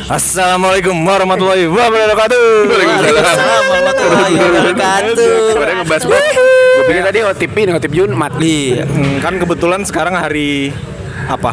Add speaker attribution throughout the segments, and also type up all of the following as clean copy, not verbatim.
Speaker 1: Assalamualaikum warahmatullahi wabarakatuh.
Speaker 2: Waalaikumsalam warahmatullahi wabarakatuh.
Speaker 3: Pada ngebahas gue pikir tadi ngotip Jumat.
Speaker 1: Iya. Kan kebetulan sekarang hari apa?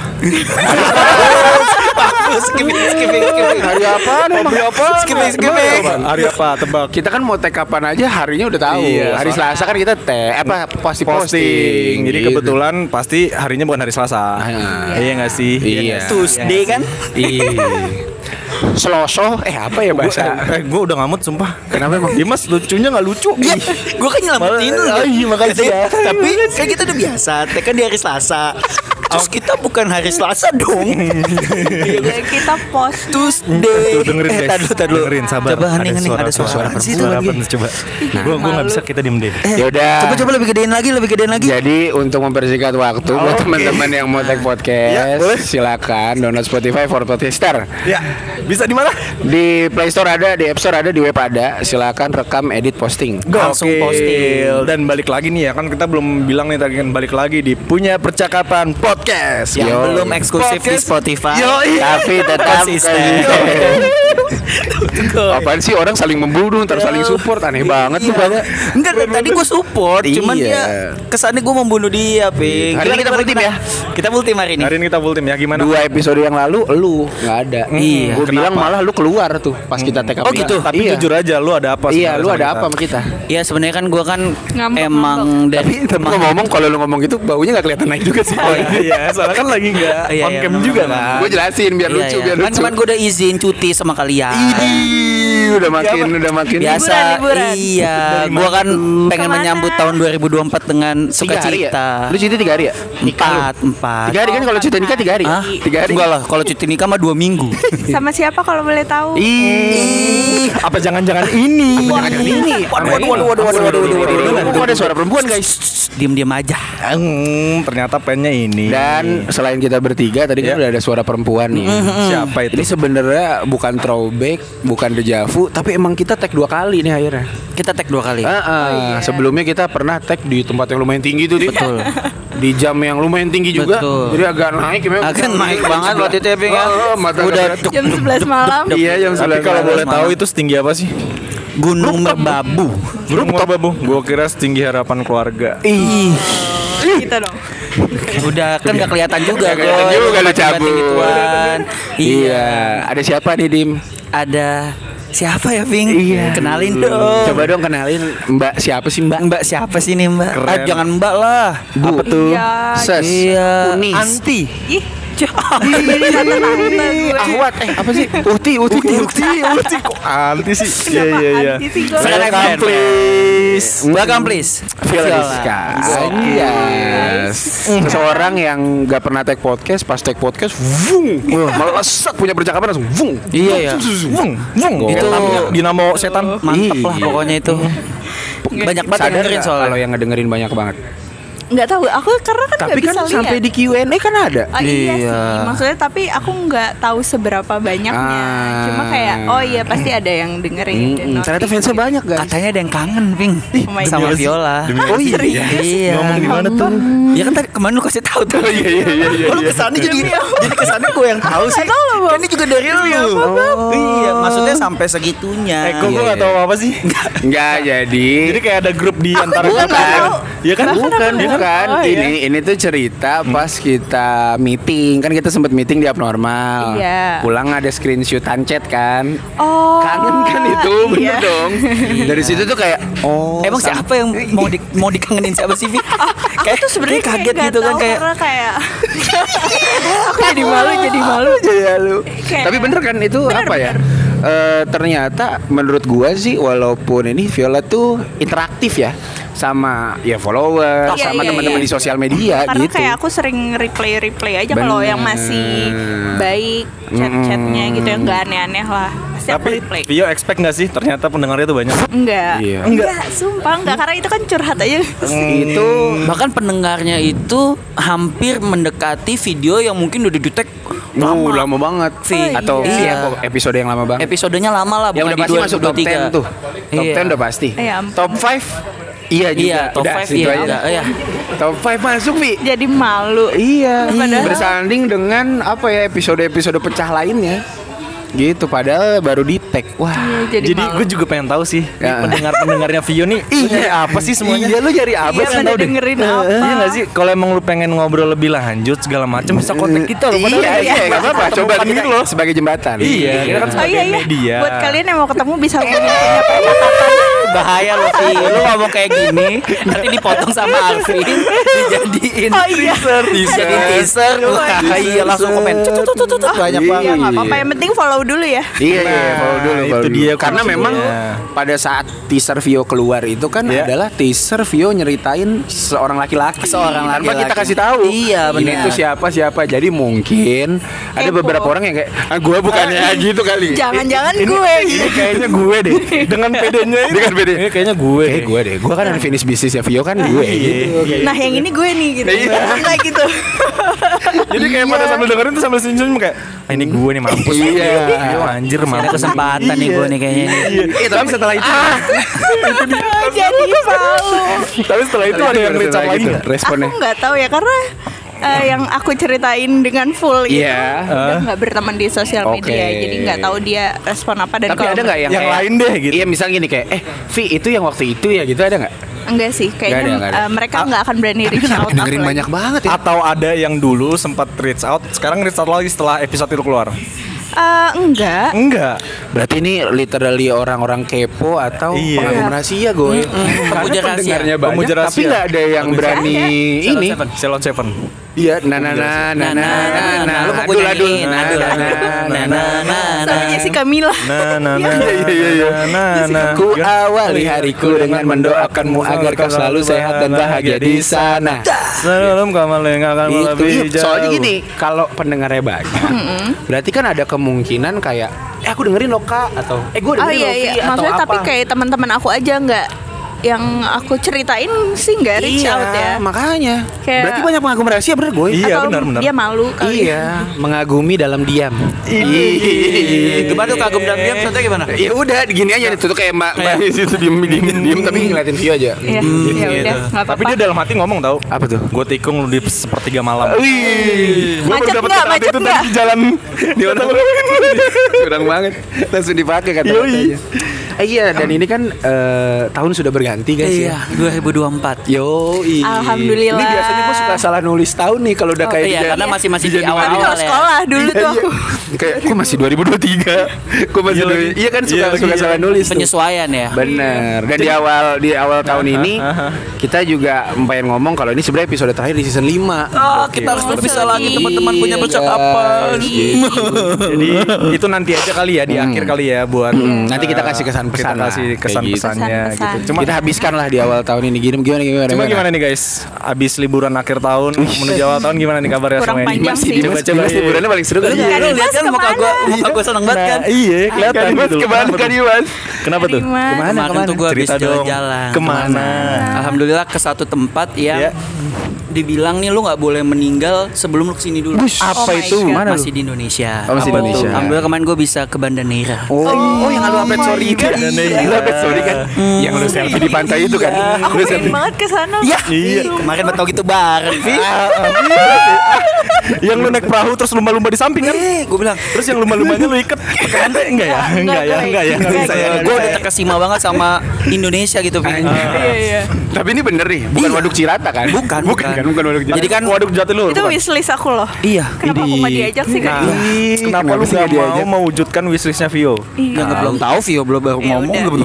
Speaker 2: Skipping.
Speaker 3: Hari apa?
Speaker 1: Hari apa? Tebak.
Speaker 3: Kita kan mau tag kapan aja harinya udah tahu.
Speaker 1: Iya,
Speaker 3: Hari Selasa kan kita posting.
Speaker 1: Jadi
Speaker 3: gitu.
Speaker 1: kebetulan pasti harinya bukan hari Selasa. Iya nggak sih?
Speaker 3: Iya.
Speaker 2: Tuesday kan?
Speaker 3: Iya. Seloso apa ya bahasa?
Speaker 1: Gue udah ngamut sumpah.
Speaker 3: Kenapa emang?
Speaker 1: Dimas lucunya nggak lucu.
Speaker 2: Iya, gue kan nyelamatin lu.
Speaker 1: Iya makasih ya.
Speaker 2: Tapi kan kita udah biasa, kan di hari Selasa. Terus kita bukan hari Selasa dong.
Speaker 4: Kita post
Speaker 2: Tuesday.
Speaker 1: Tuh dengerin guys.
Speaker 2: Tadi dulu.
Speaker 1: Dengerin sabar.
Speaker 2: Coba hening ada suara
Speaker 1: perempuan.
Speaker 2: situ lagi.
Speaker 1: Coba. Gue nggak bisa, kita diem deh.
Speaker 3: Ya udah.
Speaker 2: Coba lebih gedein lagi.
Speaker 3: Jadi untuk mempersingkat waktu buat teman-teman yang mau tag podcast, silakan download Spotify for Podcaster.
Speaker 1: Ya, bisa di mana?
Speaker 3: Di Play Store ada, di App Store ada, di web ada. Silakan rekam, edit, posting.
Speaker 2: Langsung posting.
Speaker 1: Dan balik lagi nih ya, kan kita belum bilang nih tadi kan balik lagi di Punya Percakapan Podcast
Speaker 2: Yang
Speaker 3: Yo.
Speaker 2: belum eksklusif di Spotify.
Speaker 3: Tapi tetap
Speaker 2: konsisten.
Speaker 3: Apaan sih orang saling membunuh, ntar saling support, aneh banget tuh banget.
Speaker 2: Enggak, tadi gue support, cuman
Speaker 3: Iya.
Speaker 2: dia kesannya gue membunuh dia, Ping.
Speaker 3: Hari ini kita full tim ya?
Speaker 2: Kita full tim hari ini.
Speaker 1: Hari ini kita full tim ya, gimana?
Speaker 3: 2 episode yang lalu lu nggak ada.
Speaker 2: Iya.
Speaker 3: Gue bilang malah lu keluar tuh pas kita tag up.
Speaker 2: Oh, gitu?
Speaker 1: Tapi
Speaker 3: Iya.
Speaker 1: jujur aja, lu ada apa?
Speaker 3: Iya,
Speaker 1: sebenarnya
Speaker 3: lu
Speaker 1: sama
Speaker 3: ada
Speaker 1: kita?
Speaker 3: apa sama kita?
Speaker 2: Iya, sebenarnya kan gue kan
Speaker 4: Ngambek,
Speaker 2: emang dari
Speaker 3: Tapi ngomong kalau lu ngomong gitu baunya nggak kelihatan naik juga sih.
Speaker 1: Oh iya, soalnya kan lagi nggak
Speaker 2: Iya,
Speaker 1: on
Speaker 2: iya,
Speaker 1: cam
Speaker 2: memang,
Speaker 1: juga
Speaker 2: memang.
Speaker 1: kan.
Speaker 3: Gue jelasin biar
Speaker 2: Iya,
Speaker 3: lucu,
Speaker 2: iya.
Speaker 3: biar
Speaker 2: Kan
Speaker 3: lucu.
Speaker 2: kemarin gue udah izin cuti sama kalian.
Speaker 3: Udah makin
Speaker 2: Biasa.
Speaker 4: Liburan.
Speaker 2: Iya, gue kan pengen
Speaker 4: Kemana?
Speaker 2: menyambut tahun 2024 dengan
Speaker 3: 3 hari ya?
Speaker 2: sukacita.
Speaker 3: Lu cuti 3 hari ya?
Speaker 2: Empat.
Speaker 3: 3 hari kan kalau cuti nikah 3 hari.
Speaker 2: Hah?
Speaker 3: 3 hari.
Speaker 2: Enggak lah, kalau cuti nikah mah 2 minggu.
Speaker 4: sama siapa kalau boleh tahu?
Speaker 3: Ih,
Speaker 1: Apa jangan-jangan ini?
Speaker 3: jangan-jangan ini.
Speaker 2: Waduh.
Speaker 3: Kok ada suara perempuan guys?
Speaker 2: Diam-diam aja.
Speaker 1: Ternyata pennya ini.
Speaker 3: Dan selain kita bertiga tadi kan
Speaker 1: Ya.
Speaker 3: udah ada suara perempuan nih.
Speaker 1: Siapa itu?
Speaker 3: Ini sebenarnya bukan throwback, bukan dejavu, tapi emang kita tag 2 kali nih akhirnya.
Speaker 2: Kita tag 2 kali.
Speaker 3: Sebelumnya kita pernah tag di tempat yang lumayan tinggi tuh, Di.
Speaker 2: Betul.
Speaker 3: Di jam yang lumayan tinggi juga.
Speaker 2: Betul.
Speaker 3: Jadi agak naik memang.
Speaker 2: Agak naik banget waktu itu ya, Ping, ya.
Speaker 3: Udah
Speaker 4: Jam 11 malam.
Speaker 3: Iya, jam
Speaker 1: Tapi
Speaker 3: 11
Speaker 1: kalau
Speaker 3: malam.
Speaker 1: boleh tahu itu setinggi apa sih?
Speaker 2: Gunung Merbabu.
Speaker 1: Grup Babu. Gua kira setinggi harapan keluarga.
Speaker 4: Gitu dong.
Speaker 2: Udah kan gak kelihatan juga.
Speaker 3: Nggak kelihatan
Speaker 2: Goy.
Speaker 3: juga lu
Speaker 2: Tempat
Speaker 3: cabut.
Speaker 2: gituan.
Speaker 3: Iya. Ada siapa nih, Dim?
Speaker 2: Ada siapa ya, Ping?
Speaker 3: Iya.
Speaker 2: Kenalin dong.
Speaker 3: Coba dong kenalin Mbak siapa sih, Mbak?
Speaker 2: Mbak siapa sih nih, Mbak?
Speaker 1: Keren.
Speaker 2: Ah, jangan Mbak lah.
Speaker 3: Apa tuh?
Speaker 4: Iya.
Speaker 3: Ses.
Speaker 2: Iya.
Speaker 3: Unis.
Speaker 2: Anti.
Speaker 4: Ih, jadi satu tante gue.
Speaker 3: Ahwat. Apa sih? Uti.
Speaker 1: Kok anti sih? Iya.
Speaker 4: Anti sih gue.
Speaker 2: Welcome,
Speaker 3: please.
Speaker 2: Welcome please.
Speaker 3: Fioliska. Yes. Seseorang yang gak pernah tag podcast, pas tag podcast, vung, melesat punya percakapan langsung, vung.
Speaker 2: Iya ya.
Speaker 1: Wung.
Speaker 2: Itu
Speaker 1: Dinamo setan.
Speaker 2: mantep lah
Speaker 3: Iya.
Speaker 2: pokoknya itu. Banyak banget yang
Speaker 3: Sadar
Speaker 2: dengerin
Speaker 3: nggak
Speaker 2: soalnya.
Speaker 3: kalau yang ngedengerin banyak banget.
Speaker 4: Nggak tahu, aku karena kan
Speaker 3: Tapi
Speaker 4: nggak
Speaker 3: kan
Speaker 4: bisa lihat.
Speaker 3: sampai di Q&A kan ada.
Speaker 4: Oh, iya
Speaker 2: Iya.
Speaker 4: sih, maksudnya tapi aku nggak tahu seberapa banyaknya.
Speaker 3: Ah.
Speaker 4: Cuma kayak, oh iya pasti ada yang dengerin. dan
Speaker 3: Ternyata
Speaker 4: notice.
Speaker 3: fansnya banyak guys.
Speaker 2: Katanya ada yang kangen, Ping,
Speaker 4: Oh my
Speaker 2: sama
Speaker 4: God.
Speaker 2: Viola.
Speaker 3: Oh iya.
Speaker 2: Iya.
Speaker 1: Ngomong di mana tuh?
Speaker 2: Ya kan tadi kemarin lu kasih tahu tuh.
Speaker 3: Oh iya.
Speaker 2: Kalau kesannya jadi kesannya gue yang tahu sih.
Speaker 4: Nggak tahu loh, Bang.
Speaker 2: Kan ini juga dari lu. Iya, maksudnya sampai segitunya.
Speaker 1: Kok gue gak tahu apa sih?
Speaker 3: Enggak jadi.
Speaker 1: Jadi kayak ada grup di antara
Speaker 3: Bukan.
Speaker 1: kita. Iya kan?
Speaker 3: Bukan.
Speaker 4: Oh,
Speaker 3: Ini tuh cerita pas kita meeting. Kan kita sempet meeting di Abnormal.
Speaker 4: Iya.
Speaker 3: Pulang ada screenshotan chat kan.
Speaker 4: Oh.
Speaker 3: Kangen kan itu, bener
Speaker 4: iya.
Speaker 3: dong. Dari situ tuh kayak, oh.
Speaker 2: Emang siapa yang mau dikangenin siapa sih, Vi?
Speaker 4: Aku tuh sebenarnya
Speaker 2: kayak kaget
Speaker 4: nggak
Speaker 2: gitu kan
Speaker 4: tahu
Speaker 2: kayak
Speaker 4: karena kayak aku jadi malu.
Speaker 3: Iya lu.
Speaker 4: Kayak-
Speaker 3: Tapi bener kan itu apa ya? Ternyata menurut gua sih walaupun ini Viola tuh interaktif ya sama ya follower,
Speaker 4: Iya,
Speaker 3: sama
Speaker 4: iya,
Speaker 3: teman-teman
Speaker 4: iya.
Speaker 3: di sosial media
Speaker 4: Karena
Speaker 3: gitu.
Speaker 4: kayak aku sering replay aja kalau
Speaker 3: Bener.
Speaker 4: yang masih baik chat-chatnya gitu yang nggak aneh-aneh lah. Pasti aku
Speaker 1: Tapi
Speaker 4: replay.
Speaker 1: Vio expect gak sih ternyata pendengarnya tuh banyak?
Speaker 4: Enggak.
Speaker 3: Iya.
Speaker 4: Enggak, sumpah enggak karena itu kan curhat aja.
Speaker 3: Itu
Speaker 2: bahkan pendengarnya itu hampir mendekati video yang mungkin udah di-tag
Speaker 3: lama banget
Speaker 2: Vi.
Speaker 3: atau
Speaker 2: Iya.
Speaker 3: episode yang lama banget.
Speaker 2: Episodenya lama lah,
Speaker 3: Yang
Speaker 2: bukan
Speaker 3: udah
Speaker 2: di
Speaker 3: pasti masuk top 10
Speaker 2: 2023.
Speaker 3: tuh. Top
Speaker 2: Iya.
Speaker 3: 10 udah pasti.
Speaker 4: Iya, ampun.
Speaker 3: Top 5 iya juga.
Speaker 2: Iya, top
Speaker 3: Udah,
Speaker 2: 5
Speaker 3: situ
Speaker 2: iya,
Speaker 3: aja.
Speaker 2: udah, iya.
Speaker 3: Top 5 masuk, Vi.
Speaker 4: Jadi malu.
Speaker 3: Iya,
Speaker 4: Padahal-
Speaker 3: bersanding dengan apa ya episode-episode pecah lainnya. gitu padahal baru di tag. Wah.
Speaker 1: Jadi
Speaker 4: malu.
Speaker 1: gue juga pengen tahu sih
Speaker 3: Ya.
Speaker 1: pendengarnya Vio nih apa sih semuanya?
Speaker 3: Iya lu nyari apa
Speaker 4: Iya,
Speaker 3: sih?
Speaker 4: pada dengerin apa?
Speaker 1: Iya nggak sih? Kalau emang lu pengen ngobrol lebih lanjut segala macam bisa kontak kita loh. Padahal
Speaker 3: Iya, nggak apa-apa. Coba
Speaker 1: kita
Speaker 3: kita sebagai jembatan.
Speaker 1: Iya, kita kan
Speaker 4: Oh
Speaker 1: sebagai
Speaker 4: iya iya.
Speaker 1: media.
Speaker 4: Buat kalian yang mau ketemu bisa hubungin punya percakapan.
Speaker 2: Bahaya lo Vi, lu ngomong kayak gini nanti dipotong sama Alvin dijadiin
Speaker 4: Oh iya.
Speaker 2: dijadiin teaser. Wah, iya langsung komen tut banyak
Speaker 3: Iya.
Speaker 2: banget.
Speaker 4: Ya nggak apa-apa, yang penting follow dulu ya.
Speaker 3: Iya, follow dulu,
Speaker 1: itu
Speaker 3: follow
Speaker 1: dia
Speaker 3: dulu. Karena
Speaker 1: kuncinya.
Speaker 3: memang pada saat teaser Vio keluar itu kan
Speaker 1: Iya.
Speaker 3: adalah teaser Vio nyeritain seorang laki-laki.
Speaker 2: Seorang
Speaker 3: Tanpa
Speaker 2: laki-laki.
Speaker 3: kita kasih tahu.
Speaker 2: Iya,
Speaker 3: Ini
Speaker 2: benar.
Speaker 3: tuh siapa. Jadi mungkin ada
Speaker 4: Kepo.
Speaker 3: beberapa orang yang kayak gue bukannya gitu kali.
Speaker 4: Jangan-jangan gue
Speaker 1: Ini kayaknya gue deh. Dengan pedenya ini.
Speaker 3: Dengan PD.
Speaker 1: Ini kayaknya gue.
Speaker 3: Kayak gue deh. Gue kan unfinished bisnisnya Vio kan gue gitu.
Speaker 4: Nah yang ini gue nih gitu. Nah gitu.
Speaker 1: Jadi kayak pada sambil dengerin tuh sambil senyum kayak ini gue nih mampus.
Speaker 3: Iya.
Speaker 1: Yo, anjir
Speaker 2: Ada
Speaker 1: mampus.
Speaker 2: kesempatan nih gue nih kayaknya nih.
Speaker 1: Iya, tapi setelah itu
Speaker 4: Jadi malu.
Speaker 1: tapi setelah itu ada yang reach out lagi nggak?
Speaker 3: Responnya.
Speaker 4: Aku nggak tahu ya karena yang aku ceritain dengan full itu
Speaker 3: Iya.
Speaker 4: udah nggak berteman di sosial media,
Speaker 3: Oke.
Speaker 4: jadi nggak tahu dia respon apa dan
Speaker 3: Tapi
Speaker 4: kalau
Speaker 3: ada nggak yang
Speaker 1: Yang
Speaker 3: kayak-
Speaker 1: lain deh gitu.
Speaker 3: Iya misalnya gini kayak Vi itu yang waktu itu ya gitu ada nggak?
Speaker 4: enggak sih kayaknya
Speaker 3: Nggak ada.
Speaker 4: mereka nggak akan berani reach out aku
Speaker 3: Dengerin
Speaker 4: lagi.
Speaker 3: banyak banget ya.
Speaker 1: Atau ada yang dulu sempat reach out, sekarang reach out lagi setelah episode itu keluar?
Speaker 4: Enggak.
Speaker 1: Enggak.
Speaker 3: Berarti ini literally orang-orang kepo atau
Speaker 1: Iya.
Speaker 3: pengagum rahasia gue.
Speaker 2: Pemuja rahasia.
Speaker 3: Pendengarnya banyak,
Speaker 1: Pemuja
Speaker 3: tapi
Speaker 1: rahasia.
Speaker 3: nggak ada yang berani ini.
Speaker 1: Salon Seven.
Speaker 3: Iya, lu mau gue nyanyiin.
Speaker 4: Sama Jessica Mila.
Speaker 3: Ku awali hariku dengan mendoakanmu agar kau selalu sehat dan bahagia di sana.
Speaker 1: Sebelum kamu akan
Speaker 3: Itu
Speaker 1: lebih
Speaker 3: iya,
Speaker 1: jauh.
Speaker 3: soalnya gini, kalau pendengarnya banyak, berarti kan ada kemungkinan kayak, aku dengerin lo kak, atau gue
Speaker 4: Oh
Speaker 3: dengerin
Speaker 4: iya
Speaker 3: lo
Speaker 4: iya,
Speaker 3: Vi, atau
Speaker 4: maksudnya
Speaker 3: apa.
Speaker 4: tapi kayak teman-teman aku aja nggak yang aku ceritain sih nggak reach
Speaker 3: Iya,
Speaker 4: out ya.
Speaker 3: makanya.
Speaker 4: Kayak-
Speaker 3: Berarti banyak pengagum rahasia bener gue.
Speaker 1: Iya,
Speaker 4: Atau
Speaker 1: benar.
Speaker 4: Dia malu kali.
Speaker 3: Iya, mengagumi dalam diam.
Speaker 2: Gimana tuh kagum dan diam contohnya gimana?
Speaker 3: Ya udah gini aja itu tuh kayak mbak di situ diem tapi ngeliatin Vio aja.
Speaker 4: Iya, ya udah nggak
Speaker 1: Tapi
Speaker 4: apa-apa.
Speaker 1: dia dalam hati ngomong tau.
Speaker 3: Apa tuh?
Speaker 1: Gue tikung lu di sepertiga malam.
Speaker 3: Wih,
Speaker 1: Gua baru
Speaker 4: Macet
Speaker 1: dapet
Speaker 4: nggak?
Speaker 1: kata
Speaker 4: Macet
Speaker 1: itu
Speaker 4: nggak?
Speaker 1: tadi di jalan.
Speaker 3: di otak curang banget, langsung dipakai kata-katanya. Iya, dan ini kan tahun sudah berganti guys
Speaker 2: Iya,
Speaker 3: ya.
Speaker 2: 2024.
Speaker 3: Yo,
Speaker 4: Alhamdulillah.
Speaker 3: Ini biasanya gue suka salah nulis tahun nih kalau udah kayak
Speaker 2: Iya,
Speaker 3: di-
Speaker 2: karena masih di
Speaker 4: Tapi
Speaker 2: awal-awal
Speaker 4: kalau
Speaker 2: ya.
Speaker 4: sekolah dulu tuh aku.
Speaker 3: kayak gue masih 2023. Gue masih
Speaker 1: Iya lagi.
Speaker 3: iya kan suka
Speaker 1: Iya lagi,
Speaker 3: suka
Speaker 1: iya.
Speaker 3: salah nulis. tuh.
Speaker 2: Penyesuaian ya.
Speaker 3: Bener. Dan di awal tahun ini kita juga pengen ngomong kalau ini sebenarnya episode terakhir di season 5.
Speaker 2: Oh, kita harus berpisah lagi teman-teman punya percakapan.
Speaker 1: Jadi itu nanti aja kali ya di akhir kali ya buat
Speaker 3: Nanti kita kasih kesan pesan
Speaker 1: kita kasih
Speaker 3: lah,
Speaker 1: kesan
Speaker 3: kayak gitu.
Speaker 1: pesannya
Speaker 4: Pesan-pesan.
Speaker 1: gitu. Cuma
Speaker 3: Kita habiskan lah di awal tahun ini gimana
Speaker 1: gimana nih guys? Abis liburan akhir tahun menuju awal tahun gimana nih kabarnya
Speaker 4: Kurang
Speaker 1: semua ini?
Speaker 4: panjang sih.
Speaker 1: Coba
Speaker 3: liburannya paling seru kan?
Speaker 2: Lu
Speaker 4: Iya.
Speaker 2: lihat kan muka gue seneng banget kan.
Speaker 1: Iya, kelihatan
Speaker 3: Mas
Speaker 1: gitu.
Speaker 3: kemana
Speaker 1: Kenapa
Speaker 3: kan
Speaker 1: tuh?
Speaker 3: Mas?
Speaker 1: Kenapa tuh?
Speaker 4: Kemana?
Speaker 2: Kemarin tuh gue habis
Speaker 1: Cerita dong.
Speaker 2: jalan-jalan.
Speaker 1: Kemana?
Speaker 2: Alhamdulillah ke satu tempat yang
Speaker 1: Iya.
Speaker 2: dibilang nih lu nggak boleh meninggal sebelum lu kesini dulu.
Speaker 1: Apa
Speaker 4: Oh my
Speaker 1: itu?
Speaker 4: God.
Speaker 1: Mana lu?
Speaker 2: Masih di Indonesia.
Speaker 3: Oh, masih di Indonesia.
Speaker 2: Alhamdulillah kemarin gue bisa ke Banda Neira.
Speaker 3: Oh, yang lu update story itu kan? Lu update story kan? Yang lu selfie di pantai itu kan?
Speaker 4: Aku pengen banget ke sana.
Speaker 2: Ya,
Speaker 1: Iya.
Speaker 2: kemarin betul gitu bareng, Vi.
Speaker 1: Yang lu naik perahu terus lumba-lumba di samping kan?
Speaker 2: Gue bilang,
Speaker 1: Terus yang lumba-lumbanya lu ikat pakai rantai enggak ya? Enggak ya, enggak ya. Enggak bisa ya.
Speaker 2: gue udah terkesima banget sama Indonesia gitu, Vi.
Speaker 4: Iya iya.
Speaker 3: Tapi ini bener nih, bukan
Speaker 2: Iya.
Speaker 3: waduk Cirata kan?
Speaker 2: Bukan.
Speaker 3: Bukan waduk Cirata.
Speaker 2: Jadi kan
Speaker 1: Waduk Jatiluhur.
Speaker 4: Itu
Speaker 1: bukan?
Speaker 4: wishlist aku loh.
Speaker 2: iya.
Speaker 4: Kenapa aku nggak diajak sih kan?
Speaker 1: Nah, kenapa lu
Speaker 3: sih
Speaker 1: gak
Speaker 3: nggak
Speaker 1: mau
Speaker 3: diajak?
Speaker 1: mewujudkan wishlistnya Vio?
Speaker 2: Yang belum tahu Vio belum baru
Speaker 4: Ya
Speaker 2: ngomong
Speaker 4: udah.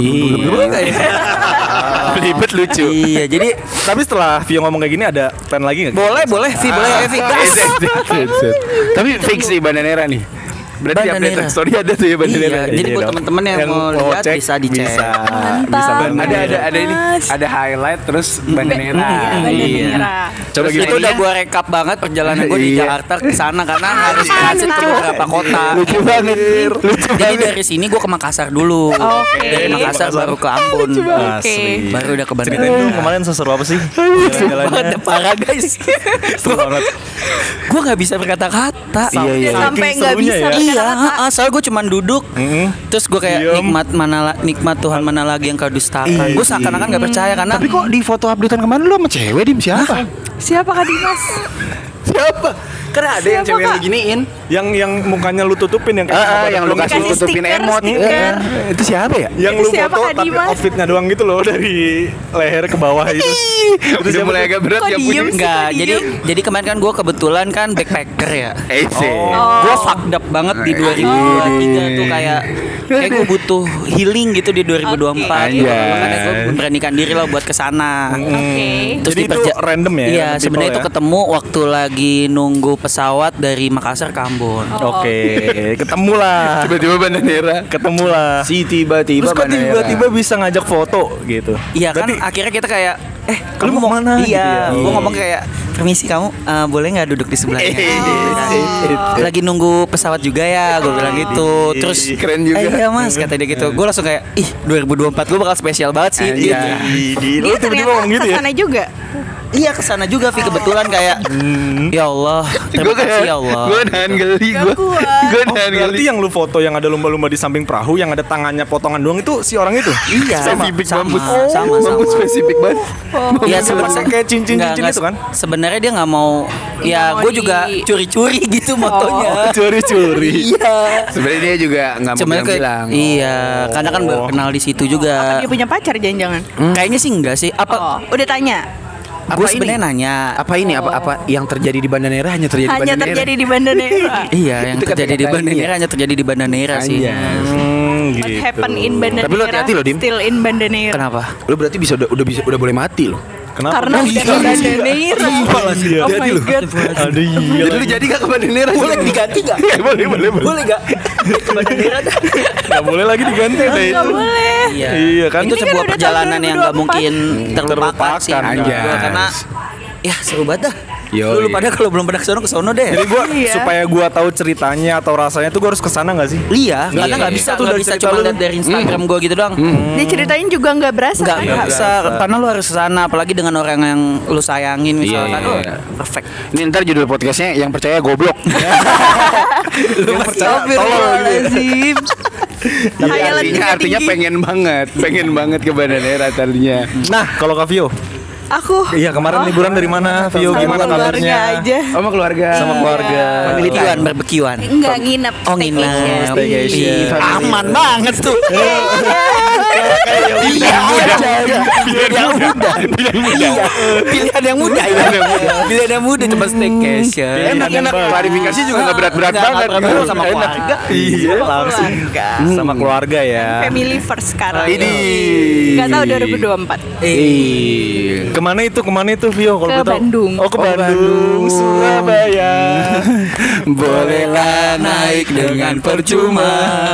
Speaker 3: Belibet lucu.
Speaker 2: Iya, jadi
Speaker 1: Tapi setelah Vio ngomong kayak gini ada plan lagi nggak?
Speaker 2: boleh Vi, boleh ya Vi. Gas.
Speaker 3: Tapi fix sih Bandanera nih. Berarti
Speaker 2: Bandanera.
Speaker 3: update story ada tuh ya Bandanera.
Speaker 2: Iya, jadi buat
Speaker 1: dong.
Speaker 2: teman-teman yang mau lihat bisa dicek.
Speaker 1: Bisa
Speaker 3: Ada ini, ada highlight terus Bandanera.
Speaker 4: Banda Neira.
Speaker 1: Coba
Speaker 2: Terus itu
Speaker 1: gimana?
Speaker 2: udah gue rekap banget perjalanan gue di
Speaker 3: Iya.
Speaker 2: Jakarta ke sana karena harus transit ke beberapa kota.
Speaker 3: Lucu banget. Lucu
Speaker 2: Jadi dari sini gue ke Makassar dulu.
Speaker 4: Oke.
Speaker 2: Dari Makassar baru ke Ambon.
Speaker 1: Asli.
Speaker 2: Baru udah ke Bandung.
Speaker 1: Ceritain dong kemarin seseru apa sih? Jalan-jalannya.
Speaker 2: Parah guys.
Speaker 1: Seru banget.
Speaker 2: Gue nggak bisa berkata-kata.
Speaker 3: Iya, iya.
Speaker 4: Sampai nggak
Speaker 1: serunya
Speaker 4: bisa.
Speaker 1: ya.
Speaker 2: Iya, soalnya gue cuman duduk. Terus gue kayak
Speaker 1: Diem.
Speaker 2: nikmat Tuhan mana lagi yang kau dustakan. Gue seakan-akan nggak percaya karena
Speaker 3: Tapi kok di foto updatean kemarin lu sama cewek Dim siapa?
Speaker 4: Siapa Kak Dimas?
Speaker 3: Siapa? Kan ada yang
Speaker 4: Siapa,
Speaker 3: cewek yang
Speaker 4: Kak?
Speaker 3: diginiin.
Speaker 1: Yang mukanya lu tutupin yang
Speaker 3: Yang lu kasih
Speaker 4: Dikasih
Speaker 3: tutupin
Speaker 4: stiker,
Speaker 3: emot.
Speaker 4: stiker.
Speaker 3: Itu siapa ya?
Speaker 1: yang lu
Speaker 4: Siapa,
Speaker 1: foto
Speaker 4: Kak
Speaker 1: tapi
Speaker 4: Dimas?
Speaker 1: outfitnya doang gitu loh dari leher ke bawah itu.
Speaker 3: Udah mulai agak berat
Speaker 4: Kok
Speaker 3: ya
Speaker 4: diem
Speaker 3: punya.
Speaker 4: sih?
Speaker 2: Enggak,
Speaker 4: Kok
Speaker 2: jadi kemarin kan gue kebetulan kan backpacker ya. Gue fucked up banget di 2023 tuh kayak gue butuh healing gitu di 2024 gitu.
Speaker 3: Anjay.
Speaker 2: Makanya gue memberanikan diri lah buat kesana.
Speaker 4: Oke.
Speaker 1: Jadi itu random ya?
Speaker 2: Iya,
Speaker 1: random
Speaker 2: sebenarnya
Speaker 1: people
Speaker 2: itu ketemu waktu lagi nunggu pesawat dari Makassar ke Ambon.
Speaker 1: Oke, ketemu lah.
Speaker 3: Tiba-tiba Bandanera.
Speaker 1: Ketemu lah.
Speaker 3: Si tiba-tiba
Speaker 1: Terus kok
Speaker 3: Bandanera.
Speaker 1: tiba-tiba bisa ngajak foto gitu?
Speaker 2: Iya kan,
Speaker 1: Berarti-
Speaker 2: akhirnya kita kayak
Speaker 1: Kamu mau kemana? Gitu
Speaker 2: Iya,
Speaker 1: ya?
Speaker 2: gue ngomong kayak permisi kamu boleh nggak duduk di sebelahnya?
Speaker 1: Oh.
Speaker 2: Lagi nunggu pesawat juga ya, gue bilang gitu. Terus
Speaker 3: Keren juga.
Speaker 2: Iya mas, kata dia gitu. Gue langsung kayak 2024 gue bakal spesial banget sih. Gitu.
Speaker 1: Lu
Speaker 4: Dia
Speaker 1: tiba-tiba
Speaker 4: ternyata
Speaker 1: ngomong gitu ya?
Speaker 4: kesana juga.
Speaker 2: Iya kesana juga, Vi kebetulan kayak ya Allah, terima kasih ya Allah.
Speaker 3: Gue nahan geli
Speaker 4: Gak
Speaker 3: gue.
Speaker 4: kuat.
Speaker 3: Gue
Speaker 1: Oh,
Speaker 3: nahan
Speaker 1: berarti
Speaker 3: geli.
Speaker 1: yang lu foto yang ada lumba-lumba di samping perahu yang ada tangannya potongan doang itu si orang itu?
Speaker 2: Iya,
Speaker 3: Spesifik
Speaker 2: sama,
Speaker 3: mampus.
Speaker 2: sama.
Speaker 3: Mampus spesifik banget.
Speaker 2: Iya
Speaker 1: Masih kayak cincin-cincin
Speaker 2: nggak,
Speaker 1: itu kan?
Speaker 2: Sebenarnya dia nggak mau. Ya
Speaker 4: mau
Speaker 2: gue juga
Speaker 4: di-
Speaker 2: curi-curi gitu motonya.
Speaker 1: Curi-curi.
Speaker 2: Iya.
Speaker 3: Sebenarnya dia juga nggak mau
Speaker 2: Cuman kayak
Speaker 3: bilang.
Speaker 2: iya, karena kan baru kenal di situ juga.
Speaker 4: Dia punya pacar jangan-jangan.
Speaker 2: Kayaknya sih enggak sih. Apa?
Speaker 4: Udah tanya.
Speaker 2: Gue
Speaker 3: Apa ini?
Speaker 2: sebenarnya nanya.
Speaker 3: Apa ini? Apa yang terjadi di Bandanera hanya terjadi di
Speaker 4: Hanya
Speaker 3: Bandanera?
Speaker 4: terjadi di Bandanera.
Speaker 2: Iya, yang
Speaker 3: Itu
Speaker 2: terjadi di
Speaker 3: kata-kata
Speaker 2: Bandanera
Speaker 3: ini ya?
Speaker 2: hanya terjadi di Bandanera sih.
Speaker 1: Gitu.
Speaker 4: What happen in Bandanera?
Speaker 3: Tapi lu hati-hati loh, Dim.
Speaker 4: Still in Bandanera.
Speaker 2: Kenapa?
Speaker 3: Lu berarti udah boleh mati loh.
Speaker 1: Kenapa?
Speaker 4: Karena udah di Bandanera.
Speaker 1: Iya.
Speaker 4: Oh my god.
Speaker 1: Aduh iya.
Speaker 3: Jadi lu jadi gak ke Bandanera?
Speaker 2: Boleh diganti nggak?
Speaker 3: boleh.
Speaker 2: Boleh nggak? Ke Bandanera dah.
Speaker 1: Nggak boleh lagi diganti deh
Speaker 4: Gak
Speaker 1: itu.
Speaker 4: boleh.
Speaker 2: Iya.
Speaker 1: Iya kan?
Speaker 2: Itu
Speaker 4: Ini kan
Speaker 2: sebuah
Speaker 4: udah
Speaker 2: perjalanan
Speaker 4: tahun
Speaker 2: yang nggak
Speaker 4: 2024.
Speaker 2: mungkin terlupakan sih.
Speaker 1: Terlupakan,
Speaker 2: menurut gua.
Speaker 3: anjas.
Speaker 2: Karena ya seru banget dah.
Speaker 3: Yoi.
Speaker 2: Lu pada kalau belum pernah ke sono deh.
Speaker 1: Jadi gua
Speaker 4: Iya.
Speaker 1: supaya gua tahu ceritanya atau rasanya tuh gua harus kesana nggak sih?
Speaker 2: Iya, karena nggak
Speaker 1: Iya.
Speaker 2: bisa
Speaker 1: Tuh
Speaker 2: nggak
Speaker 1: dari
Speaker 2: bisa
Speaker 1: cerita
Speaker 2: cuma
Speaker 1: lu.
Speaker 2: lihat dari Instagram gue gitu doang.
Speaker 4: Diceritain juga nggak berasa.
Speaker 2: Nggak
Speaker 4: kan?
Speaker 2: bisa, karena lu harus kesana, apalagi dengan orang yang lu sayangin misalkan.
Speaker 3: Iya.
Speaker 2: Oh, perfect.
Speaker 3: Ini ntar judul podcastnya yang percaya goblok.
Speaker 1: Lu percaya
Speaker 4: Astagfirullahaladzim. Hayalan
Speaker 3: artinya
Speaker 4: tinggi.
Speaker 3: artinya pengen banget ke Bandanera tadinya.
Speaker 1: Nah, kalau Kak Vio,
Speaker 4: Aku.
Speaker 1: iya kemarin liburan dari mana? Vio
Speaker 4: Sama
Speaker 1: gimana
Speaker 4: keluarga
Speaker 1: kabarnya?
Speaker 4: aja.
Speaker 3: Sama keluarga.
Speaker 1: Sama keluarga.
Speaker 3: Family
Speaker 2: Barbekyuan,
Speaker 3: time.
Speaker 2: barbekyuan.
Speaker 4: Enggak nginep.
Speaker 2: Oh nginep.
Speaker 1: Staycation.
Speaker 2: Ih, aman banget tuh. Pilihan muda. Pilihan yang muda ya. Pilihan yang muda cuma staycation.
Speaker 3: Enak-enak. Klarifikasi juga nggak berat-berat
Speaker 2: Nggak
Speaker 3: banget.
Speaker 2: berat-berat sama
Speaker 3: Enak.
Speaker 2: keluarga.
Speaker 1: Iya, langsung sama keluarga ya.
Speaker 4: Family first sekarang.
Speaker 3: Ini.
Speaker 4: Gak tahu 2024.
Speaker 1: Kemana itu Vio kalau
Speaker 4: Ke
Speaker 1: gua tahu?
Speaker 4: Bandung.
Speaker 1: Oh, ke Bandung, Surabaya.
Speaker 2: Bolehlah naik dengan percuma.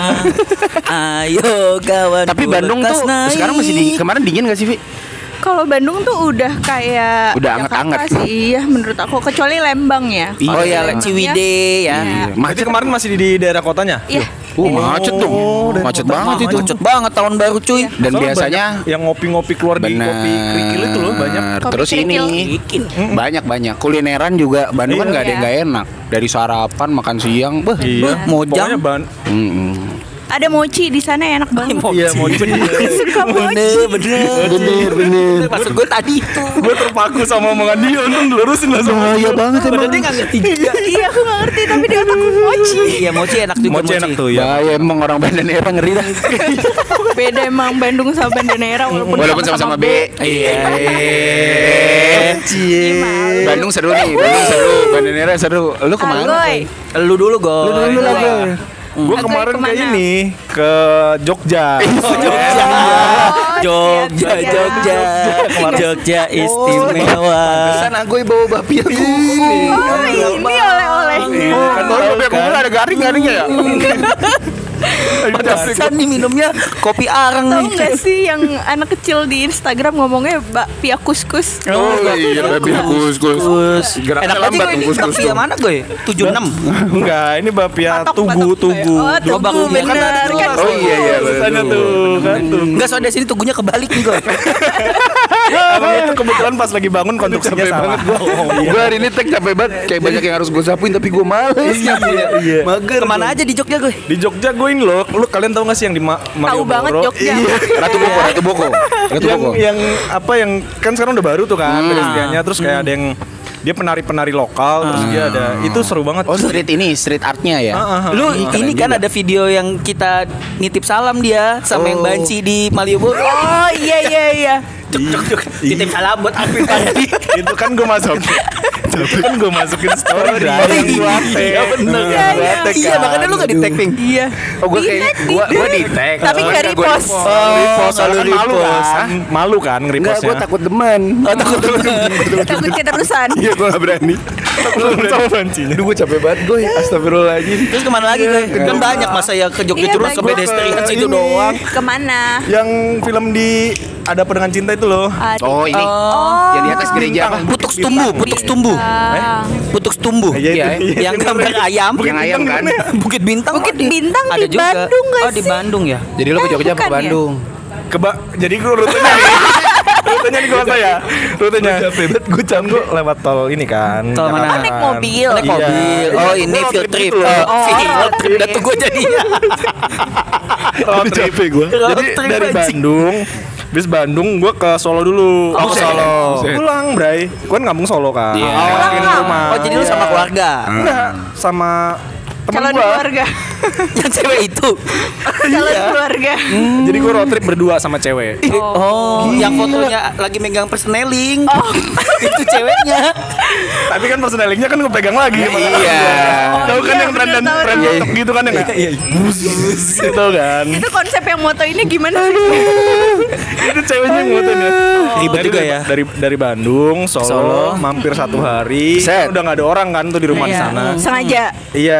Speaker 2: Ayo kawan.
Speaker 3: Tapi Bandung tuh sekarang masih kemarin dingin gak sih, Vi?
Speaker 4: Kalau Bandung tuh udah kayak
Speaker 3: Udah
Speaker 4: Jakarta
Speaker 3: anget-anget.
Speaker 4: sih, iya menurut aku, kecuali Lembang ya.
Speaker 2: Oh ya,
Speaker 4: Lembang
Speaker 2: Ciwidey ya.
Speaker 4: Iya.
Speaker 1: Berarti kemarin masih di daerah kotanya?
Speaker 4: Iya.
Speaker 3: Macet dong.
Speaker 1: dari
Speaker 3: Macet
Speaker 1: kota.
Speaker 3: banget itu.
Speaker 2: Macet banget tahun baru cuy.
Speaker 3: Dan
Speaker 1: Soalnya
Speaker 3: biasanya
Speaker 1: banyak yang ngopi-ngopi keluar di kopi kerikil itu loh banyak.
Speaker 4: Kopi
Speaker 3: Terus
Speaker 4: kerikil.
Speaker 3: ini banyak kulineran juga. Bandung kan
Speaker 1: Iya.
Speaker 3: nggak ada yang nggak enak. Dari sarapan, makan siang,
Speaker 1: Iya.
Speaker 2: Mojang.
Speaker 1: Pokoknya
Speaker 3: Mm-mm.
Speaker 4: Ada mochi di sana enak banget.
Speaker 1: Iya, mochi.
Speaker 4: Suka mochi.
Speaker 2: Bener. Maksud gue tadi itu.
Speaker 1: Gue terpaku sama omongan dia, untung dilurusin langsung.
Speaker 3: Bahaya banget
Speaker 2: Padahal dia nggak ngerti juga.
Speaker 4: Iya, aku gak ngerti tapi di otakku mochi.
Speaker 2: Iya mochi enak juga.
Speaker 1: Mochi enak tuh ya.
Speaker 3: Bahaya emang orang Bandanera ngeri dah.
Speaker 4: Beda emang Bandung sama Bandanera
Speaker 3: Walaupun sama-sama B.
Speaker 2: Iya.
Speaker 4: Cie.
Speaker 3: Bandung seru nih, Bandung seru, Bandanera seru. Lu kemana?
Speaker 4: Agoy.
Speaker 2: Lu dulu go.
Speaker 3: Lu lagi.
Speaker 1: Gue
Speaker 4: Agak
Speaker 1: kemarin ke
Speaker 4: kemana?
Speaker 1: ini ke Jogja.
Speaker 2: Jogja istimewa.
Speaker 3: Sana gue bawa bapi aku.
Speaker 4: Oh, ini oleh-oleh.
Speaker 3: Kan baru bapi aku ada garing-garingnya ya.
Speaker 2: Pantesan nih minumnya kopi arang
Speaker 4: Tahu
Speaker 2: nih.
Speaker 4: nggak sih yang anak kecil di Instagram ngomongnya bakpia kuskus?
Speaker 3: Oh iya, bapi kus. Geraknya
Speaker 2: Enak banget
Speaker 3: lambat
Speaker 2: gue ini
Speaker 3: kus.
Speaker 2: kopi yang mana gue? 76.
Speaker 1: Enggak, ini bapia
Speaker 4: Patok,
Speaker 1: tugu.
Speaker 4: Oh, tugu
Speaker 2: Bang, dia kan
Speaker 4: bener.
Speaker 2: ada
Speaker 4: Kan
Speaker 3: Oh iya iya.
Speaker 1: Tulisannya tuh kan tuh.
Speaker 2: Enggak soalnya sini tugunya kebalik nih gue.
Speaker 1: Emang itu kebetulan pas lagi bangun konstruksinya
Speaker 3: Capek
Speaker 1: salah.
Speaker 3: banget gue. Gue hari ini tek capek banget. Kayak banyak yang harus gue sapuin tapi gue males.
Speaker 1: Iya.
Speaker 2: Mager. Kemana aja di Jogja gue?
Speaker 1: Di Jogja gue ini loh, lu kalian tahu gak sih yang di
Speaker 4: tahu banget
Speaker 1: Malioboro?
Speaker 4: Jogja.
Speaker 3: Ratu Boko.
Speaker 1: yang apa yang kan sekarang udah baru tuh kan pedestriannya, terus kayak ada yang Dia penari-penari lokal, terus dia ada itu seru banget.
Speaker 3: Oh, street artnya ya.
Speaker 2: Lu ini kan ada video yang kita nitip salam dia sama yang banci di Malioboro.
Speaker 4: Oh iya.
Speaker 2: Nitip salam buat Afif tadi.
Speaker 1: Itu kan gue masukin story.
Speaker 2: Iya bener. Iya makanya lu gak di tag Pink.
Speaker 4: Iya.
Speaker 3: Oh, gue di tag.
Speaker 4: Tapi nggak repost.
Speaker 1: Repost malu kan
Speaker 3: Enggak,
Speaker 1: nge-repostnya.
Speaker 3: gue takut demen.
Speaker 4: Takut keterusan.
Speaker 3: Iya, gue gak berani.
Speaker 1: Sama bancinya.
Speaker 3: Aduh, gue capek banget gue. Astagfirullahaladzim.
Speaker 2: Terus kemana lagi gue? Kan banyak masa ya ke Jogja
Speaker 4: Iya,
Speaker 2: terus ke
Speaker 4: banyak.
Speaker 2: pedestrian situ
Speaker 1: Ini.
Speaker 2: doang.
Speaker 4: Kemana?
Speaker 1: Yang film di Ada Apa Dengan Cinta itu loh.
Speaker 3: Oh, ini. Yang di atas gereja apa?
Speaker 2: Putuk tumbuh. Putuk tumbuh.
Speaker 3: Iya,
Speaker 2: Yang gambar ayam.
Speaker 3: Yang ayam kan?
Speaker 2: Bukit Bintang.
Speaker 4: Bukit Bintang
Speaker 2: ada
Speaker 4: di
Speaker 2: juga.
Speaker 4: Bandung nggak
Speaker 2: Oh di
Speaker 4: sih?
Speaker 2: Bandung ya.
Speaker 3: Jadi lo ke Jogja apa
Speaker 4: bukan
Speaker 3: ke
Speaker 4: ya?
Speaker 3: Bandung?
Speaker 1: Jadi gue rutenya nih. Rutenya nih kalau saya. Rutenya. Gue lewat tol ini kan.
Speaker 2: Tol mana?
Speaker 4: Oh, naik mobil.
Speaker 2: Naik mobil.
Speaker 1: Iya.
Speaker 2: Oh ini
Speaker 1: Road
Speaker 2: field trip.
Speaker 1: gitu loh.
Speaker 2: Field trip. Udah tuh gue jadinya.
Speaker 1: Road trip gue.
Speaker 2: Road
Speaker 1: Jadi
Speaker 2: trip,
Speaker 1: dari
Speaker 2: anjing.
Speaker 1: Bandung. Bis Bandung gue ke Solo dulu.
Speaker 2: Oh, ke Solo.
Speaker 1: Pulang, Bray. Gue kan kampung Solo kan.
Speaker 3: Iya.
Speaker 1: Makin rumah.
Speaker 2: Oh jadi lu
Speaker 1: Iya.
Speaker 2: sama keluarga.
Speaker 1: Enggak, sama temen
Speaker 4: Calon
Speaker 1: gue.
Speaker 4: keluarga.
Speaker 2: Yang cewek itu.
Speaker 4: Calon keluarga.
Speaker 1: Jadi gue road trip berdua sama cewek.
Speaker 2: Oh, yang fotonya lagi megang persneling. Itu ceweknya.
Speaker 1: Tapi kan personalingnya kan gue pegang lagi.
Speaker 3: Iya.
Speaker 1: Tahu kan
Speaker 4: iya,
Speaker 1: yang tren
Speaker 4: bener, tahu,
Speaker 1: tren
Speaker 4: tahu.
Speaker 1: TikTok gitu kan ya nggak? Iya. Gitu kan.
Speaker 4: Itu konsep yang moto ini gimana sih?
Speaker 1: Itu ceweknya yang motoin ya.
Speaker 2: Ribet juga ya.
Speaker 1: Dari Bandung, Solo, mampir 1 hari.
Speaker 3: Set.
Speaker 1: Udah nggak ada orang kan tuh di rumah di sana.
Speaker 4: Sengaja.
Speaker 1: Iya.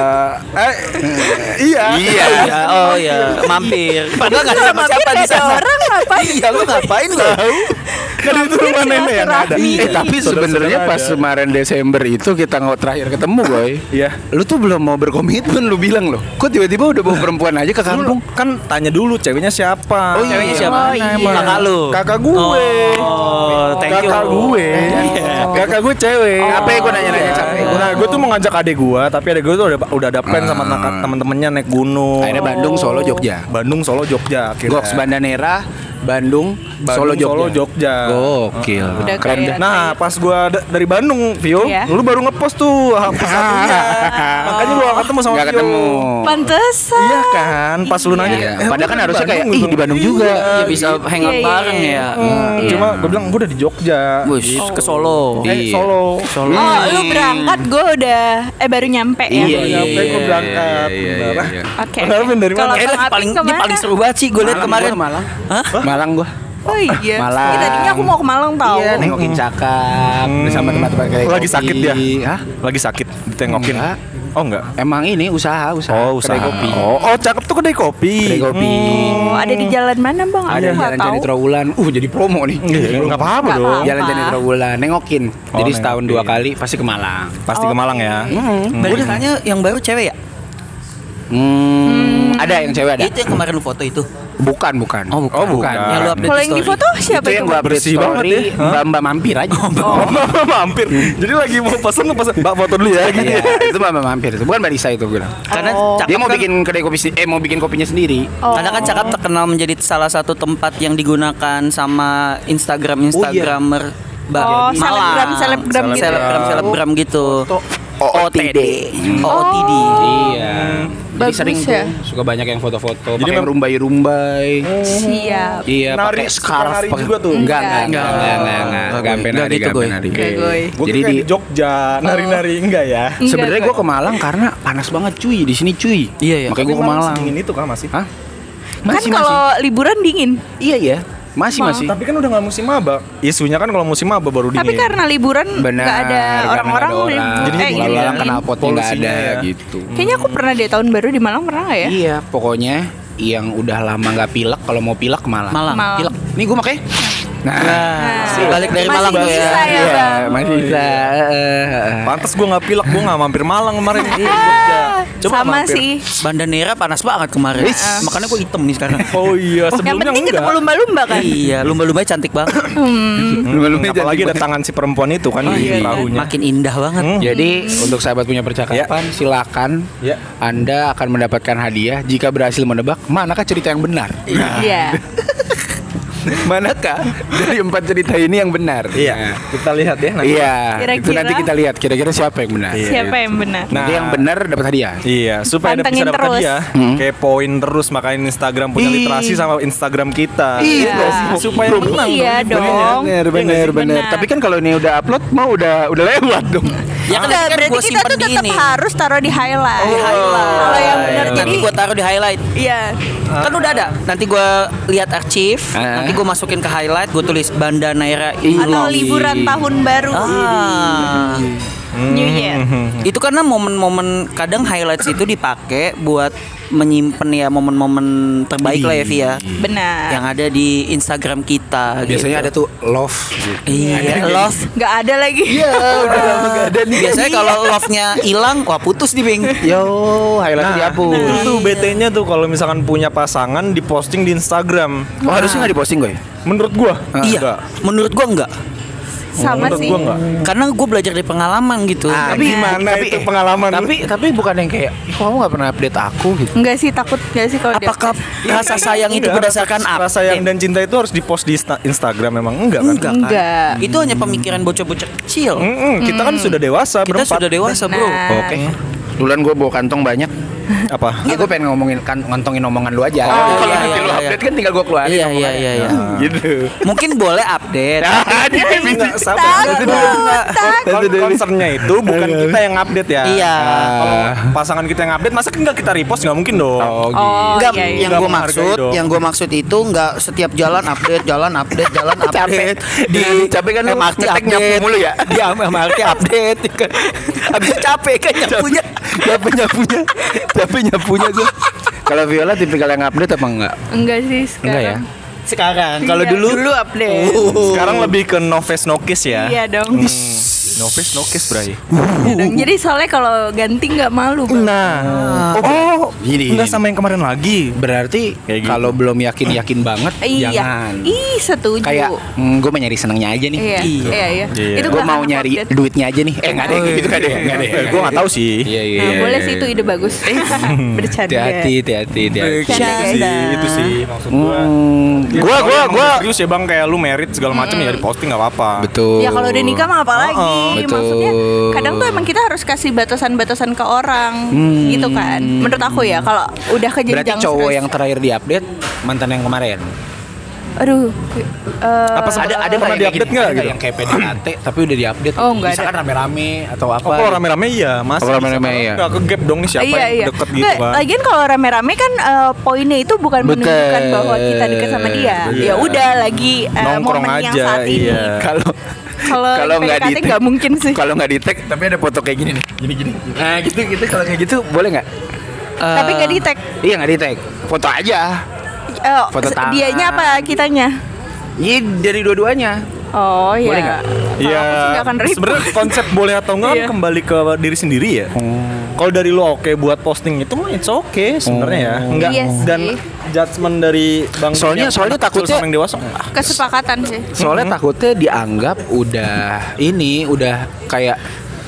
Speaker 1: Iya.
Speaker 3: Iya.
Speaker 2: Ya, oh ya, mampir. Padahal nggak ada siapa-siapa di
Speaker 4: Ada
Speaker 2: sana.
Speaker 4: orang ngapain?
Speaker 2: Iya, lu ngapain lu?
Speaker 1: Kan itu rumah nenek yang nggak ada.
Speaker 3: Tapi sebenarnya pas
Speaker 1: Saudara-saudara
Speaker 3: kemarin Desember itu kita terakhir ketemu, boy.
Speaker 1: Iya.
Speaker 3: Lu tuh belum mau berkomitmen, lu bilang loh. Kok tiba-tiba udah bawa perempuan aja ke kampung?
Speaker 1: Kan tanya dulu ceweknya siapa.
Speaker 3: Oh, iya.
Speaker 2: Ceweknya siapa?
Speaker 4: Oh, iya.
Speaker 2: Kakak lu.
Speaker 1: Kakak gue.
Speaker 2: Oh, thank you.
Speaker 1: Kakak gue. Kakak gue cewek.
Speaker 3: Apa ya gue nanya-nanya capek.
Speaker 1: Nah, gue tuh mau ngajak adek gue, tapi adek gue tuh udah ada plan sama teman-temannya naik gunung.
Speaker 3: Akhirnya Bandung, Solo, Jogja.
Speaker 1: Bandung, Solo, Jogja. Akhirnya.
Speaker 3: Goks Bandanera, Bandung, Solo, Jogja. Gokil.
Speaker 4: Udah
Speaker 3: Keren
Speaker 4: kayak-
Speaker 3: deh.
Speaker 1: Nah, pas gua dari Bandung, Vio,
Speaker 4: Iya.
Speaker 1: lu baru ngepost tuh hapus satunya. Makanya gua gak ketemu sama
Speaker 3: Nggak
Speaker 1: Vio.
Speaker 3: ketemu.
Speaker 4: Pantesan.
Speaker 1: Iya kan, pas lu nanya.
Speaker 3: Iya.
Speaker 1: lu
Speaker 3: Padahal kan
Speaker 1: di
Speaker 3: harusnya kayak,
Speaker 1: Bandung,
Speaker 3: ih di Bandung juga.
Speaker 2: Ya bisa hangout
Speaker 4: Iya, iya,
Speaker 2: bareng
Speaker 4: iya.
Speaker 2: ya.
Speaker 1: Cuma gua bilang gua udah di Jogja.
Speaker 2: Wush, ke Solo.
Speaker 3: Iya.
Speaker 1: Solo.
Speaker 4: Oh, lu berangkat, gue udah baru nyampe ya.
Speaker 3: Iya,
Speaker 1: Baru nyampe gua berangkat.
Speaker 3: iya,
Speaker 1: Benar.
Speaker 3: iya.
Speaker 4: Oke.
Speaker 1: Bang Alvin dari
Speaker 4: Kalau
Speaker 1: mana?
Speaker 4: Bang Aping
Speaker 2: Paling dia
Speaker 4: kemana?
Speaker 2: paling seru banget sih gue lihat kemarin.
Speaker 3: Malang.
Speaker 2: Hah?
Speaker 3: Malang gua.
Speaker 4: Oh iya.
Speaker 3: Malang.
Speaker 4: Tadinya aku mau ke Malang tau.
Speaker 3: Iya, nengokin cakap bersama teman-teman kayak
Speaker 1: Lagi sakit dia?
Speaker 3: Hah?
Speaker 1: Lagi sakit ditengokin.
Speaker 3: Enggak.
Speaker 1: Oh enggak.
Speaker 3: Emang ini usaha.
Speaker 1: Oh, usaha.
Speaker 3: Kedai kopi.
Speaker 1: Oh, cakep tuh kedai kopi.
Speaker 3: Kedai kopi.
Speaker 4: Oh, ada di jalan mana bang? Aku
Speaker 3: Ada
Speaker 4: nggak
Speaker 3: jalan
Speaker 4: tahu.
Speaker 3: Candi Trawulan. Jadi promo nih.
Speaker 1: Iya, enggak apa-apa
Speaker 4: Nggak
Speaker 1: dong.
Speaker 4: apa-apa.
Speaker 3: Jalan Candi Trawulan, nengokin.
Speaker 1: Oh,
Speaker 3: Jadi setahun
Speaker 1: nengokin.
Speaker 3: 2 kali pasti ke Malang.
Speaker 1: Pasti ke Malang ya.
Speaker 2: Gue tanya yang baru cewek ya?
Speaker 3: Ada yang cewek ada?
Speaker 2: Itu yang kemarin lu foto itu.
Speaker 3: Bukan.
Speaker 2: Oh, bukan.
Speaker 1: Oh, bukan.
Speaker 2: Yang lu update
Speaker 4: Kalau
Speaker 2: di
Speaker 4: yang di
Speaker 2: story.
Speaker 4: foto siapa
Speaker 3: Itu
Speaker 4: itu?
Speaker 3: yang gua update
Speaker 1: Bersih banget
Speaker 3: story,
Speaker 1: ya.
Speaker 3: Mbak mampir aja.
Speaker 1: Oh, mampir. Jadi lagi mau pesen lu pesen, Mbak foto dulu ya gitu.
Speaker 3: Iya, itu Mbak mampir itu. Bukan Mbak Lisa itu gue bilang.
Speaker 2: Karena
Speaker 4: Oh.
Speaker 2: cakep
Speaker 3: Dia mau
Speaker 2: kan-
Speaker 3: bikin kedai kopi mau bikin kopinya sendiri.
Speaker 4: Oh.
Speaker 2: Karena kan Cakap terkenal menjadi salah satu tempat yang digunakan sama Instagramer
Speaker 4: Oh, selebgram gitu.
Speaker 2: Selebgram gitu.
Speaker 3: OOTD.
Speaker 2: OOTD.
Speaker 3: Iya. Jadi
Speaker 4: Bagus
Speaker 3: sering
Speaker 4: ya.
Speaker 3: tuh suka banyak yang foto-foto,
Speaker 1: Jadi
Speaker 3: pakai
Speaker 1: memang-
Speaker 3: rumbai-rumbai.
Speaker 4: Siap.
Speaker 3: Iya,
Speaker 1: Nari,
Speaker 3: pakai
Speaker 1: suka
Speaker 3: scarf.
Speaker 1: nari
Speaker 3: pakai-
Speaker 1: juga tuh?
Speaker 3: Enggak.
Speaker 2: Enggak
Speaker 3: Sampai
Speaker 2: Enggak
Speaker 3: nari,
Speaker 2: gitu,
Speaker 3: sampai
Speaker 2: Goy.
Speaker 3: nari.
Speaker 4: Oke, Goy.
Speaker 1: Gue
Speaker 3: Jadi
Speaker 1: kayak
Speaker 3: di
Speaker 1: di Jogja, nari-nari enggak ya?
Speaker 4: Enggak,
Speaker 3: sebenarnya gue
Speaker 4: Goy.
Speaker 3: ke Malang karena panas banget cuy di sini cuy.
Speaker 2: Iya, iya.
Speaker 3: Makanya gue ke Malang.
Speaker 1: Dingin itu kan masih.
Speaker 3: Hah?
Speaker 4: Kan kalau liburan dingin.
Speaker 3: Iya ya. Masih.
Speaker 1: Tapi kan udah nggak musim maba. Isunya kan kalau musim maba baru dingin.
Speaker 4: Tapi karena liburan
Speaker 3: Benar.
Speaker 4: nggak ada
Speaker 3: karena
Speaker 4: orang-orang.
Speaker 3: nggak ada orang.
Speaker 1: Jadi
Speaker 4: ini
Speaker 3: lalu lalang
Speaker 4: dingin.
Speaker 3: kena potnya nggak ada
Speaker 1: Polusinya ya.
Speaker 3: gitu.
Speaker 4: Kayaknya aku pernah deh tahun baru di Malang, pernah nggak ya?
Speaker 3: Iya, pokoknya yang udah lama nggak pilek, kalau mau pilek ke Malang.
Speaker 2: Malang.
Speaker 3: Pilek. Nih gue makanya.
Speaker 2: Balik dari
Speaker 4: Masih
Speaker 2: Malang tuh ya.
Speaker 4: bisa ya, Bang.
Speaker 3: masih bisa.
Speaker 1: Pantes gue nggak pilek, gue nggak mampir Malang kemarin di Jogja. Coba
Speaker 4: Sama
Speaker 1: mampir.
Speaker 4: sih.
Speaker 2: Bandanera panas banget kemarin. Makanya gue hitam nih sekarang.
Speaker 1: Oh iya,
Speaker 4: Yang
Speaker 1: sebelumnya
Speaker 4: penting
Speaker 1: enggak.
Speaker 4: ketemu lumba-lumba kan.
Speaker 2: Iya, lumba-lumba cantik banget.
Speaker 1: Apalagi ada tangan si perempuan itu kan di
Speaker 4: iya.
Speaker 1: perahunya.
Speaker 2: Makin indah banget.
Speaker 3: Jadi untuk sahabat punya percakapan, silakan
Speaker 1: Ya.
Speaker 3: Anda akan mendapatkan hadiah jika berhasil menebak manakah cerita yang benar.
Speaker 4: Iya.
Speaker 3: Manakah dari 4 cerita ini yang benar?
Speaker 1: Iya, kita lihat ya nanti.
Speaker 3: Iya, itu
Speaker 4: Kira-kira?
Speaker 3: nanti kita lihat kira-kira siapa yang benar.
Speaker 1: Iya.
Speaker 4: Siapa yang benar?
Speaker 3: Nanti yang benar dapat hadiah.
Speaker 1: Iya, supaya
Speaker 4: Pantengin
Speaker 1: bisa dapat
Speaker 4: terus.
Speaker 1: hadiah. Kepoin terus makanya Instagram punya literasi sama Instagram kita.
Speaker 3: Iya.
Speaker 1: Supaya menang
Speaker 4: Iya
Speaker 1: dong.
Speaker 4: dong.
Speaker 3: Bener.
Speaker 4: Benar.
Speaker 3: Tapi kan kalau ini udah upload mau udah lewat dong.
Speaker 2: Ya kan,
Speaker 4: Enggak,
Speaker 2: kan
Speaker 4: berarti
Speaker 2: gue
Speaker 4: kita
Speaker 2: simpen
Speaker 4: tuh
Speaker 2: di
Speaker 4: tetap
Speaker 2: ini.
Speaker 4: harus taruh di highlight. Kalau yang benar
Speaker 2: Nanti
Speaker 4: jadi
Speaker 2: gue taruh di highlight.
Speaker 4: iya.
Speaker 2: Kan udah ada. Nanti gue lihat arsip. Nanti gue masukin ke highlight. Gue tulis Banda Naira
Speaker 4: Atau liburan tahun baru.
Speaker 2: Ah.
Speaker 4: New Year.
Speaker 2: Itu karena momen-momen kadang highlights itu dipakai buat menyimpan ya momen-momen terbaik lah ya Via.
Speaker 4: Benar.
Speaker 2: Yang ada di Instagram kita.
Speaker 3: Biasanya ada tuh love.
Speaker 2: Iya, love.
Speaker 4: Nggak ada lagi.
Speaker 3: Iya, udah lama gak ada nih.
Speaker 2: Biasanya kalau love-nya hilang, wah putus di Bing.
Speaker 3: Yo, highlight dihapus.
Speaker 1: Itu tuh BT-nya tuh kalau misalkan punya pasangan diposting di Instagram.
Speaker 3: Oh, harusnya nggak diposting gue.
Speaker 1: Menurut gua,
Speaker 2: Iya.
Speaker 1: enggak.
Speaker 2: Menurut gua enggak.
Speaker 4: Sama
Speaker 1: Menurut
Speaker 4: sih.
Speaker 1: gua enggak.
Speaker 2: Karena gue belajar dari pengalaman gitu.
Speaker 1: Tapi gimana itu pengalaman lu?
Speaker 3: Tapi bukan yang kayak "Ih, kamu nggak pernah update aku gitu.
Speaker 4: Enggak sih, takut enggak sih kalau dia.
Speaker 2: Apakah rasa sayang itu
Speaker 1: Enggak,
Speaker 2: berdasarkan apa?
Speaker 1: rasa sayang dan cinta itu harus dipost di Instagram memang enggak kan?
Speaker 2: Enggak.
Speaker 4: Enggak.
Speaker 2: Itu hanya pemikiran bocah-bocah kecil.
Speaker 1: Kita kan sudah dewasa
Speaker 2: Kita
Speaker 1: berempat.
Speaker 2: sudah dewasa, Bro.
Speaker 4: Benar.
Speaker 3: Oke. Duluan gue bawa kantong banyak.
Speaker 1: Apa?
Speaker 3: Iya, gue pengen ngantongin omongan lu aja.
Speaker 2: Oh,
Speaker 3: Kalau
Speaker 2: iya,
Speaker 3: nanti lu
Speaker 2: iya,
Speaker 3: update
Speaker 2: iya.
Speaker 3: kan tinggal gue keluarin.
Speaker 2: Iya,
Speaker 3: omongannya.
Speaker 2: iya.
Speaker 1: Gitu.
Speaker 2: Mungkin boleh update.
Speaker 3: Dia
Speaker 1: Enggak sabar. Concernnya itu bukan kita yang update ya.
Speaker 2: Iya.
Speaker 1: Kalau pasangan kita yang update, masa enggak kita repost nggak mungkin dong.
Speaker 3: Oh, gitu.
Speaker 4: Oh,
Speaker 2: Enggak,
Speaker 4: iya, iya.
Speaker 2: yang
Speaker 1: Nggak
Speaker 2: gue
Speaker 1: menghargai
Speaker 2: maksud,
Speaker 1: dong.
Speaker 2: yang gue maksud itu enggak setiap jalan update.
Speaker 3: Capek.
Speaker 2: Di
Speaker 3: Capek kan lu
Speaker 2: MRT
Speaker 3: ngetek
Speaker 2: update
Speaker 3: nyapu mulu ya?
Speaker 2: Di MRT update. Habis itu capek kan nyapunya.
Speaker 3: Capek nyapunya gue. Kalau Viola tipikal yang update apa enggak?
Speaker 4: Enggak sih sekarang.
Speaker 3: Enggak ya?
Speaker 2: Sekarang kalau
Speaker 4: Iya, dulu update.
Speaker 1: Sekarang lebih ke no face no kiss ya.
Speaker 4: Iya dong.
Speaker 1: No face no kiss, Bray.
Speaker 4: Iya dong. Jadi soalnya kalau ganti nggak malu, Bang.
Speaker 1: Nah,
Speaker 3: Gini.
Speaker 1: enggak sama yang kemarin lagi.
Speaker 3: Berarti
Speaker 1: Kayak gitu.
Speaker 3: kalau belum yakin banget
Speaker 4: Iya.
Speaker 3: jangan.
Speaker 4: Ih, setuju.
Speaker 3: Kayak gue mau nyari senengnya aja nih.
Speaker 4: Iya.
Speaker 2: Iya.
Speaker 1: Iya.
Speaker 4: Itu
Speaker 3: Gue
Speaker 4: bahan
Speaker 3: mau nyari
Speaker 4: update.
Speaker 3: duitnya aja nih. Enggak deh, gitu kan deh. Enggak deh.
Speaker 1: Gue nggak tahu sih.
Speaker 3: Iya, iya.
Speaker 4: Nah,
Speaker 3: iya,
Speaker 4: boleh
Speaker 3: iya.
Speaker 4: sih itu ide bagus. Bercanda.
Speaker 3: Hati-hati.
Speaker 4: Bercanda.
Speaker 1: Itu sih maksud gue.
Speaker 3: Gua
Speaker 1: serius ya Bang, kayak lu merit segala macam ya di posting nggak apa-apa.
Speaker 3: betul.
Speaker 4: Ya kalau udah nikah mah apalagi.
Speaker 3: Betul.
Speaker 4: Maksudnya kadang tuh emang kita harus kasih batasan-batasan ke orang gitu kan. Menurut aku ya kalau udah ke
Speaker 3: Berarti
Speaker 4: jenjang
Speaker 3: cowok
Speaker 4: serius.
Speaker 3: yang terakhir diupdate mantan yang kemarin.
Speaker 4: Aduh.
Speaker 1: Apa ada pernah diupdate nggak gitu?
Speaker 3: Yang kayak PDKT tapi udah diupdate.
Speaker 4: Oh, nggak
Speaker 3: Misalkan
Speaker 4: ada.
Speaker 3: rame-rame atau apa.
Speaker 1: Oh, kalau rame-rame iya, Mas.
Speaker 3: Oh, rame-rame iya.
Speaker 1: Enggak ke gap dong nih siapa
Speaker 4: Iya,
Speaker 1: yang deket gitu
Speaker 4: Nggak,
Speaker 1: kan.
Speaker 4: lagian kalau rame-rame kan poinnya itu bukan menunjukkan bahwa kita dekat sama dia.
Speaker 1: Iya.
Speaker 4: Ya udah lagi
Speaker 1: Nongkrong
Speaker 4: momen yang
Speaker 1: aja,
Speaker 4: saat ini.
Speaker 1: iya.
Speaker 4: Kalau
Speaker 3: nggak
Speaker 4: PDKT nggak mungkin sih.
Speaker 3: Kalau nggak di tag tapi ada foto kayak gini nih. Gini. Nah, gitu kalau kayak gitu boleh nggak?
Speaker 4: Tapi nggak di tag.
Speaker 3: Iya, nggak di tag. Foto aja. Foto tangan.
Speaker 4: Dianya apa kitanya?
Speaker 3: Iya, dari dua-duanya.
Speaker 4: Oh iya.
Speaker 3: Boleh nggak?
Speaker 1: Iya.
Speaker 4: Kalau aku sih nggak akan ribut.
Speaker 1: Sebenarnya konsep boleh atau enggak kan
Speaker 4: Iya.
Speaker 1: kembali ke diri sendiri ya. Kalau dari lu oke buat posting itu mah it's okay sebenarnya ya. Enggak
Speaker 4: Iya sih.
Speaker 1: dan judgement dari Bang
Speaker 3: Soalnya
Speaker 1: yang anak kecil
Speaker 3: takutnya-
Speaker 1: sama yang dewasa enggak.
Speaker 4: Kesepakatan sih.
Speaker 3: Soalnya takutnya dianggap udah kayak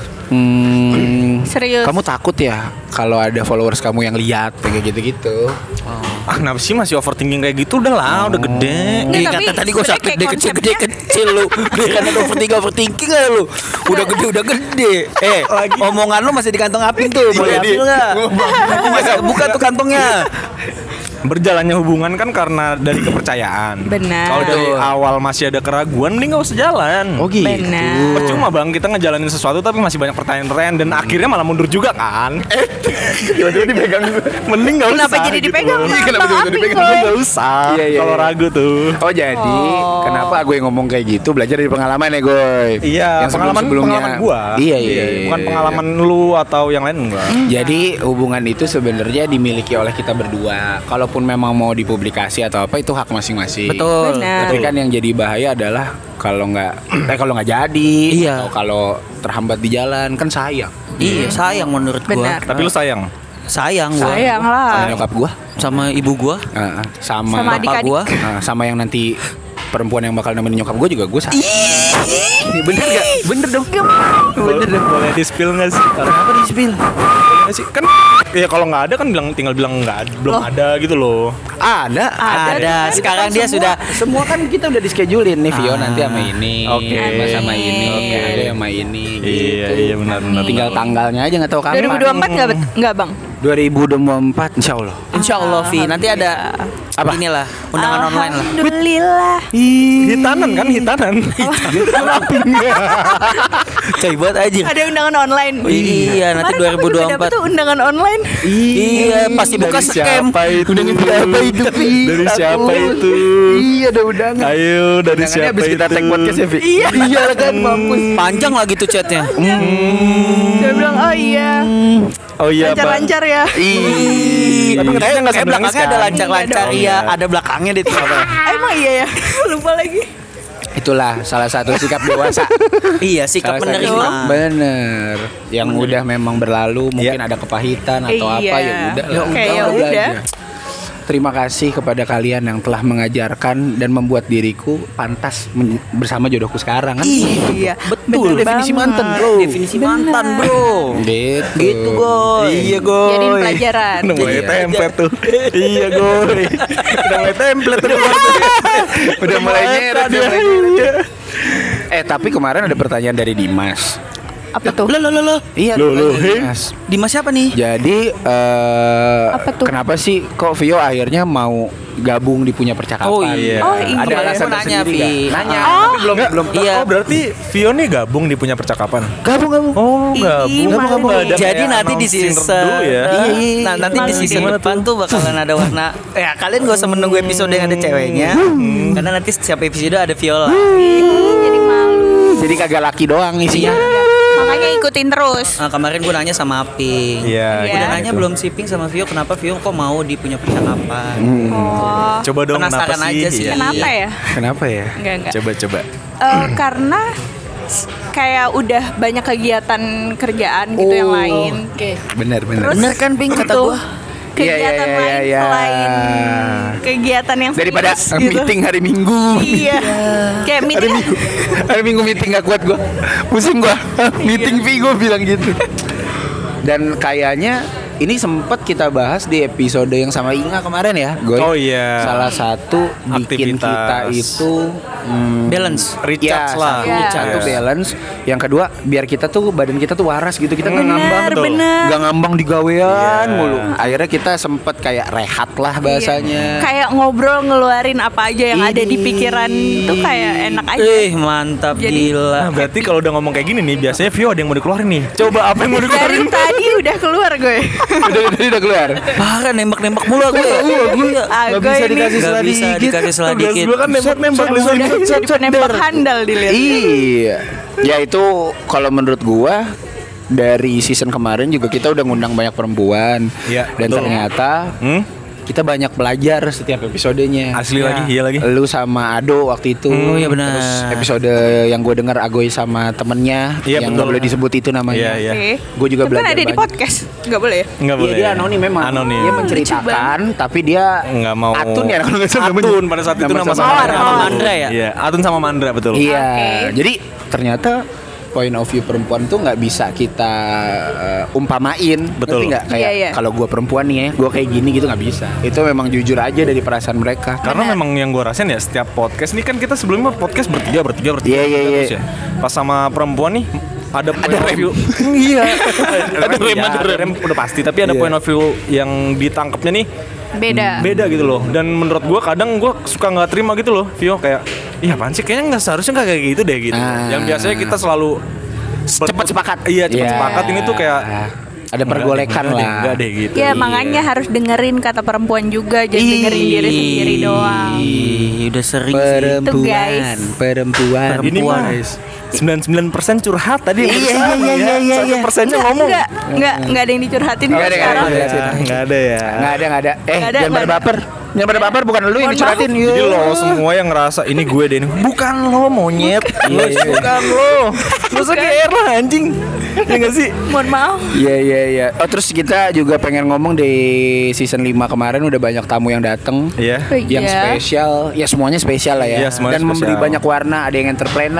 Speaker 4: Serius.
Speaker 3: kamu takut ya kalau ada followers kamu yang lihat kayak gitu-gitu.
Speaker 1: Ah, kenapa sih masih overthinking kayak gitu? Udah lah, udah gede.
Speaker 4: Nggak,
Speaker 2: Ih,
Speaker 4: tapi
Speaker 2: kata tadi gue
Speaker 4: sebenarnya
Speaker 2: sakit
Speaker 4: kayak
Speaker 2: deh
Speaker 4: konsepnya-
Speaker 2: kecil lu. Kan ada overthinking aja lu. Udah gede. Omongan lu masih di kantong apin tuh. Boleh ambil enggak? Buka tuh kantongnya.
Speaker 1: Berjalannya hubungan kan karena dari kepercayaan.
Speaker 4: Benar.
Speaker 1: Kalau dari awal masih ada keraguan, mending nggak usah jalan.
Speaker 3: gitu.
Speaker 4: Benar.
Speaker 1: Percuma Bang, kita ngejalanin sesuatu tapi masih banyak pertanyaan-pertanyaan dan akhirnya malah mundur juga kan. Tiba-tiba dipegang. Mending nggak usah.
Speaker 4: Kenapa jadi
Speaker 1: gitu
Speaker 4: dipegang?
Speaker 1: loh.
Speaker 4: Bang?
Speaker 3: Kenapa
Speaker 4: Bang
Speaker 3: jadi
Speaker 4: Aping,
Speaker 3: dipegang?
Speaker 4: Boy?
Speaker 1: Nggak usah.
Speaker 3: Iya.
Speaker 1: Kalau ragu tuh.
Speaker 3: Oh jadi kenapa gue ngomong kayak gitu belajar dari pengalaman ya gue.
Speaker 1: Iya, pengalaman gua.
Speaker 3: Iya.
Speaker 1: Bukan pengalaman lu atau yang lain enggak.
Speaker 3: Jadi hubungan itu sebenarnya dimiliki oleh kita berdua. Kalaupun memang mau dipublikasi atau apa itu hak masing-masing.
Speaker 2: Betul.
Speaker 4: Benar.
Speaker 3: Tapi kan yang jadi bahaya adalah kalau nggak jadi,
Speaker 2: Iya.
Speaker 3: atau kalau terhambat di jalan kan sayang.
Speaker 2: Iya, sayang menurut gua.
Speaker 4: Benar.
Speaker 1: Tapi lu sayang.
Speaker 2: Sayang gua.
Speaker 4: Sayang
Speaker 3: Sama
Speaker 4: lah.
Speaker 3: nyokap gua,
Speaker 2: Sama ibu gua.
Speaker 3: sama
Speaker 4: Sama
Speaker 2: Bapak
Speaker 4: adik-adik.
Speaker 2: gua.
Speaker 3: sama yang nanti perempuan yang bakal nemenin nyokap gua juga gua sayang. Bener gak? Bener dong.
Speaker 1: Boleh di spill nggak sih?
Speaker 3: Kenapa di spill?
Speaker 1: Gimana sih? Kan ya kalau nggak ada kan tinggal bilang belum ada gitu loh.
Speaker 2: Ada. Sekarang dia sudah
Speaker 3: Semua kan kita udah di schedulein nih Vio nanti sama ini,
Speaker 1: Oke.
Speaker 3: sama ini, ada yang sama ini.
Speaker 1: Iya benar.
Speaker 3: Tinggal tanggalnya aja nggak tahu kapan.
Speaker 4: 2024 nggak bang?
Speaker 3: 2024 insya Allah.
Speaker 2: Insya Allah Vi nanti ada
Speaker 3: Apa?
Speaker 2: inilah undangan online lah.
Speaker 4: Alhamdulillah.
Speaker 1: Hitanan kan hitanan.
Speaker 2: Coy buat aja.
Speaker 4: Ada undangan online.
Speaker 2: Iya nanti
Speaker 4: Kemarin aku juga dapet
Speaker 2: 2024.
Speaker 4: tuh undangan online.
Speaker 2: Iya pasti buka
Speaker 1: Dari
Speaker 2: scam.
Speaker 1: siapa itu?
Speaker 3: Siapa itu, Vi?
Speaker 1: Dari siapa itu?
Speaker 3: Iya ada undangan.
Speaker 1: Ayo dari
Speaker 3: Undangannya
Speaker 1: siapa
Speaker 3: habis
Speaker 1: itu?
Speaker 3: kita tag podcast ya Vi.
Speaker 4: Iya.
Speaker 3: Kan mampus.
Speaker 2: Panjang lagi tuh chatnya.
Speaker 4: Saya bilang oh iya.
Speaker 1: Oh iya Pak.
Speaker 4: Lancar-lancar ya.
Speaker 1: Tapi ngetesnya nggak
Speaker 2: Kayak
Speaker 1: sambil nangis
Speaker 2: belakangnya ada
Speaker 1: kan?
Speaker 2: lancar-lancar
Speaker 1: Oh,
Speaker 2: ya,
Speaker 1: iya.
Speaker 2: ada belakangnya di apa?
Speaker 4: Emang iya ya. Lupa lagi.
Speaker 3: Itulah salah satu sikap dewasa.
Speaker 2: Iya sikap
Speaker 3: Salah satu
Speaker 2: menerima.
Speaker 3: sikap. Bener. Yang udah memang berlalu, mungkin
Speaker 1: Iya.
Speaker 3: ada kepahitan atau
Speaker 4: Iya.
Speaker 3: apa ya udah.
Speaker 4: Oke, ya
Speaker 3: lah,
Speaker 4: udah.
Speaker 3: aja. Terima kasih kepada kalian yang telah mengajarkan dan membuat diriku pantas bersama jodohku sekarang kan.
Speaker 2: Iya, betul.
Speaker 3: Definisi
Speaker 4: banget.
Speaker 3: mantan, bro.
Speaker 2: Definisi mantan, bro.
Speaker 3: Gitu.
Speaker 2: Gitu, Goy.
Speaker 1: Iya goy.
Speaker 4: Jadiin pelajaran.
Speaker 1: Udah mulai
Speaker 3: Iya.
Speaker 1: template tuh. Iya goy. Udah mulai template tuh.
Speaker 3: Udah mulai nyeret,
Speaker 1: dia.
Speaker 3: udah mulai
Speaker 1: Iya.
Speaker 3: Tapi kemarin ada pertanyaan dari Dimas.
Speaker 4: Apa tuh?
Speaker 2: Loh.
Speaker 3: Iya,
Speaker 1: Loh,
Speaker 3: Dimas.
Speaker 2: Dimas siapa nih?
Speaker 3: Jadi
Speaker 4: Apa tuh?
Speaker 3: kenapa sih kok Vio akhirnya mau gabung di Punya Percakapan?
Speaker 2: Oh, iya.
Speaker 4: Oh, iya.
Speaker 3: Ada alasan
Speaker 2: Aku nanya,
Speaker 3: tersendiri
Speaker 2: Vi.
Speaker 3: nggak? Nanya,
Speaker 4: Oh.
Speaker 3: tapi belum.
Speaker 2: Iya.
Speaker 1: Oh berarti Vio nih gabung di Punya Percakapan.
Speaker 3: Gabung.
Speaker 1: Oh
Speaker 4: Ih,
Speaker 1: gabung.
Speaker 4: malu.
Speaker 1: Nggak ada
Speaker 2: Jadi
Speaker 1: kayak
Speaker 2: nanti di
Speaker 1: announcing
Speaker 2: season
Speaker 1: redu ya.
Speaker 2: Nah, nanti di
Speaker 4: Malu
Speaker 2: season
Speaker 1: deh.
Speaker 2: depan tuh bakalan ada warna. Ya kalian gak usah menunggu episode yang ada ceweknya. Karena nanti setiap episode ada Viola.
Speaker 4: Jadi malu.
Speaker 3: Jadi kagak laki doang isinya.
Speaker 4: Makanya ikutin terus.
Speaker 2: Nah, kemarin gue nanya sama Aping.
Speaker 1: Iya.
Speaker 4: Iya.
Speaker 2: Udah nanya belum sih Ping sama Vio kenapa Vio kok mau di Punya Percakapan?
Speaker 4: Oh.
Speaker 1: Coba dong
Speaker 2: Penasaran
Speaker 1: kenapa
Speaker 2: aja
Speaker 1: sih?
Speaker 2: sih.
Speaker 1: Iya.
Speaker 4: Kenapa ya?
Speaker 3: Kenapa ya?
Speaker 4: Enggak.
Speaker 1: Coba.
Speaker 4: Karena kayak udah banyak kegiatan kerjaan gitu yang lain.
Speaker 3: Bener.
Speaker 4: Terus
Speaker 2: Bener kan, Ping, kata
Speaker 4: butuh
Speaker 2: gua?
Speaker 4: Kegiatan
Speaker 3: Iya,
Speaker 4: lain
Speaker 3: iya.
Speaker 4: selain kegiatan yang
Speaker 3: Daripada
Speaker 4: serius gitu.
Speaker 3: meeting hari Minggu.
Speaker 4: Iya. Kayak meeting.
Speaker 3: Hari Minggu meeting gak kuat gua. Pusing gua. Meeting Vi gua bilang gitu. Dan kayaknya ini sempat kita bahas di episode yang sama Inga kemarin ya, Goy.
Speaker 1: Oh, iya.
Speaker 3: Salah satu bikin
Speaker 1: Aktivitas.
Speaker 3: kita itu
Speaker 2: Balance.
Speaker 1: Recharge lah.
Speaker 3: Satu,
Speaker 4: Iya.
Speaker 3: satu balance. Yang kedua, biar kita tuh badan kita tuh waras gitu. Kita nggak
Speaker 4: Bener,
Speaker 3: ngambang tuh.
Speaker 4: bener.
Speaker 3: Nggak ngambang di gawean
Speaker 1: Iya.
Speaker 3: mulu. Akhirnya kita sempet kayak rehat lah bahasanya.
Speaker 4: Kayak ngobrol ngeluarin apa aja yang ada di pikiran tuh kayak enak aja.
Speaker 2: Mantap
Speaker 4: Jadi-
Speaker 2: gila.
Speaker 1: Nah berarti kalau udah ngomong kayak gini nih biasanya Vio ada yang mau dikeluarin nih. Coba apa yang mau
Speaker 4: Dari
Speaker 1: dikeluarin?
Speaker 4: tadi udah keluar gue.
Speaker 3: udah keluar.
Speaker 2: Parah nembak-nembak mulu aku ya.
Speaker 4: Ah,
Speaker 3: Nggak
Speaker 4: gue
Speaker 3: bisa
Speaker 4: ini
Speaker 3: dikasih
Speaker 2: Gak
Speaker 3: selah
Speaker 2: bisa
Speaker 3: dikit.
Speaker 2: dikasih selah
Speaker 1: Tugas
Speaker 2: dikit.
Speaker 1: gue kan nembak-nembak lisan.
Speaker 4: Jadi penembak handal dilihat.
Speaker 3: Iya. Ya itu kalau menurut gua dari season kemarin juga kita udah ngundang banyak perempuan.
Speaker 1: Iya,
Speaker 3: Dan
Speaker 1: betul.
Speaker 3: ternyata kita banyak belajar setiap episodenya.
Speaker 1: Asli lagi, iya lagi.
Speaker 3: Lu sama Ado waktu itu.
Speaker 2: Oh, iya benar.
Speaker 3: Terus episode yang gue dengar Agoy sama temennya
Speaker 1: Iya,
Speaker 3: yang
Speaker 1: betul.
Speaker 3: nggak boleh disebut itu namanya.
Speaker 1: Iya.
Speaker 4: Oke.
Speaker 3: Gue juga
Speaker 4: Itu kan
Speaker 3: belajar
Speaker 4: ada di
Speaker 3: banyak.
Speaker 4: podcast. Enggak boleh ya?
Speaker 1: Nggak
Speaker 3: Iya
Speaker 1: boleh.
Speaker 3: dia anonim memang.
Speaker 1: Anonim.
Speaker 3: Dia menceritakan tapi dia
Speaker 1: Nggak mau.
Speaker 3: Atun ya kalau nggak salah namanya.
Speaker 1: Atun pada saat itu nama
Speaker 3: sama
Speaker 1: samaran.
Speaker 4: Mawar,
Speaker 2: Sama
Speaker 4: Mawar.
Speaker 2: Mandra ya?
Speaker 1: Iya, Atun sama Mandra betul.
Speaker 3: Iya.
Speaker 4: Oke.
Speaker 3: Jadi ternyata point of view perempuan tuh nggak bisa kita umpamain.
Speaker 1: Betul.
Speaker 3: Ngerti nggak? Kayak
Speaker 4: Iya, iya.
Speaker 3: kalau gue perempuan nih ya, gue kayak gini gitu nggak bisa. Itu memang jujur aja dari perasaan mereka.
Speaker 1: Karena memang yang gue rasain ya setiap podcast ini kan kita sebelumnya podcast bertiga
Speaker 3: Iya, iya.
Speaker 1: terus ya. Pas sama perempuan nih ada point of view.
Speaker 3: Iya.
Speaker 1: ada rem udah pasti tapi ada
Speaker 3: Iya.
Speaker 1: point of view yang ditangkapnya nih
Speaker 4: Beda.
Speaker 1: gitu loh. Dan menurut gue kadang gue suka nggak terima gitu loh Vio kayak iya apaan sih kayaknya nggak seharusnya nggak kayak gitu deh gitu.
Speaker 3: Ah.
Speaker 1: Yang biasanya kita selalu
Speaker 3: Cepat sepakat.
Speaker 1: Iya cepat
Speaker 3: Iya.
Speaker 1: sepakat ini tuh kayak
Speaker 3: ada pergolekan lah.
Speaker 1: Enggak deh gitu.
Speaker 4: Ya makanya harus dengerin kata perempuan juga, jangan dengerin diri sendiri doang.
Speaker 2: Udah sering sih.
Speaker 4: Itu, guys.
Speaker 3: Perempuan.
Speaker 1: Ini mah 99% curhat tadi.
Speaker 3: Iya.
Speaker 1: 1%-nya ngomong.
Speaker 4: Enggak ada yang dicurhatin
Speaker 3: Nggak
Speaker 4: kok
Speaker 3: ada,
Speaker 4: sekarang.
Speaker 3: nggak ada.
Speaker 1: Enggak ada ya.
Speaker 3: Nggak ada.
Speaker 4: Nggak ada,
Speaker 3: Jangan
Speaker 4: nggak
Speaker 3: pada
Speaker 4: ada.
Speaker 3: baper. Jangan pada baper, bukan lu yang
Speaker 4: Mohon
Speaker 3: dicurhatin.
Speaker 1: Jadi lo semua yang ngerasa ini gue deh ini. Bukan lo monyet. Bukan lo. Lu GR lah anjing. Ya enggak sih?
Speaker 4: Mohon maaf.
Speaker 3: Iya. Oh terus kita juga pengen ngomong di season 5 kemarin udah banyak tamu yang datang.
Speaker 1: Iya.
Speaker 3: Yang
Speaker 4: Iya.
Speaker 3: spesial, ya semuanya spesial lah ya.
Speaker 1: Iya, semuanya
Speaker 3: Dan memberi
Speaker 1: spesial.
Speaker 3: banyak warna, ada yang entrepreneur,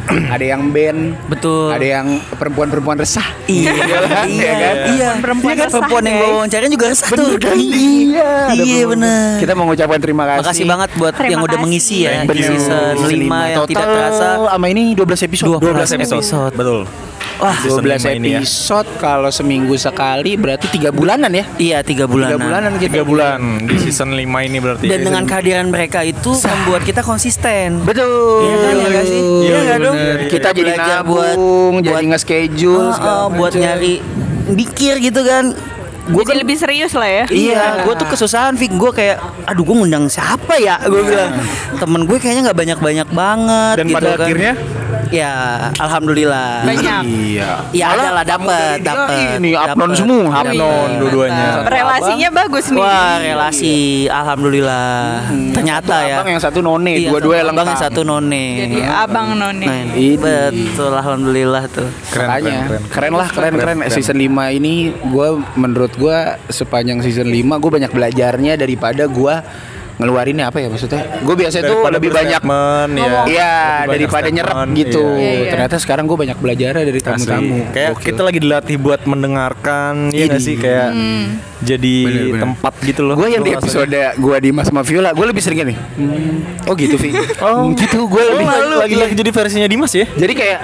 Speaker 3: ada yang band,
Speaker 2: Betul.
Speaker 3: ada yang perempuan-perempuan resah.
Speaker 2: Iya,
Speaker 3: kan?
Speaker 2: iya,
Speaker 3: Ya kan?
Speaker 2: iya.
Speaker 4: Perempuan
Speaker 2: Iya kan,
Speaker 4: resah,
Speaker 2: perempuan yang
Speaker 4: guys.
Speaker 2: gue wawancarin juga resah tuh.
Speaker 3: Iya, ada
Speaker 2: Iya benar.
Speaker 3: Kita mengucapkan terima kasih.
Speaker 2: Makasih banget buat
Speaker 4: Terima
Speaker 2: yang udah
Speaker 4: kasih.
Speaker 2: mengisi ya di
Speaker 1: Thank you.
Speaker 2: season 5 yang
Speaker 3: Total
Speaker 2: tidak terasa.
Speaker 3: sama ini 12 episode.
Speaker 2: 12 episode.
Speaker 1: Betul.
Speaker 2: Wah,
Speaker 1: Season
Speaker 3: 12
Speaker 1: lima ini ya.
Speaker 3: episode kalau seminggu sekali berarti 3 bulanan ya.
Speaker 2: iya 3 bulanan.
Speaker 3: 3 bulanan kita.
Speaker 1: 3 bulan di season 5 ini berarti.
Speaker 2: Dan dengan kehadiran mereka itu membuat kita konsisten.
Speaker 3: Betul.
Speaker 2: Iya kan, ya nggak sih?
Speaker 3: Iya
Speaker 2: Iya nggak dong?
Speaker 3: bener. Kita jadi
Speaker 2: Belajar
Speaker 3: nabung, jadi
Speaker 2: buat-
Speaker 3: nge-schedule segala
Speaker 2: buat
Speaker 3: macam.
Speaker 2: nyari mikir gitu kan. Gue
Speaker 4: Jadi lebih serius lah ya.
Speaker 2: Iya, gue tuh kesusahan, Vic. Gue kayak, aduh, gue ngundang siapa ya? Gue bilang, temen gue kayaknya nggak banyak-banyak banget.
Speaker 1: Dan
Speaker 2: gitu
Speaker 1: pada
Speaker 2: kan.
Speaker 1: akhirnya?
Speaker 2: ya, alhamdulillah.
Speaker 4: Banyak.
Speaker 3: Iya.
Speaker 2: Ya
Speaker 3: Malah
Speaker 2: ada lah,
Speaker 3: tamu
Speaker 2: dapet,
Speaker 3: dari dia
Speaker 2: dapet.
Speaker 3: Ini upload
Speaker 2: dapet.
Speaker 3: semua.
Speaker 1: Upload dua-duanya.
Speaker 4: Relasinya bagus nih.
Speaker 2: Wah, relasi, alhamdulillah. Ternyata ya.
Speaker 3: Abang yang satu none,
Speaker 2: Iya,
Speaker 3: dua-dua
Speaker 2: abang
Speaker 3: lengkap.
Speaker 2: yang satu none.
Speaker 4: Jadi abang none.
Speaker 2: Nah,
Speaker 3: Ini.
Speaker 2: betul, alhamdulillah tuh.
Speaker 3: Makanya keren. Season 5 ini menurut gue sepanjang season 5 gue banyak belajarnya daripada gue ngeluarinnya apa ya maksudnya. Gue biasanya tuh
Speaker 1: Daripada
Speaker 3: lebih banyak
Speaker 1: berstatement, ya.
Speaker 3: Iya,
Speaker 1: Lebih banyak
Speaker 3: daripada nyerap
Speaker 1: statement,
Speaker 3: gitu.
Speaker 1: iya.
Speaker 4: Iya.
Speaker 3: Ternyata sekarang gue banyak belajar dari tamu-tamu.
Speaker 1: Asli. Kayak
Speaker 3: Gokil.
Speaker 1: kita lagi dilatih buat mendengarkan, ya nggak sih kayak jadi
Speaker 3: Bener.
Speaker 1: tempat gitu loh.
Speaker 3: Gue yang di
Speaker 1: Rasanya.
Speaker 3: episode gue di Mas Maviola, gue lebih sering gini. Oh gitu, Vi.
Speaker 1: Oh.
Speaker 3: gitu gue
Speaker 1: Oh,
Speaker 3: lebih
Speaker 1: lagi jadi versinya Dimas ya?
Speaker 3: Jadi kayak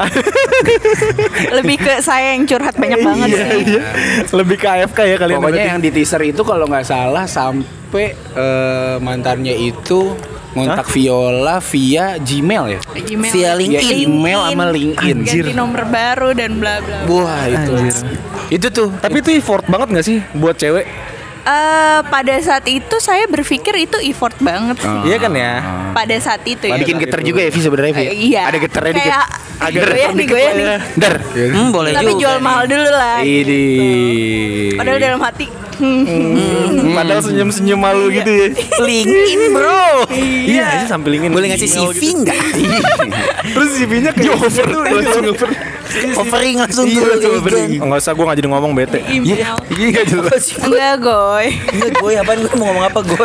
Speaker 4: Lebih ke saya yang curhat banyak banget sih.
Speaker 1: Lebih ke AFK ya kalian.
Speaker 3: pokoknya
Speaker 1: berarti.
Speaker 3: yang di teaser itu kalau nggak salah sampai mantannya itu ngontak Viola via Gmail ya.
Speaker 4: Gmail.
Speaker 2: Via
Speaker 3: Via
Speaker 2: LinkedIn.
Speaker 3: email sama LinkedIn.
Speaker 4: Ganti nomor baru dan bla bla.
Speaker 3: Wah itu. Itu tuh.
Speaker 1: Tapi itu effort banget nggak sih buat cewek?
Speaker 4: Pada saat itu saya berpikir itu effort banget sih.
Speaker 1: Iya kan ya?
Speaker 4: Pada saat itu ya.
Speaker 3: Bikin geter juga ya Vi sebenarnya Vi.
Speaker 4: Iya.
Speaker 3: Ada geternya dikit.
Speaker 4: Kayak
Speaker 3: Agak
Speaker 4: goyah nih, goyah nih.
Speaker 3: Der.
Speaker 2: Boleh
Speaker 4: Tapi
Speaker 2: juga.
Speaker 4: jual mahal dulu lah.
Speaker 3: Ini.
Speaker 4: Padahal dalam hati.
Speaker 1: Padahal senyum-senyum malu gitu ya.
Speaker 2: LinkedIn, bro.
Speaker 1: Iya, sih sampilingin.
Speaker 2: Boleh ngasih
Speaker 1: email
Speaker 2: CV
Speaker 1: gitu.
Speaker 2: nggak?
Speaker 1: Terus CV-nya kayak over tuh langsung over.
Speaker 2: Offering langsung
Speaker 1: Iya,
Speaker 2: tuh.
Speaker 1: langsung over.
Speaker 2: kan.
Speaker 1: Oh, nggak usah, gue nggak jadi ngomong bete.
Speaker 4: Email.
Speaker 3: Ini nggak jelas.
Speaker 4: Enggak, goy.
Speaker 2: Iya, gue apaan? Gue mau ngomong apa, gue?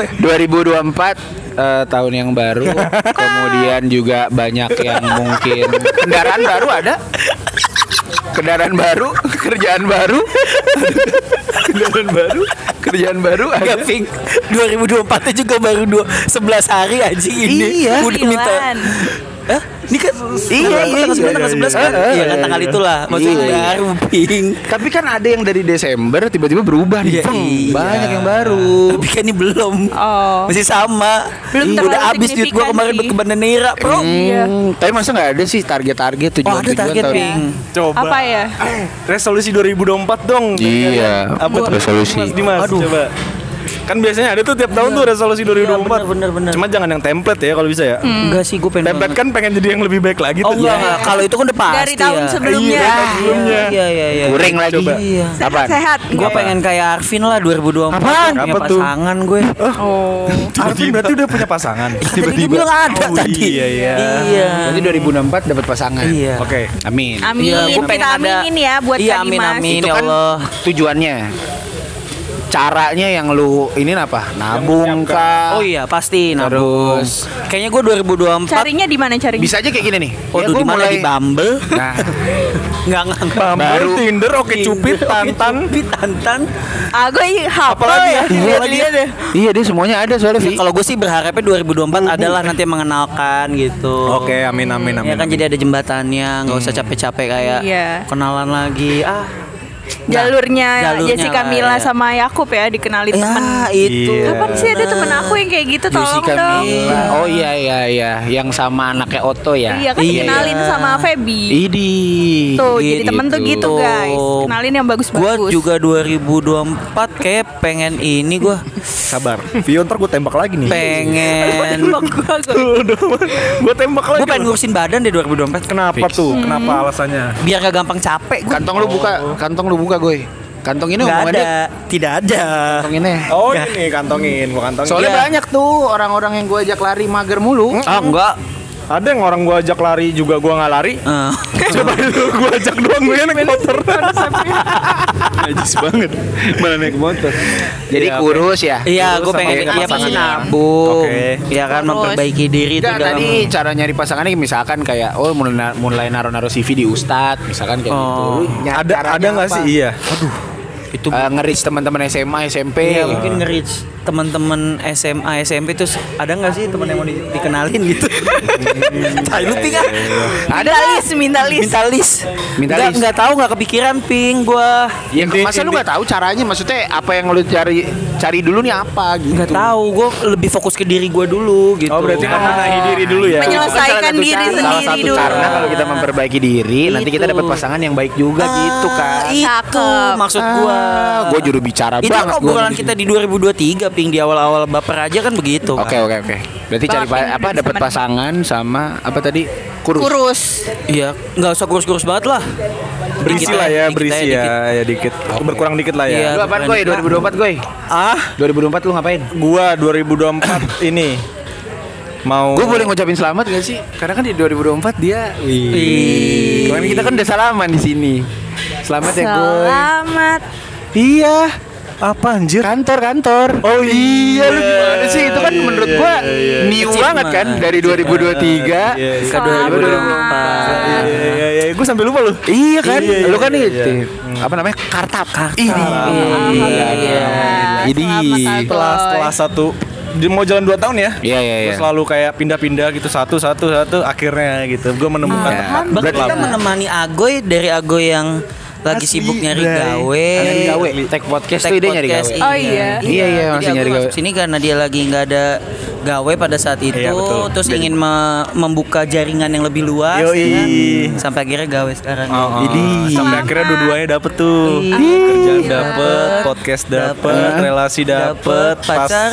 Speaker 3: 2024 tahun yang baru, kemudian juga banyak yang mungkin kendaraan baru ada, kendaraan baru, kerjaan baru, kerjaan baru ada.
Speaker 2: Enggak, Pink. 2024 juga baru 11 hari aja ini.
Speaker 3: Iya.
Speaker 2: Udah minta.
Speaker 4: Sembilan.
Speaker 2: Hah? Ini kan tanggal 9 tanggal 11 kan? Iya kan tanggal itulah. Maksudnya
Speaker 3: Iya.
Speaker 2: baru, Pink.
Speaker 3: Tapi kan ada yang dari Desember tiba-tiba berubah nih.
Speaker 2: Iya,
Speaker 3: Peng.
Speaker 2: iya.
Speaker 3: Banyak yang baru.
Speaker 2: Tapi kan ini belum.
Speaker 4: Oh.
Speaker 2: Masih sama.
Speaker 4: Belum terlalu
Speaker 2: Udah habis duit gua
Speaker 4: signifikan
Speaker 2: kemarin
Speaker 4: sih.
Speaker 2: buat ke Bandanera, Bro.
Speaker 4: Iya.
Speaker 3: Tapi masa nggak ada sih target-target
Speaker 2: Oh, ada
Speaker 3: tujuan-tujuan
Speaker 2: target,
Speaker 3: tahun
Speaker 2: Pink.
Speaker 1: Coba.
Speaker 4: Apa ya?
Speaker 1: Resolusi 2024 dong.
Speaker 3: Iya,
Speaker 1: Apa tuh?
Speaker 3: resolusi.
Speaker 1: Mas Dimas,
Speaker 2: Aduh.
Speaker 1: coba. Kan biasanya ada tuh tiap tahun tuh resolusi 2024.
Speaker 2: bener.
Speaker 1: Cuma jangan yang template ya kalau bisa ya.
Speaker 2: Enggak sih, gue pengen
Speaker 1: Template
Speaker 2: banget.
Speaker 1: kan pengen jadi yang lebih baik lagi
Speaker 2: Oh
Speaker 1: tuh.
Speaker 2: enggak, enggak. Kalau itu kan udah pasti
Speaker 4: Dari tahun
Speaker 2: ya.
Speaker 4: sebelumnya.
Speaker 1: Iya, sebelumnya.
Speaker 2: Iya.
Speaker 3: Kuring lagi.
Speaker 1: Coba.
Speaker 2: Iya.
Speaker 3: Apaan?
Speaker 4: Sehat.
Speaker 2: Gue pengen kayak Arvin lah 2024.
Speaker 3: Apaan?
Speaker 2: Punya
Speaker 1: Apa tuh?
Speaker 2: pasangan gue.
Speaker 4: Oh.
Speaker 1: Arvin berarti udah punya pasangan.
Speaker 2: Tadi dia bilang ada
Speaker 1: Oh,
Speaker 2: tadi.
Speaker 1: iya, iya.
Speaker 2: Iya.
Speaker 3: Nanti 2024 dapat pasangan.
Speaker 2: Iya.
Speaker 1: Oke.
Speaker 3: Amin.
Speaker 4: Amin.
Speaker 2: Iya, gua pengen
Speaker 4: Kita
Speaker 2: ada-
Speaker 4: aminin ya buat
Speaker 2: Iya,
Speaker 4: Kak
Speaker 2: amin,
Speaker 4: Dimas.
Speaker 2: amin.
Speaker 3: Itu
Speaker 2: Ya
Speaker 3: kan
Speaker 2: Allah.
Speaker 3: tujuannya. Caranya yang lu ini apa? Nabung kah?
Speaker 2: Oh iya, pasti nabung.
Speaker 3: Terus
Speaker 2: Kayaknya gue 2024.
Speaker 4: Carinya di mana carinya?
Speaker 3: bisa aja kayak gini nih.
Speaker 2: Waduh,
Speaker 3: gua
Speaker 2: di mana di Bumble?
Speaker 3: Nah,
Speaker 2: Enggak.
Speaker 1: Bumble,
Speaker 3: Baru-
Speaker 1: Tinder, Oke Cupid, Tantan.
Speaker 2: Cupid, Tantan.
Speaker 4: Gue hafal
Speaker 1: Apalagi
Speaker 4: ya.
Speaker 1: ya?
Speaker 4: Lihat-lihat deh.
Speaker 3: iya dia semuanya ada soalnya Vi.
Speaker 2: Kalau gue sih berharapnya 2024 adalah nanti mengenalkan gitu.
Speaker 1: Oke, amin.
Speaker 2: Ya kan jadi ada jembatannya, nggak usah capek-capek kayak
Speaker 4: Iya.
Speaker 2: kenalan lagi.
Speaker 4: Jalurnya Jessica
Speaker 2: lah,
Speaker 4: Mila
Speaker 2: ya.
Speaker 4: sama Yakub ya dikenalin temen.
Speaker 2: Ya itu.
Speaker 1: Iya.
Speaker 4: Kapan sih ada temen aku yang kayak gitu? Tolong
Speaker 3: Jessica
Speaker 4: dong.
Speaker 3: Mila. Oh iya yang sama anaknya Otto ya.
Speaker 4: Iya kan dikenalin sama Feby.
Speaker 3: Idi.
Speaker 4: Tuh jadi
Speaker 2: Gitu.
Speaker 4: temen tuh gitu guys. Kenalin yang
Speaker 2: Gue
Speaker 4: bagus-bagus.
Speaker 2: juga 2024 kayak pengen ini gue
Speaker 1: Sabar. Vio ntar gue tembak lagi nih.
Speaker 2: pengen
Speaker 1: Gue tembak lagi.
Speaker 2: gue pengen ngurusin badan deh 2024.
Speaker 1: Kenapa tuh? Kenapa alasannya?
Speaker 2: Biar gak gampang capek gue.
Speaker 3: Kantong lu buka gue. Kantong ini
Speaker 2: Nggak
Speaker 3: omongannya.
Speaker 2: ada, tidak ada.
Speaker 3: Kantong ini.
Speaker 1: Oh ini kantongin, gue kantongin.
Speaker 3: Soalnya
Speaker 2: Iya.
Speaker 3: banyak tuh orang-orang yang gue ajak lari mager mulu.
Speaker 2: Ah enggak.
Speaker 1: Ada yang orang gue ajak lari juga gue nggak lari.
Speaker 2: Eh.
Speaker 1: Coba lu gue ajak doang gue naik motor. Najis banget. Mana naik motor.
Speaker 3: Jadi
Speaker 1: Iya,
Speaker 3: kurus ya.
Speaker 2: Iya, gue
Speaker 1: sama
Speaker 2: pengen
Speaker 1: dengan
Speaker 2: pasti
Speaker 1: pasangannya.
Speaker 2: nabung.
Speaker 1: Oke.
Speaker 2: Ya kan
Speaker 4: Terus.
Speaker 2: memperbaiki diri itu
Speaker 3: Enggak,
Speaker 2: dalam
Speaker 3: tadi cara nyari pasangannya misalkan kayak mulai naruh CV di Ustadz misalkan kayak gitu. Lu
Speaker 1: Ada nggak sih? Iya.
Speaker 2: itu
Speaker 3: Nge-reach teman-teman SMA, SMP.
Speaker 2: Iya mungkin nge-reach teman-teman SMA SMP terus ada nggak sih teman yang mau dikenalin gitu? Tai lu Ping ah.
Speaker 4: Minta list.
Speaker 2: Nggak tahu nggak kepikiran Ping gua.
Speaker 3: Ya, masa lu nggak tahu caranya? Maksudnya apa yang lu cari dulu nih apa gitu?
Speaker 2: Nggak tahu, gue lebih fokus ke diri gue dulu gitu.
Speaker 1: Oh berarti membenahi diri dulu ya.
Speaker 4: Menyelesaikan diri sendiri dulu.
Speaker 3: Karena kalau kita memperbaiki diri, nanti kita
Speaker 2: Itu.
Speaker 3: dapat pasangan yang baik juga gitu kan.
Speaker 2: Itu
Speaker 4: Cakep.
Speaker 2: maksud gua.
Speaker 3: Gue juru bicara
Speaker 2: Itu
Speaker 3: banget.
Speaker 2: obrolan kita di 2023 Ping di awal-awal baper aja kan begitu.
Speaker 3: Oke. Berarti cari
Speaker 4: Bapak
Speaker 3: dapat
Speaker 4: sama
Speaker 3: pasangan sama apa tadi? Kurus.
Speaker 2: Iya, nggak usah kurus-kurus banget lah.
Speaker 1: Berisi
Speaker 2: Dikit
Speaker 1: lah ya,
Speaker 2: dikit
Speaker 1: berisi
Speaker 2: aja,
Speaker 1: ya, ya dikit. Berkurang dikit lah
Speaker 2: Iya.
Speaker 1: ya.
Speaker 3: Lu apaan gue? 2024 gue. 2024 lu ngapain?
Speaker 1: Gua 2024 ini mau.
Speaker 3: Gue boleh ngucapin selamat gak sih? Karena kan di 2024 dia. Kemarin kita kan udah salaman di sini. Selamat ya gue.
Speaker 4: Selamat.
Speaker 3: Iya.
Speaker 1: Apa anjir?
Speaker 3: Kantor. Oh iya, lu gimana sih? Itu kan menurut gua new
Speaker 2: Achievement.
Speaker 3: banget kan dari 2023 ke 2024.
Speaker 1: Iya, gue sampai lupa lu.
Speaker 3: Iya kan?
Speaker 1: Iya,
Speaker 3: Lu kan
Speaker 1: iya,
Speaker 3: itu
Speaker 1: iya.
Speaker 3: apa namanya? Kartap.
Speaker 4: Alhamdulillah.
Speaker 3: Jadi
Speaker 1: Setelah satu mau jalan 2 tahun ya.
Speaker 3: Iya.
Speaker 1: Gue selalu kayak pindah-pindah gitu satu akhirnya gitu. Gue menemukan tempat
Speaker 2: Bahkan kita
Speaker 1: lama.
Speaker 2: menemani Agoy dari Agoy yang lagi
Speaker 1: Asli,
Speaker 2: sibuk nyari
Speaker 1: Bray.
Speaker 2: gawe.
Speaker 3: Nyari gawe. Tag podcast tuh dia nyari gawe.
Speaker 4: Oh iya.
Speaker 3: Iya, masih
Speaker 2: Jadi
Speaker 3: nyari
Speaker 2: Agoy
Speaker 3: gawe.
Speaker 2: masuk sini karena dia lagi nggak ada gawe pada saat itu,
Speaker 1: Iya, betul.
Speaker 2: terus ingin membuka jaringan yang lebih luas.
Speaker 1: Yoi.
Speaker 2: ya kan? Sampai akhirnya gawe sekarang.
Speaker 1: Sampai akhirnya dua-duanya dapet tuh. Kerjaan dapet, podcast dapet, relasi dapet,
Speaker 2: pacar.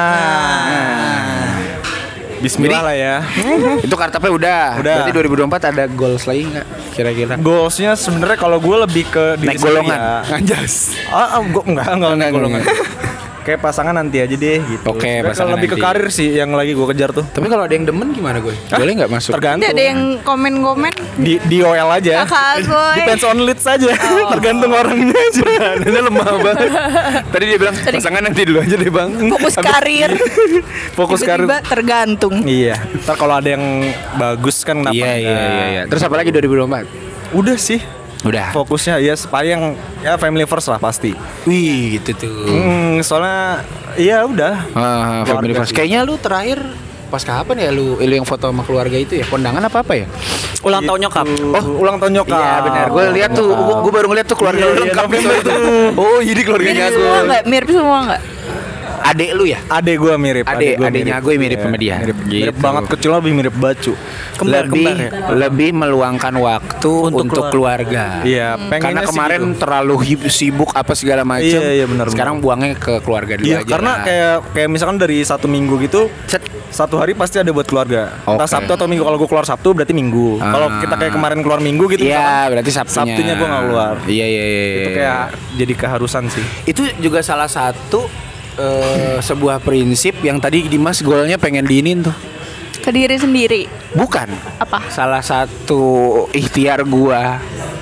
Speaker 1: pasangan. Bismillah lah ya.
Speaker 3: Itu kartapnya udah.
Speaker 1: Udah.
Speaker 3: Berarti 2024 ada goals lagi enggak kira-kira?
Speaker 1: Goalsnya sebenarnya kalau gue lebih ke diri
Speaker 3: Naik golongan.
Speaker 1: sendiri ya.
Speaker 3: Anjas.
Speaker 1: Gue enggak naik golongan. Kayak pasangan nanti aja deh gitu.
Speaker 3: Oke,
Speaker 1: Sebenarnya
Speaker 3: pasangan
Speaker 1: lebih ke
Speaker 3: nanti.
Speaker 1: karir sih yang lagi gue kejar tuh.
Speaker 3: Tapi kalau ada yang demen gimana gue? Boleh nggak masuk?
Speaker 1: Tergantung.
Speaker 4: Ada yang komen-komen.
Speaker 1: Di OL aja.
Speaker 4: Kakak gue.
Speaker 1: Depends on leads saja. Tergantung orangnya aja. Dia lemah banget.
Speaker 3: Tadi dia bilang pasangan nanti dulu aja deh bang.
Speaker 4: Fokus karir.
Speaker 1: Fokus karir.
Speaker 4: Tiba-tiba tergantung.
Speaker 1: Iya. Ntar kalau ada yang bagus kan kenapa? enggak?
Speaker 3: Iya. Terus apa lagi 2024?
Speaker 1: Udah sih.
Speaker 3: Udah.
Speaker 1: Fokusnya ya yang ya family first lah pasti.
Speaker 3: Wih gitu tuh.
Speaker 1: Soalnya ya udah.
Speaker 3: Family
Speaker 1: Keluarga
Speaker 3: first.
Speaker 1: sih.
Speaker 3: Kayaknya lu terakhir pas kapan ya lu yang foto sama keluarga itu ya? Kondangan apa ya?
Speaker 2: Ulang tahun nyokap.
Speaker 1: Oh, ulang tahun nyokap.
Speaker 3: Iya benar. Gue lihat tuh, gue baru ngeliat tuh keluarga
Speaker 1: Iya,
Speaker 3: lu
Speaker 1: iya,
Speaker 3: lengkap
Speaker 1: November
Speaker 3: itu. Oh, jadi keluarganya
Speaker 4: Mirip
Speaker 3: gue.
Speaker 4: semua nggak? Mirip semua nggak?
Speaker 3: Adek lu ya?
Speaker 1: Adek gue mirip.
Speaker 3: Adeknya gue mirip sama dia.
Speaker 1: Mirip
Speaker 3: Gitu.
Speaker 1: banget, kecil lebih mirip Bacu.
Speaker 2: Kembar-kembar ya?
Speaker 3: lebih meluangkan waktu untuk keluarga.
Speaker 1: Iya,
Speaker 3: Karena
Speaker 1: pengennya sih
Speaker 3: kemarin
Speaker 1: gitu.
Speaker 3: terlalu sibuk apa segala macam.
Speaker 1: Iya, benar.
Speaker 3: Sekarang buangnya ke keluarga dulu
Speaker 1: Iya,
Speaker 3: aja.
Speaker 1: karena
Speaker 3: lah.
Speaker 1: kayak misalkan dari 1 minggu gitu, satu hari pasti ada buat keluarga. Entah
Speaker 3: Oke.
Speaker 1: Sabtu atau Minggu. Kalau gue keluar Sabtu berarti Minggu. Kalau kita kayak kemarin keluar Minggu gitu,
Speaker 3: Iya,
Speaker 1: misalkan,
Speaker 3: berarti
Speaker 1: Sabtunya gue nggak keluar.
Speaker 3: Iya.
Speaker 1: Itu kayak jadi keharusan sih.
Speaker 3: Itu juga salah satu sebuah prinsip yang tadi Dimas goalnya pengen diinin tuh.
Speaker 4: Ke diri sendiri.
Speaker 3: Bukan.
Speaker 4: Apa?
Speaker 3: Salah satu ikhtiar gua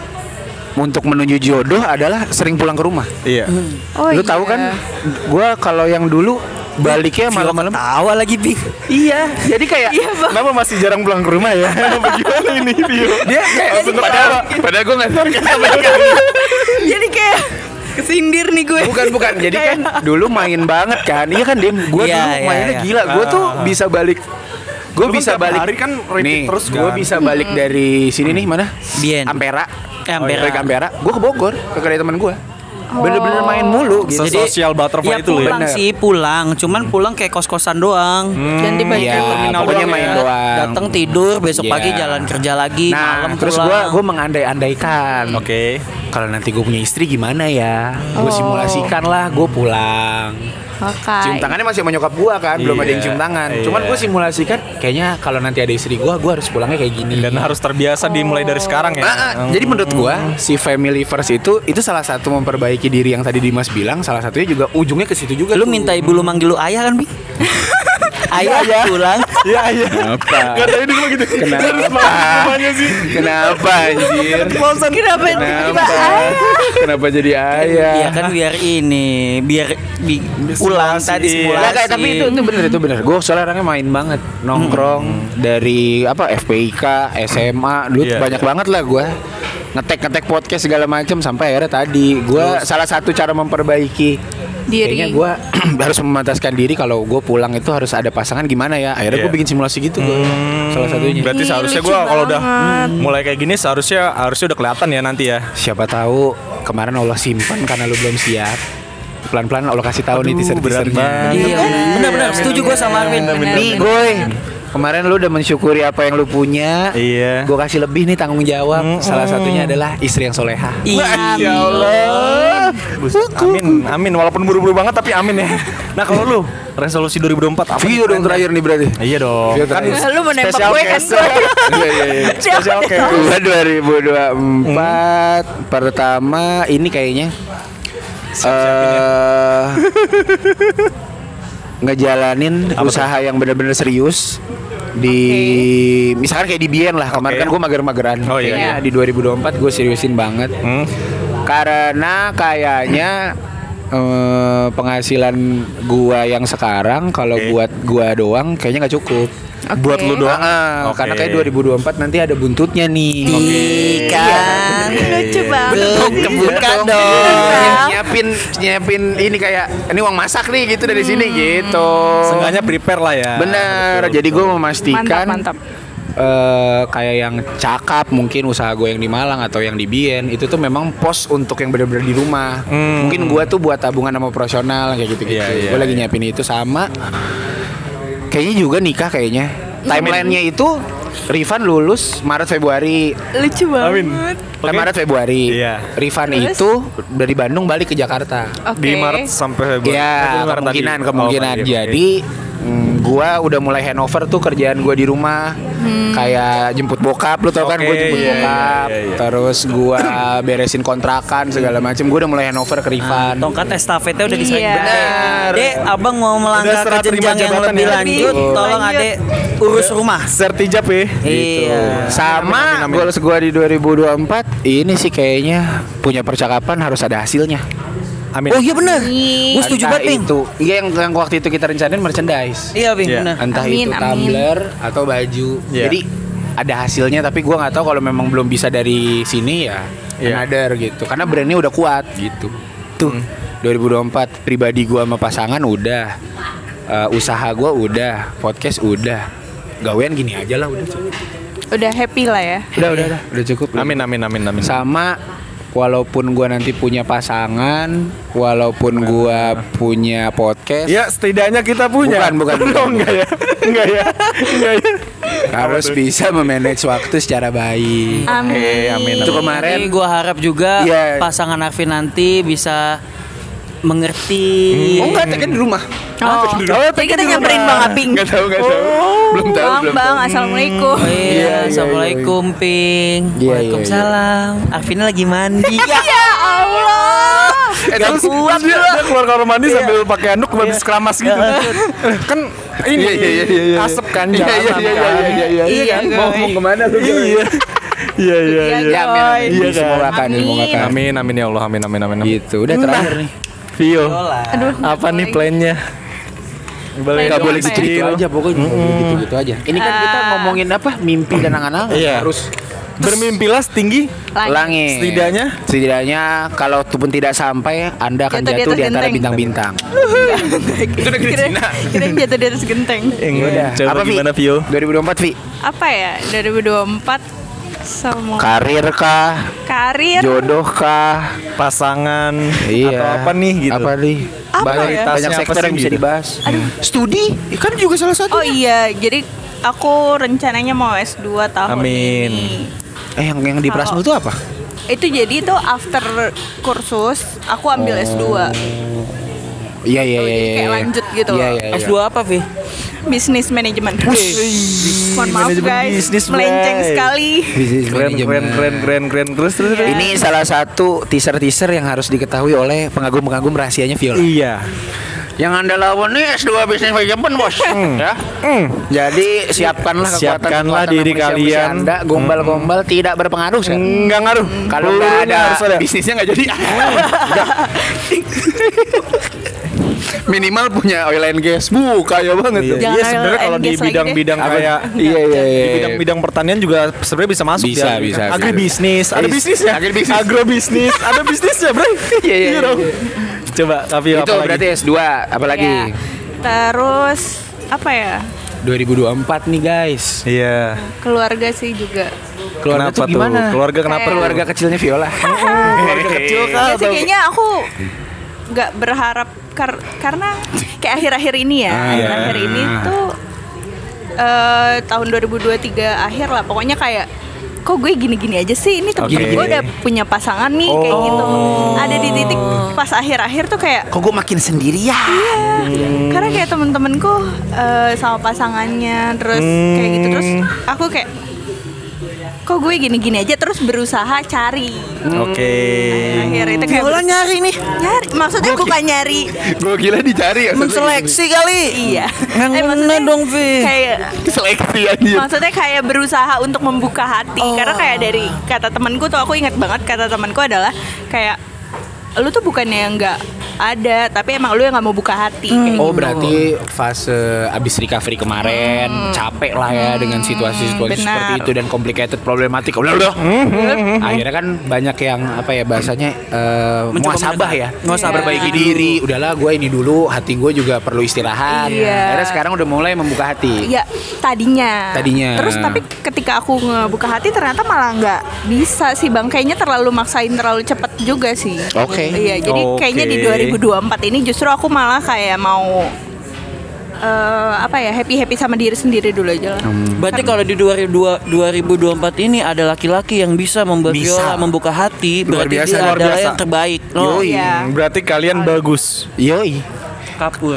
Speaker 3: untuk menuju jodoh adalah sering pulang ke rumah.
Speaker 1: Iya.
Speaker 4: Oh
Speaker 3: Lu tahu kan, gua kalau yang dulu baliknya malam-malam.
Speaker 2: Tawa lagi Ping.
Speaker 3: Iya, jadi kayak
Speaker 1: Kenapa masih jarang pulang ke rumah ya? Bagaimana ini, Vio?
Speaker 3: dia kayak padahal gua nggak tahu kenapa.
Speaker 4: Jadi kayak kesindir nih gue.
Speaker 3: Bukan. Jadi kan dulu main banget kan. Iya kan, Dem. Gua
Speaker 2: Iya,
Speaker 3: dulu
Speaker 2: iya,
Speaker 3: mainnya
Speaker 2: iya.
Speaker 3: gila. Gua tuh bisa balik. Gue
Speaker 1: Lu kan
Speaker 3: bisa
Speaker 1: tiap
Speaker 3: balik
Speaker 1: hari kan repeat
Speaker 3: nih,
Speaker 1: terus
Speaker 3: gue
Speaker 1: kan?
Speaker 3: bisa balik dari sini nih mana?
Speaker 2: Bien.
Speaker 3: Ampera.
Speaker 2: Ampera.
Speaker 3: Dari Ampera. Gue ke Bogor ke kedai teman gue. Bener-bener main mulu gitu.
Speaker 1: Sosial butterfly
Speaker 2: Ya
Speaker 1: itu loh ya.
Speaker 2: pulang sih pulang, cuman pulang kayak kos-kosan doang.
Speaker 4: Dan tiba-tiba
Speaker 3: Iya,
Speaker 1: terminal
Speaker 3: pokoknya
Speaker 1: doang
Speaker 3: main
Speaker 1: ya.
Speaker 3: doang.
Speaker 2: Datang tidur, besok
Speaker 3: Iya.
Speaker 2: pagi jalan kerja lagi, malam
Speaker 3: Nah, terus
Speaker 2: pulang.
Speaker 3: gue mengandai-andaikan.
Speaker 1: Oke.
Speaker 3: Kalau nanti gue punya istri gimana ya? Gue simulasikan lah, gue pulang.
Speaker 4: Oke.
Speaker 3: Cium tangannya masih sama nyokap gue kan, belum ada yang cium tangan.
Speaker 1: Iya.
Speaker 3: Cuman gue simulasikan, kayaknya kalau nanti ada istri gue harus pulangnya kayak gini.
Speaker 1: Dan harus terbiasa dimulai dari sekarang ya.
Speaker 3: Jadi menurut gua si family first itu salah satu memperbaiki diri yang tadi Dimas bilang, salah satunya juga ujungnya ke situ juga.
Speaker 2: Lu
Speaker 3: tuh.
Speaker 2: minta ibu lu manggil lu ayah kan, Bi? Ayah pulang.
Speaker 1: Iya iya.
Speaker 3: Kenapa?
Speaker 1: Gak tau ini gue gitu.
Speaker 3: Kenapa?
Speaker 1: Namanya sih.
Speaker 3: Kenapa anjir?
Speaker 1: Bosan.
Speaker 4: Kenapa tiba-tiba
Speaker 3: Kenapa?
Speaker 4: ayah?
Speaker 3: Kenapa jadi ayah?
Speaker 2: Iya kan biar ini, biar ulang tadi simulasi.
Speaker 3: Nah, kayak, tapi itu bener. Gue soalnya orangnya main banget, nongkrong dari apa FPIK, SMA, dulu
Speaker 1: Iya.
Speaker 3: banyak banget lah gue ngetek podcast segala macam sampai akhirnya tadi gue salah satu cara memperbaiki
Speaker 4: Diri.
Speaker 3: kayaknya gue harus memantaskan diri kalau gue pulang itu harus ada pasangan gimana ya. Akhirnya gue
Speaker 1: Iya.
Speaker 3: bikin simulasi gitu gue salah satunya.
Speaker 1: Berarti
Speaker 4: Ih,
Speaker 1: seharusnya
Speaker 4: lucu
Speaker 1: gue kalau udah
Speaker 4: banget.
Speaker 1: mulai kayak gini seharusnya udah kelihatan ya nanti ya.
Speaker 3: Siapa tahu kemarin Allah simpan karena lu belum siap. Pelan-pelan Allah kasih tahu nih
Speaker 1: berat
Speaker 3: teaser-teasernya.
Speaker 1: banget.
Speaker 2: Iya, benar-benar setuju gue sama Arvin.
Speaker 3: Nih gue kemarin lu udah mensyukuri apa yang lu punya.
Speaker 1: Iya.
Speaker 3: Gue kasih lebih nih tanggung jawab. Salah satunya adalah istri yang soleha.
Speaker 2: Iya.
Speaker 1: Ya Allah. Amin. Walaupun buru-buru banget tapi amin ya. Nah kalau lu resolusi 2024 apa?
Speaker 3: Video dong terakhir nih berarti.
Speaker 1: Iya dong.
Speaker 3: Video
Speaker 1: Kan
Speaker 3: terakhir.
Speaker 4: Lu mau nembak
Speaker 1: special
Speaker 4: gue kan
Speaker 1: case.
Speaker 4: gue.
Speaker 3: Iya.
Speaker 1: Special case.
Speaker 3: Gua 2024 pertama ini kayaknya ngejalanin usaha yang benar-benar serius di misalkan kayak di Bien lah kemarin
Speaker 1: Oke.
Speaker 3: kan gue mager-mageran.
Speaker 1: Oh, iya.
Speaker 3: Kayaknya di 2024 gue seriusin banget karena kayaknya penghasilan gua yang sekarang kalau
Speaker 1: Oke.
Speaker 3: buat gua doang kayaknya nggak cukup.
Speaker 1: Buat lu doang. Oke.
Speaker 3: Karena kayak 2024 nanti ada buntutnya nih.
Speaker 2: Kan.
Speaker 4: Lucu banget.
Speaker 2: Kebukan
Speaker 3: Iya
Speaker 2: dong.
Speaker 3: nyiapin ini kayak ini uang masak nih gitu dari sini gitu.
Speaker 1: Seenggaknya prepare lah ya.
Speaker 3: Bener. Jadi gue memastikan
Speaker 4: Mantap.
Speaker 3: kayak yang cakap mungkin usaha gue yang di Malang atau yang di Bien itu tuh memang pos untuk yang benar-benar di rumah. Mungkin gue tuh buat tabungan sama operasional kayak gitu-gitu.
Speaker 1: Iya,
Speaker 3: Gue lagi nyiapin itu sama. Kayaknya juga nikah kayaknya. Timelinenya itu Rifan lulus Maret Februari.
Speaker 4: Lucu
Speaker 1: Amin.
Speaker 4: banget.
Speaker 1: Oke.
Speaker 3: Maret Februari.
Speaker 1: Iya.
Speaker 3: Rifan
Speaker 4: Terus?
Speaker 3: itu dari Bandung balik ke Jakarta.
Speaker 4: Oke.
Speaker 1: Di Maret sampai Februari.
Speaker 3: Ya,
Speaker 1: Maret tadi.
Speaker 3: kemungkinan.
Speaker 1: Oh, iya,
Speaker 3: Jadi gua udah mulai handover tuh kerjaan gua di rumah. Kayak jemput bokap, lu tau kan
Speaker 1: Oke,
Speaker 3: gua jemput
Speaker 1: iya,
Speaker 3: bokap.
Speaker 1: iya.
Speaker 3: Terus gua beresin kontrakan segala macem. Gua udah mulai handover ke Rifan.
Speaker 2: Tongkat estafetnya udah diserahin
Speaker 4: Iya.
Speaker 2: Bunda. Dek, abang mau melangkah
Speaker 1: Udah serah
Speaker 2: ke
Speaker 1: terima
Speaker 2: jenjang yang
Speaker 1: jabatan
Speaker 2: lebih
Speaker 1: ya.
Speaker 2: lanjut. Tolong
Speaker 4: Lanjut.
Speaker 2: adek urus rumah.
Speaker 1: Sertijab ya.
Speaker 2: Iya.
Speaker 3: Sama
Speaker 1: Amin, amin, amin.
Speaker 3: goals gua di 2024 ini sih kayaknya punya percakapan harus ada hasilnya.
Speaker 1: Amin.
Speaker 2: Oh iya benar.
Speaker 4: Ih.
Speaker 2: Gue setuju
Speaker 3: Entah
Speaker 2: banget, Ping.
Speaker 3: itu. Iya yang waktu itu kita rencanain merchandise.
Speaker 2: Iya, Ping,
Speaker 1: Iya.
Speaker 2: benar.
Speaker 3: Entah
Speaker 4: Amin,
Speaker 3: itu
Speaker 4: amin.
Speaker 3: tumbler atau baju.
Speaker 1: Iya.
Speaker 3: Jadi ada hasilnya tapi gua nggak tahu kalau memang belum bisa dari sini ya
Speaker 1: Iya.
Speaker 3: another gitu. Karena brandnya udah kuat gitu. Tuh 2024 pribadi gua sama pasangan udah. Usaha gua udah, podcast udah. Gawean gini aja lah udah cukup.
Speaker 4: Udah happy lah ya.
Speaker 3: Udah cukup.
Speaker 1: Amin.
Speaker 3: Sama walaupun gua nanti punya pasangan, walaupun gua punya podcast,
Speaker 1: Ya setidaknya kita punya.
Speaker 3: Bukan.
Speaker 1: Oh, enggak ya. Enggak ya.
Speaker 3: harus bisa memanage waktu secara baik.
Speaker 4: Amin.
Speaker 1: amin.
Speaker 3: Itu kemarin
Speaker 2: Jadi gue harap juga
Speaker 3: Iya.
Speaker 2: pasangan Arvin nanti bisa mengerti.
Speaker 3: Oh enggak, kan di rumah.
Speaker 4: Oh, jadi kita nyamperin Bang Aping.
Speaker 3: Enggak tahu. Belum tahu,
Speaker 4: Bang,
Speaker 3: belum
Speaker 4: Bang,
Speaker 3: tahu.
Speaker 4: assalamualaikum.
Speaker 2: Oh, iya,
Speaker 3: Iya.
Speaker 2: assalamualaikum Ping.
Speaker 3: Iya,
Speaker 2: Waalaikumsalam. Arvin lagi mandi.
Speaker 4: Ya Allah.
Speaker 1: Terus dia keluar kamar mandi sambil pakai anduk habis keramas gitu. Kan ini
Speaker 3: Iya.
Speaker 1: asap kan
Speaker 3: Iya,
Speaker 1: jalanan kan.
Speaker 4: Iya,
Speaker 3: kan. Mau kemana lu?
Speaker 1: Iya. Iya.
Speaker 3: Ya, amin.
Speaker 4: Iya,
Speaker 3: Semoga kan,
Speaker 4: Amin.
Speaker 3: semoga kan.
Speaker 1: Amin ya Allah. Amin.
Speaker 3: Gitu, udah terakhir nih.
Speaker 1: Vio.
Speaker 4: Aduh.
Speaker 1: Apa nih plannya?
Speaker 3: Gak boleh
Speaker 4: Apa ya?
Speaker 3: gitu-gitu aja pokoknya. Gitu-gitu aja. Ini kan kita ngomongin apa? Mimpi dan angan-angan.
Speaker 1: Iya.
Speaker 3: Harus
Speaker 1: Bermimpilah setinggi
Speaker 3: langit. Setidaknya kalau itu pun tidak sampai, Anda akan
Speaker 4: Jatuh di
Speaker 3: jatuh
Speaker 4: atas
Speaker 3: di antara
Speaker 4: genteng.
Speaker 3: bintang-bintang.
Speaker 1: Itu negeri Cina.
Speaker 4: Kira jatuh di atas genteng.
Speaker 3: Udah.
Speaker 1: Coba
Speaker 3: Apa, Vi?
Speaker 1: gimana Vio?
Speaker 3: 2024 Vi?
Speaker 4: Apa ya? 2024 semua
Speaker 3: Karir kah?
Speaker 4: karir.
Speaker 3: Jodoh kah?
Speaker 1: Pasangan
Speaker 3: Iya.
Speaker 1: atau apa nih gitu.
Speaker 3: Apa nih?
Speaker 4: Apa
Speaker 3: banyak,
Speaker 4: ya?
Speaker 3: banyak
Speaker 1: Apa
Speaker 3: sektor
Speaker 1: sih
Speaker 3: yang bisa
Speaker 1: gitu?
Speaker 3: dibahas. Studi kan juga salah satu.
Speaker 4: Oh iya, jadi aku rencananya mau S2 tahun
Speaker 1: Amin.
Speaker 4: ini.
Speaker 3: Yang di Prasmul itu apa?
Speaker 4: Itu jadi tuh after kursus aku ambil S2.
Speaker 3: Iya.
Speaker 4: Jadi kayak lanjut gitu
Speaker 3: Iya,
Speaker 4: loh.
Speaker 3: iya, iya.
Speaker 2: S2 apa, Vi?
Speaker 4: Bisnis manajemen. Mohon maaf
Speaker 1: Manajemen
Speaker 4: guys,
Speaker 1: bisnis,
Speaker 4: melenceng
Speaker 1: Bray.
Speaker 4: sekali.
Speaker 3: Bisnis
Speaker 1: Keren.
Speaker 3: manajemen.
Speaker 1: Terus.
Speaker 3: Ini salah satu teaser yang harus diketahui oleh pengagum-pengagum rahasianya Viola.
Speaker 1: Iya.
Speaker 3: Yang Anda lawan nih S2 bisnis manajemen, Bos. Ya. Jadi siapkanlah
Speaker 1: Siapkanlah
Speaker 3: kekuatan
Speaker 1: diri
Speaker 3: manusia
Speaker 1: kalian.
Speaker 3: Anda gombal-gombal tidak berpengaruh.
Speaker 1: Enggak ngaruh.
Speaker 3: Kalau nggak ada
Speaker 1: Harus ada.
Speaker 3: bisnisnya nggak jadi. Minimal punya oil and gas. Kaya banget
Speaker 1: Iya,
Speaker 3: tuh.
Speaker 4: Jangan
Speaker 1: iya sebenarnya
Speaker 4: oil
Speaker 1: kalau
Speaker 4: and
Speaker 1: di
Speaker 4: gas lagi
Speaker 1: bidang-bidang
Speaker 3: Apa?
Speaker 1: kayak
Speaker 3: Iya.
Speaker 1: di bidang-bidang pertanian juga sebenarnya bisa masuk
Speaker 3: Bisa,
Speaker 1: ya.
Speaker 3: bisa.
Speaker 1: Agribisnis, ada bisnisnya.
Speaker 3: Agribisnis.
Speaker 1: Agrobisnis, ada bisnisnya, Bro.
Speaker 3: Iya.
Speaker 1: dong. Coba, tapi
Speaker 3: Itu
Speaker 1: apa lagi?
Speaker 3: berarti S2, apalagi?
Speaker 4: Ya. Terus apa ya?
Speaker 3: 2024 nih, guys.
Speaker 1: Iya.
Speaker 4: Keluarga sih juga.
Speaker 3: Keluarga
Speaker 1: Kenapa
Speaker 3: tuh gimana?
Speaker 1: Keluarga kenapa?
Speaker 3: Keluarga kecilnya Viola.
Speaker 1: Keluarga kecil kan?
Speaker 4: Ya sih kayaknya aku nggak berharap karena kayak akhir-akhir ini ya.
Speaker 3: Iya.
Speaker 4: Akhir ini tuh tahun 2023 akhir lah. Pokoknya kayak kok gue gini-gini aja sih. Ini tuh
Speaker 1: Oke.
Speaker 4: gue udah punya pasangan nih kayak gitu. Ada di titik pas akhir-akhir tuh kayak
Speaker 3: Kok gue makin sendirian?
Speaker 4: karena kayak temen-temenku sama pasangannya terus kayak gitu terus aku kayak kok gue gini-gini aja terus berusaha cari.
Speaker 1: Oke.
Speaker 4: Akhir itu kayak
Speaker 2: Viola nyari nih.
Speaker 4: nyari maksudnya bukan nyari
Speaker 3: Gue gila dicari ya.
Speaker 2: Menseleksi kali.
Speaker 4: iya
Speaker 2: Yang
Speaker 4: maksudnya
Speaker 2: mana dong, Vi?
Speaker 4: kayak
Speaker 3: Seleksi aja.
Speaker 4: maksudnya kayak berusaha untuk membuka hati karena kayak dari kata temanku tuh aku ingat banget kata temanku adalah kayak lu tuh bukannya yang nggak ada tapi emang lu yang nggak mau buka hati kayak
Speaker 3: Oh
Speaker 4: gitu.
Speaker 3: berarti fase abis recovery kemarin capek lah ya dengan situasi-situasi
Speaker 4: benar.
Speaker 3: seperti itu dan complicated problematik. Udah. Akhirnya kan banyak yang apa ya bahasanya
Speaker 2: Mencoba
Speaker 3: muasabah ya.
Speaker 2: Muasabah.
Speaker 3: Perbaiki diri. Udahlah gue ini dulu hati gue juga perlu istirahat.
Speaker 4: Iya.
Speaker 3: Akhirnya sekarang udah mulai membuka hati.
Speaker 4: Ya tadinya. Terus tapi ketika aku ngebuka hati ternyata malah nggak bisa sih bang. Kayaknya terlalu maksain terlalu cepet juga sih.
Speaker 3: Oke.
Speaker 4: Iya. Jadi
Speaker 1: Oke.
Speaker 4: kayaknya di 2024 ini justru aku malah kayak mau apa ya happy sama diri sendiri dulu aja lah.
Speaker 2: Berarti kalau di 2024 ini ada laki-laki yang bisa membuat
Speaker 3: Bisa.
Speaker 2: Viola membuka hati,
Speaker 3: Luar
Speaker 2: berarti
Speaker 3: biasa,
Speaker 2: dia
Speaker 1: luar
Speaker 2: adalah
Speaker 1: biasa.
Speaker 2: yang terbaik. Oh,
Speaker 3: Yoi.
Speaker 4: Iya.
Speaker 1: Berarti kalian bagus.
Speaker 3: Yoi.
Speaker 2: kapur.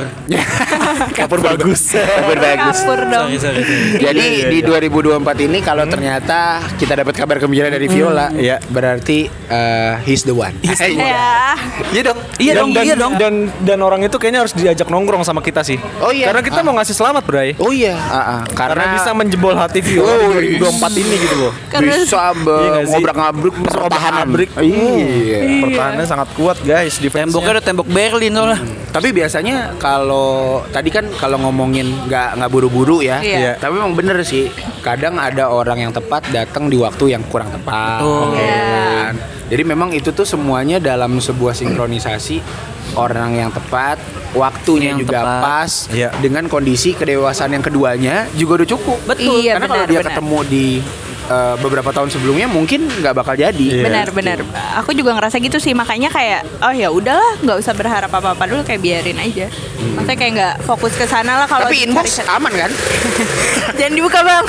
Speaker 1: Kapur bagus.
Speaker 3: Kapur bagus.
Speaker 4: Kapur dong.
Speaker 2: Sorry.
Speaker 3: Jadi di 2024 ini kalau ternyata kita dapat kabar gembira dari Viola,
Speaker 1: Iya.
Speaker 3: berarti he's the one.
Speaker 4: Ya.
Speaker 3: Iya dong.
Speaker 2: Iya dong,
Speaker 1: dan,
Speaker 2: iya dong.
Speaker 1: Dan orang itu kayaknya harus diajak nongkrong sama kita sih.
Speaker 3: Oh iya.
Speaker 1: Karena kita mau ngasih selamat, Bray.
Speaker 3: Oh iya,
Speaker 1: Karena bisa menjebol hati Viola
Speaker 3: Oh,
Speaker 1: di 2024 ini gitu loh.
Speaker 4: Karena
Speaker 3: bisa
Speaker 1: Iya nggak sih?
Speaker 3: ngobrak-ngabrik
Speaker 1: Bisa
Speaker 3: pertahanan.
Speaker 1: ngobrak-ngabrik.
Speaker 3: Iya.
Speaker 1: Pertahanannya sangat kuat, guys.
Speaker 2: Temboknya udah tembok Berlin loh lah.
Speaker 3: Tapi biasanya kalau tadi kan kalau ngomongin nggak buru-buru ya,
Speaker 4: Iya.
Speaker 3: tapi memang bener sih. Kadang ada orang yang tepat datang di waktu yang kurang tepat.
Speaker 2: Betul.
Speaker 3: Ya kan? Jadi memang itu tuh semuanya dalam sebuah sinkronisasi orang yang tepat, waktunya
Speaker 2: Yang
Speaker 3: juga
Speaker 2: tepat.
Speaker 3: pas,
Speaker 1: Iya.
Speaker 3: dengan kondisi kedewasaan yang keduanya juga udah cukup.
Speaker 4: Betul. Iya,
Speaker 3: Karena kalau
Speaker 4: benar,
Speaker 3: dia
Speaker 4: benar.
Speaker 3: ketemu di beberapa tahun sebelumnya mungkin nggak bakal jadi.
Speaker 1: Iya.
Speaker 4: Benar-benar. Aku juga ngerasa gitu sih, makanya kayak oh ya udahlah, nggak usah berharap apa-apa dulu, kayak biarin aja. Maksudnya kayak nggak fokus ke sana lah kalau
Speaker 3: Tapi inbox
Speaker 4: dicari-
Speaker 3: aman kan?
Speaker 4: Jangan dibuka bang.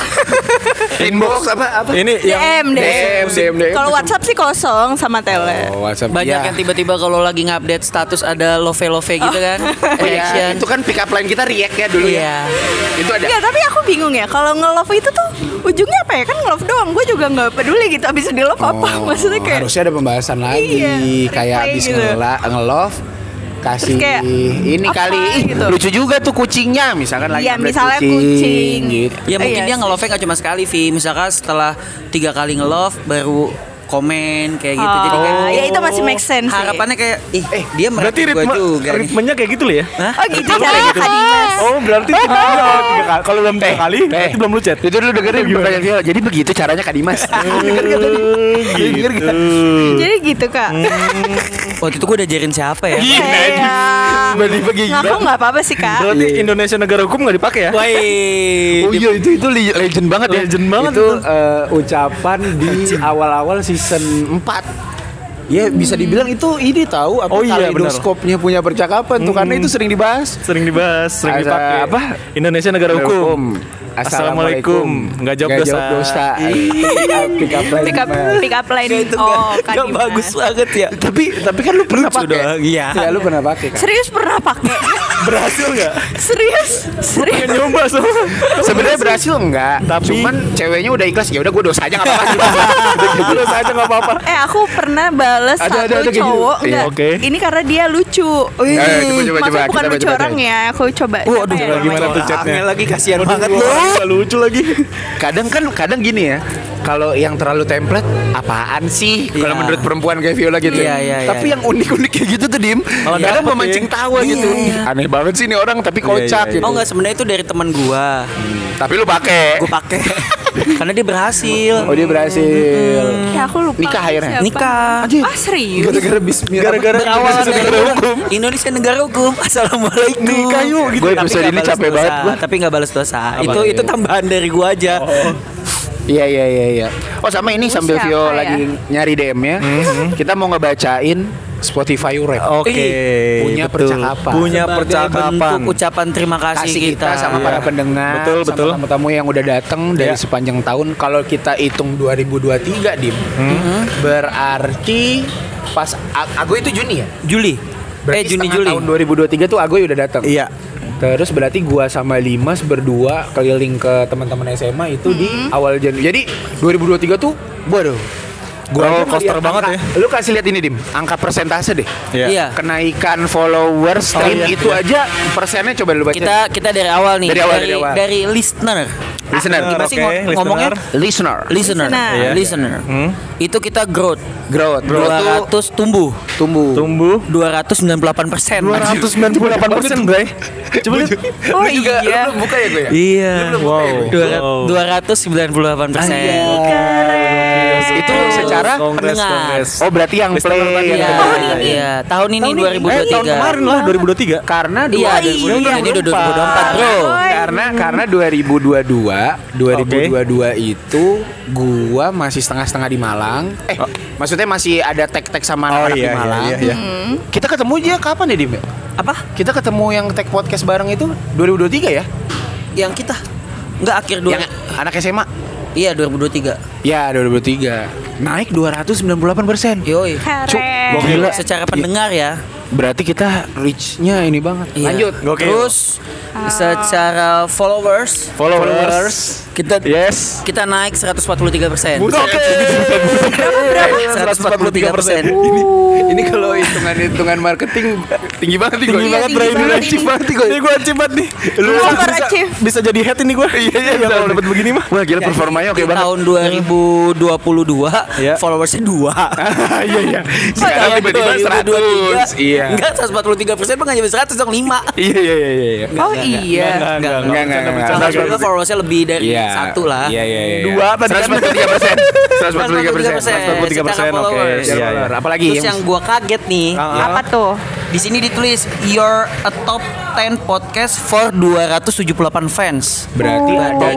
Speaker 3: Inbox apa?
Speaker 1: Ini yang
Speaker 3: DM.
Speaker 4: Kalau WhatsApp sih kosong sama tele.
Speaker 3: Oh, WhatsApp.
Speaker 2: Banyak
Speaker 3: ya.
Speaker 2: yang tiba-tiba kalau lagi ngupdate status ada love gitu kan.
Speaker 3: Iya, itu kan pick up line kita react ya dulu ya.
Speaker 2: Iya.
Speaker 3: Itu ada.
Speaker 4: Ya tapi aku bingung ya kalau nge-love itu tuh ujungnya apa ya, kan nge-love doang. Gue juga nggak peduli gitu abis di love apa. Maksudnya kayak
Speaker 3: harusnya ada pembahasan lagi
Speaker 4: Iya,
Speaker 3: kayak
Speaker 4: replay
Speaker 3: abis
Speaker 4: gitu.
Speaker 3: nge-love kasih
Speaker 4: Terus kayak,
Speaker 3: ini
Speaker 4: apa
Speaker 3: kali ih,
Speaker 4: gitu.
Speaker 3: lucu juga tuh kucingnya misalkan lagi
Speaker 4: Iya,
Speaker 3: update
Speaker 4: misalnya kucing.
Speaker 3: gitu.
Speaker 2: Ya mungkin
Speaker 4: Iya
Speaker 2: dia
Speaker 4: sih.
Speaker 2: nge-love nggak cuma sekali, Vi. Misalkan setelah 3 kali nge-love baru komen kayak gitu. Jadi kan
Speaker 4: ya itu masih make sense sih.
Speaker 2: harapannya kayak dia
Speaker 1: berarti
Speaker 2: merhatiin gua juga nih.
Speaker 1: ritmenya kayak gitu loh ya?
Speaker 2: Hah?
Speaker 4: Oh gitu cara Kak Dimas.
Speaker 1: Oh berarti tiga kali. Kalau belum 3 kali, berarti belum lu chat.
Speaker 3: Itu dulu dengerin pertanyaan Viola. Jadi begitu caranya Kak Dimas. Denger gak tadi? Denger gak?
Speaker 4: Jadi gitu Kak.
Speaker 2: Waktu itu gue udah ajarin siapa ya?
Speaker 4: Iya.
Speaker 3: Tiba-tiba kayak
Speaker 4: Ngaku nggak apa-apa sih Kak.
Speaker 1: Berarti Indonesia negara hukum nggak dipakai ya?
Speaker 2: Woi.
Speaker 3: Oh iya itu legend banget ya.
Speaker 1: Legend banget
Speaker 3: itu ucapan di awal-awal season 4. Ya bisa dibilang itu ini tahu apa
Speaker 1: Oh iya,
Speaker 3: kaleidoskopnya punya percakapan tuh karena itu sering dibahas.
Speaker 1: Sering dibahas, sering
Speaker 3: Ada
Speaker 1: dipakai.
Speaker 3: apa?
Speaker 1: Indonesia negara hukum. Assalamualaikum. Nggak jawab dosa.
Speaker 3: Pick
Speaker 4: Pick up line.
Speaker 2: Itu
Speaker 4: Oh,
Speaker 2: nggak
Speaker 4: Kak Dimas.
Speaker 2: bagus banget ya.
Speaker 3: Tapi kan lu pernah
Speaker 2: Lucu
Speaker 3: pakai.
Speaker 2: doang, iya.
Speaker 3: Ya, lu pernah pakai kan?
Speaker 4: Serius pernah pakai?
Speaker 1: Berhasil nggak?
Speaker 4: Serius?
Speaker 1: Pengen nyoba soalnya.
Speaker 3: Sebenarnya berhasil enggak,
Speaker 1: Tapi-
Speaker 3: cuman ceweknya udah ikhlas, ya udah gue dosa aja enggak apa-apa.
Speaker 1: Dosa aja nggak apa-apa.
Speaker 4: Aku pernah bales
Speaker 3: Ada,
Speaker 4: satu
Speaker 3: kayak gitu.
Speaker 4: cowok
Speaker 3: Iya,
Speaker 4: enggak.
Speaker 1: oke.
Speaker 4: Ini karena dia lucu.
Speaker 3: Coba,
Speaker 4: Maksudnya bukan
Speaker 3: kita
Speaker 4: lucu
Speaker 3: baca.
Speaker 4: orang ya. Aku coba.
Speaker 2: Waduh,
Speaker 4: Siapa ya
Speaker 1: gimana
Speaker 4: namanya?
Speaker 1: tuh chatnya?
Speaker 2: Orangnya lagi kasihan banget lu.
Speaker 1: Nggak lucu lagi.
Speaker 3: Kadang gini ya. Kalau yang terlalu template, apaan sih? Kalau
Speaker 2: Iya.
Speaker 3: menurut perempuan kayak Viola gitu.
Speaker 2: Iya, iya,
Speaker 3: Tapi
Speaker 2: iya.
Speaker 3: yang unik-unik kayak gitu tuh, Dim.
Speaker 1: Malah
Speaker 3: Kadang
Speaker 1: dapet
Speaker 3: memancing
Speaker 1: ya.
Speaker 3: tawa gitu. Ih, aneh banget sih nih orang, tapi kocak
Speaker 1: iya.
Speaker 3: gitu.
Speaker 2: Oh enggak, sebenarnya itu dari teman gua.
Speaker 3: Tapi lu pakai.
Speaker 2: Gue pakai karena dia berhasil.
Speaker 3: Oh, dia berhasil.
Speaker 4: Ya aku lupa.
Speaker 3: Nikah akhirnya?
Speaker 4: siapa.
Speaker 2: Nikah.
Speaker 4: Ah serius?
Speaker 3: Gara-gara bismillah.
Speaker 1: Gara-gara
Speaker 2: Berawal
Speaker 1: Indonesia
Speaker 2: dari
Speaker 1: negara hukum.
Speaker 2: Indonesia negara hukum. Assalamualaikum.
Speaker 1: Nikah yuk, gitu.
Speaker 3: Gue
Speaker 2: Tapi
Speaker 3: episode
Speaker 2: nggak
Speaker 3: ini
Speaker 2: balas
Speaker 3: capek
Speaker 2: dosa,
Speaker 3: banget gua.
Speaker 2: Tapi nggak balas dosa.
Speaker 3: Apa?
Speaker 2: Itu tambahan dari gua aja.
Speaker 3: Iya. Oh, sama ini sambil
Speaker 4: siapa
Speaker 3: Vio
Speaker 4: ya?
Speaker 3: lagi nyari DM-nya. Kita mau ngebacain Spotify Rap.
Speaker 1: Oke.
Speaker 3: Punya
Speaker 1: betul.
Speaker 3: percakapan.
Speaker 1: Punya
Speaker 2: Sebagai
Speaker 1: percakapan.
Speaker 2: bentuk ucapan terima kasih,
Speaker 3: Kasih kita sama para pendengar,
Speaker 1: Betul,
Speaker 3: sama
Speaker 1: betul.
Speaker 3: tamu-tamu yang udah datang dari
Speaker 1: Iya.
Speaker 3: sepanjang tahun. Kalau kita hitung 2023, Dim, berarti pas Agoy itu Juni ya?
Speaker 2: Juli.
Speaker 3: Berarti
Speaker 2: Juni
Speaker 3: setengah
Speaker 2: Juli.
Speaker 3: tahun 2023 tuh Agoy udah datang.
Speaker 1: Iya.
Speaker 3: Terus berarti gua sama Limas berdua keliling ke teman-teman SMA itu di awal Januari. Jadi 2023 tuh, waduh.
Speaker 1: Roller
Speaker 3: aja
Speaker 1: coaster
Speaker 3: ngeliat
Speaker 1: banget
Speaker 3: angka- Lu kasih lihat ini, Dim. Angka persentase deh.
Speaker 2: Iya.
Speaker 3: Kenaikan followers stream
Speaker 1: iya,
Speaker 3: itu aja persennya coba lu baca.
Speaker 2: Kita dari awal nih.
Speaker 3: Dari awal.
Speaker 2: Dari listener.
Speaker 3: Listener.
Speaker 2: Gimana sih
Speaker 1: Oke,
Speaker 2: ngomongnya?
Speaker 3: Listener.
Speaker 2: Listener.
Speaker 4: Listener.
Speaker 2: Listener. Itu kita growth.
Speaker 3: Growth. Growth
Speaker 2: 200 tumbuh.
Speaker 3: tumbuh.
Speaker 1: Tumbuh
Speaker 2: 298%.
Speaker 1: 298%, Bray. Coba lihat.
Speaker 4: Oh
Speaker 3: Lu juga
Speaker 4: iya.
Speaker 3: lu belum buka ya gue ya?
Speaker 2: Iya.
Speaker 1: Wow.
Speaker 2: 298%.
Speaker 3: Itu secara
Speaker 2: pendengar.
Speaker 3: Oh, berarti yang
Speaker 1: Listener
Speaker 3: play
Speaker 1: tadi.
Speaker 3: yang
Speaker 2: Iya,
Speaker 3: pendengar.
Speaker 2: iya. Tahun ini
Speaker 1: tahun
Speaker 2: 2023.
Speaker 1: kemarin lah 2023.
Speaker 3: Karena
Speaker 2: Iya,
Speaker 3: dua-
Speaker 2: jadi udah 2024, Bro.
Speaker 3: karena 2022 itu gua masih setengah-setengah di Malang. Maksudnya masih ada tag-tag sama anak-anak di Malang.
Speaker 1: iya.
Speaker 3: Kita ketemu aja kapan ya, Dim?
Speaker 2: Apa?
Speaker 3: Kita ketemu yang tag podcast bareng itu 2023 ya?
Speaker 2: Yang kita enggak akhir
Speaker 3: Yang anak SMA.
Speaker 2: Iya, 2023.
Speaker 3: Ya, 2023. Naik 298%.
Speaker 2: Yoi.
Speaker 4: Keren.
Speaker 3: Gila.
Speaker 2: Secara pendengar ya.
Speaker 3: Berarti kita reach-nya ini banget.
Speaker 2: Iya.
Speaker 3: Lanjut.
Speaker 1: Gokil.
Speaker 2: Terus secara followers kita
Speaker 1: Yes.
Speaker 2: kita naik 143%.
Speaker 1: Oke.
Speaker 2: 143%.
Speaker 3: Ini kalau hitungan marketing tinggi banget nih gua.
Speaker 4: Tinggi banget,
Speaker 1: Bray.
Speaker 4: tinggi
Speaker 1: Ini
Speaker 4: banget
Speaker 1: achieve
Speaker 4: ini.
Speaker 1: banget nih gue. Ini gue achieve banget nih. Lu
Speaker 4: Overachieve.
Speaker 1: bisa jadi head ini gue. Iya, kalau dapat begini mah.
Speaker 3: Wah, gila performanya oke
Speaker 2: Di
Speaker 3: banget.
Speaker 2: tahun 2022
Speaker 1: Iya.
Speaker 2: followersnya 2.
Speaker 3: Iya. Sekarang tiba-tiba 100. Iya.
Speaker 2: Enggak, 143% mah nggak nyampe 100 dong, 5.
Speaker 3: Iya.
Speaker 4: Oh iya.
Speaker 3: Enggak.
Speaker 2: 142 followersnya lebih dari
Speaker 3: Iya.
Speaker 2: 1 lah.
Speaker 3: Iya.
Speaker 1: Dua tadi kan.
Speaker 3: 143%.
Speaker 2: 143%.
Speaker 3: 143%.
Speaker 1: Oke.
Speaker 3: Iya. Apalagi
Speaker 2: Terus yang gua kaget nih,
Speaker 4: Apa tuh?
Speaker 2: di sini ditulis you're a top 10 podcast for 278 fans.
Speaker 3: berarti ada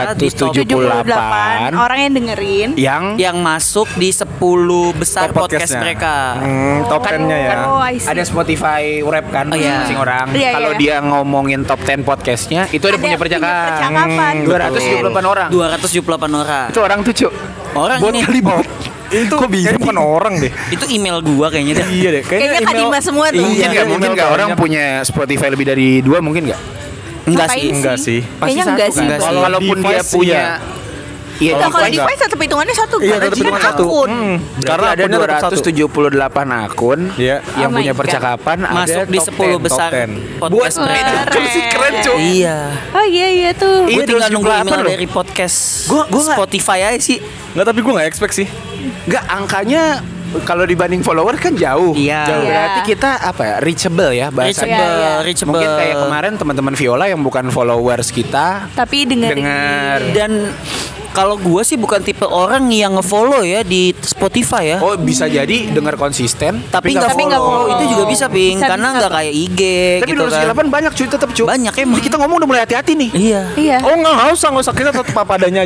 Speaker 3: 278
Speaker 4: orang yang dengerin.
Speaker 2: Yang masuk di 10 besar
Speaker 1: Top
Speaker 2: podcast
Speaker 1: podcastnya.
Speaker 2: mereka.
Speaker 1: Top 10-nya ya.
Speaker 4: Oh, I see.
Speaker 3: ada Spotify Rap kan
Speaker 2: Oh, iya.
Speaker 3: masing orang.
Speaker 4: Iya,
Speaker 3: Kalau
Speaker 4: iya.
Speaker 3: dia ngomongin top 10 podcastnya, itu ada punya percakapan. 278 orang.
Speaker 2: 278 orang.
Speaker 3: Itu orang tuh, Cuk.
Speaker 2: Orang
Speaker 3: Bot
Speaker 2: ini
Speaker 3: kali bot.
Speaker 1: Itu kayaknya bukan orang deh.
Speaker 2: itu email gua kayaknya deh.
Speaker 1: Iya deh.
Speaker 4: Kayaknya Kak Dimas semua tuh.
Speaker 3: Mungkin nggak? Mungkin nggak orang punya Spotify lebih dari 2 mungkin nggak?
Speaker 2: Enggak
Speaker 4: Ngapain
Speaker 2: sih.
Speaker 1: Enggak sih.
Speaker 4: Kayaknya enggak sih.
Speaker 2: Enggak sih.
Speaker 3: Kalau walaupun dia
Speaker 1: Device,
Speaker 3: punya
Speaker 1: iya.
Speaker 3: Iya,
Speaker 4: Nah, kalau
Speaker 3: device.
Speaker 4: device tetap hitungannya satu
Speaker 1: Iya,
Speaker 4: karena
Speaker 1: tetap
Speaker 4: dia
Speaker 1: hitungan
Speaker 4: kan
Speaker 1: satu.
Speaker 4: akun.
Speaker 3: Berarti
Speaker 1: Karena
Speaker 3: ada
Speaker 1: akunnya tetap satu.
Speaker 3: 278 akun
Speaker 1: Iya.
Speaker 3: yang
Speaker 4: Oh my
Speaker 3: punya
Speaker 4: God.
Speaker 3: percakapan
Speaker 2: Masuk
Speaker 3: ada
Speaker 2: di
Speaker 3: top
Speaker 2: 10
Speaker 3: 10.
Speaker 2: besar
Speaker 1: 10.
Speaker 2: podcast mereka.
Speaker 3: Keren, Cuk.
Speaker 2: Iya.
Speaker 4: Oh iya tuh.
Speaker 3: Iya,
Speaker 2: Gue tinggal nunggu
Speaker 3: 278
Speaker 2: email
Speaker 3: loh.
Speaker 2: dari podcast
Speaker 3: Gua nggak-
Speaker 2: Spotify aja sih.
Speaker 1: Enggak, tapi gue enggak expect sih.
Speaker 3: Enggak, angkanya kalau dibanding follower kan jauh.
Speaker 2: Iya.
Speaker 3: Jauh.
Speaker 4: Iya.
Speaker 3: Berarti kita apa ya? Reachable ya bahasanya.
Speaker 4: Iya, iya.
Speaker 2: Reachable.
Speaker 3: Mungkin kayak kemarin teman-teman Viola yang bukan followers kita
Speaker 4: Tapi dengerin.
Speaker 3: dengar.
Speaker 2: Dan kalau gue sih bukan tipe orang yang nge-follow ya di Spotify ya.
Speaker 3: Oh, bisa jadi dengar konsisten
Speaker 2: tapi nggak
Speaker 4: Tapi nggak
Speaker 2: follow.
Speaker 4: follow.
Speaker 2: Itu juga bisa, Ping.
Speaker 4: Bisa,
Speaker 2: Karena
Speaker 4: bisa
Speaker 2: nggak
Speaker 4: tuh.
Speaker 2: kayak IG
Speaker 3: Tapi
Speaker 2: gitu kan.
Speaker 3: 298 banyak cuy, tetap cuy.
Speaker 2: Banyak emang.
Speaker 3: Kita ngomong udah mulai hati-hati nih.
Speaker 2: Iya.
Speaker 4: Iya.
Speaker 1: Oh, enggak usah kita tetap apa adanya aja.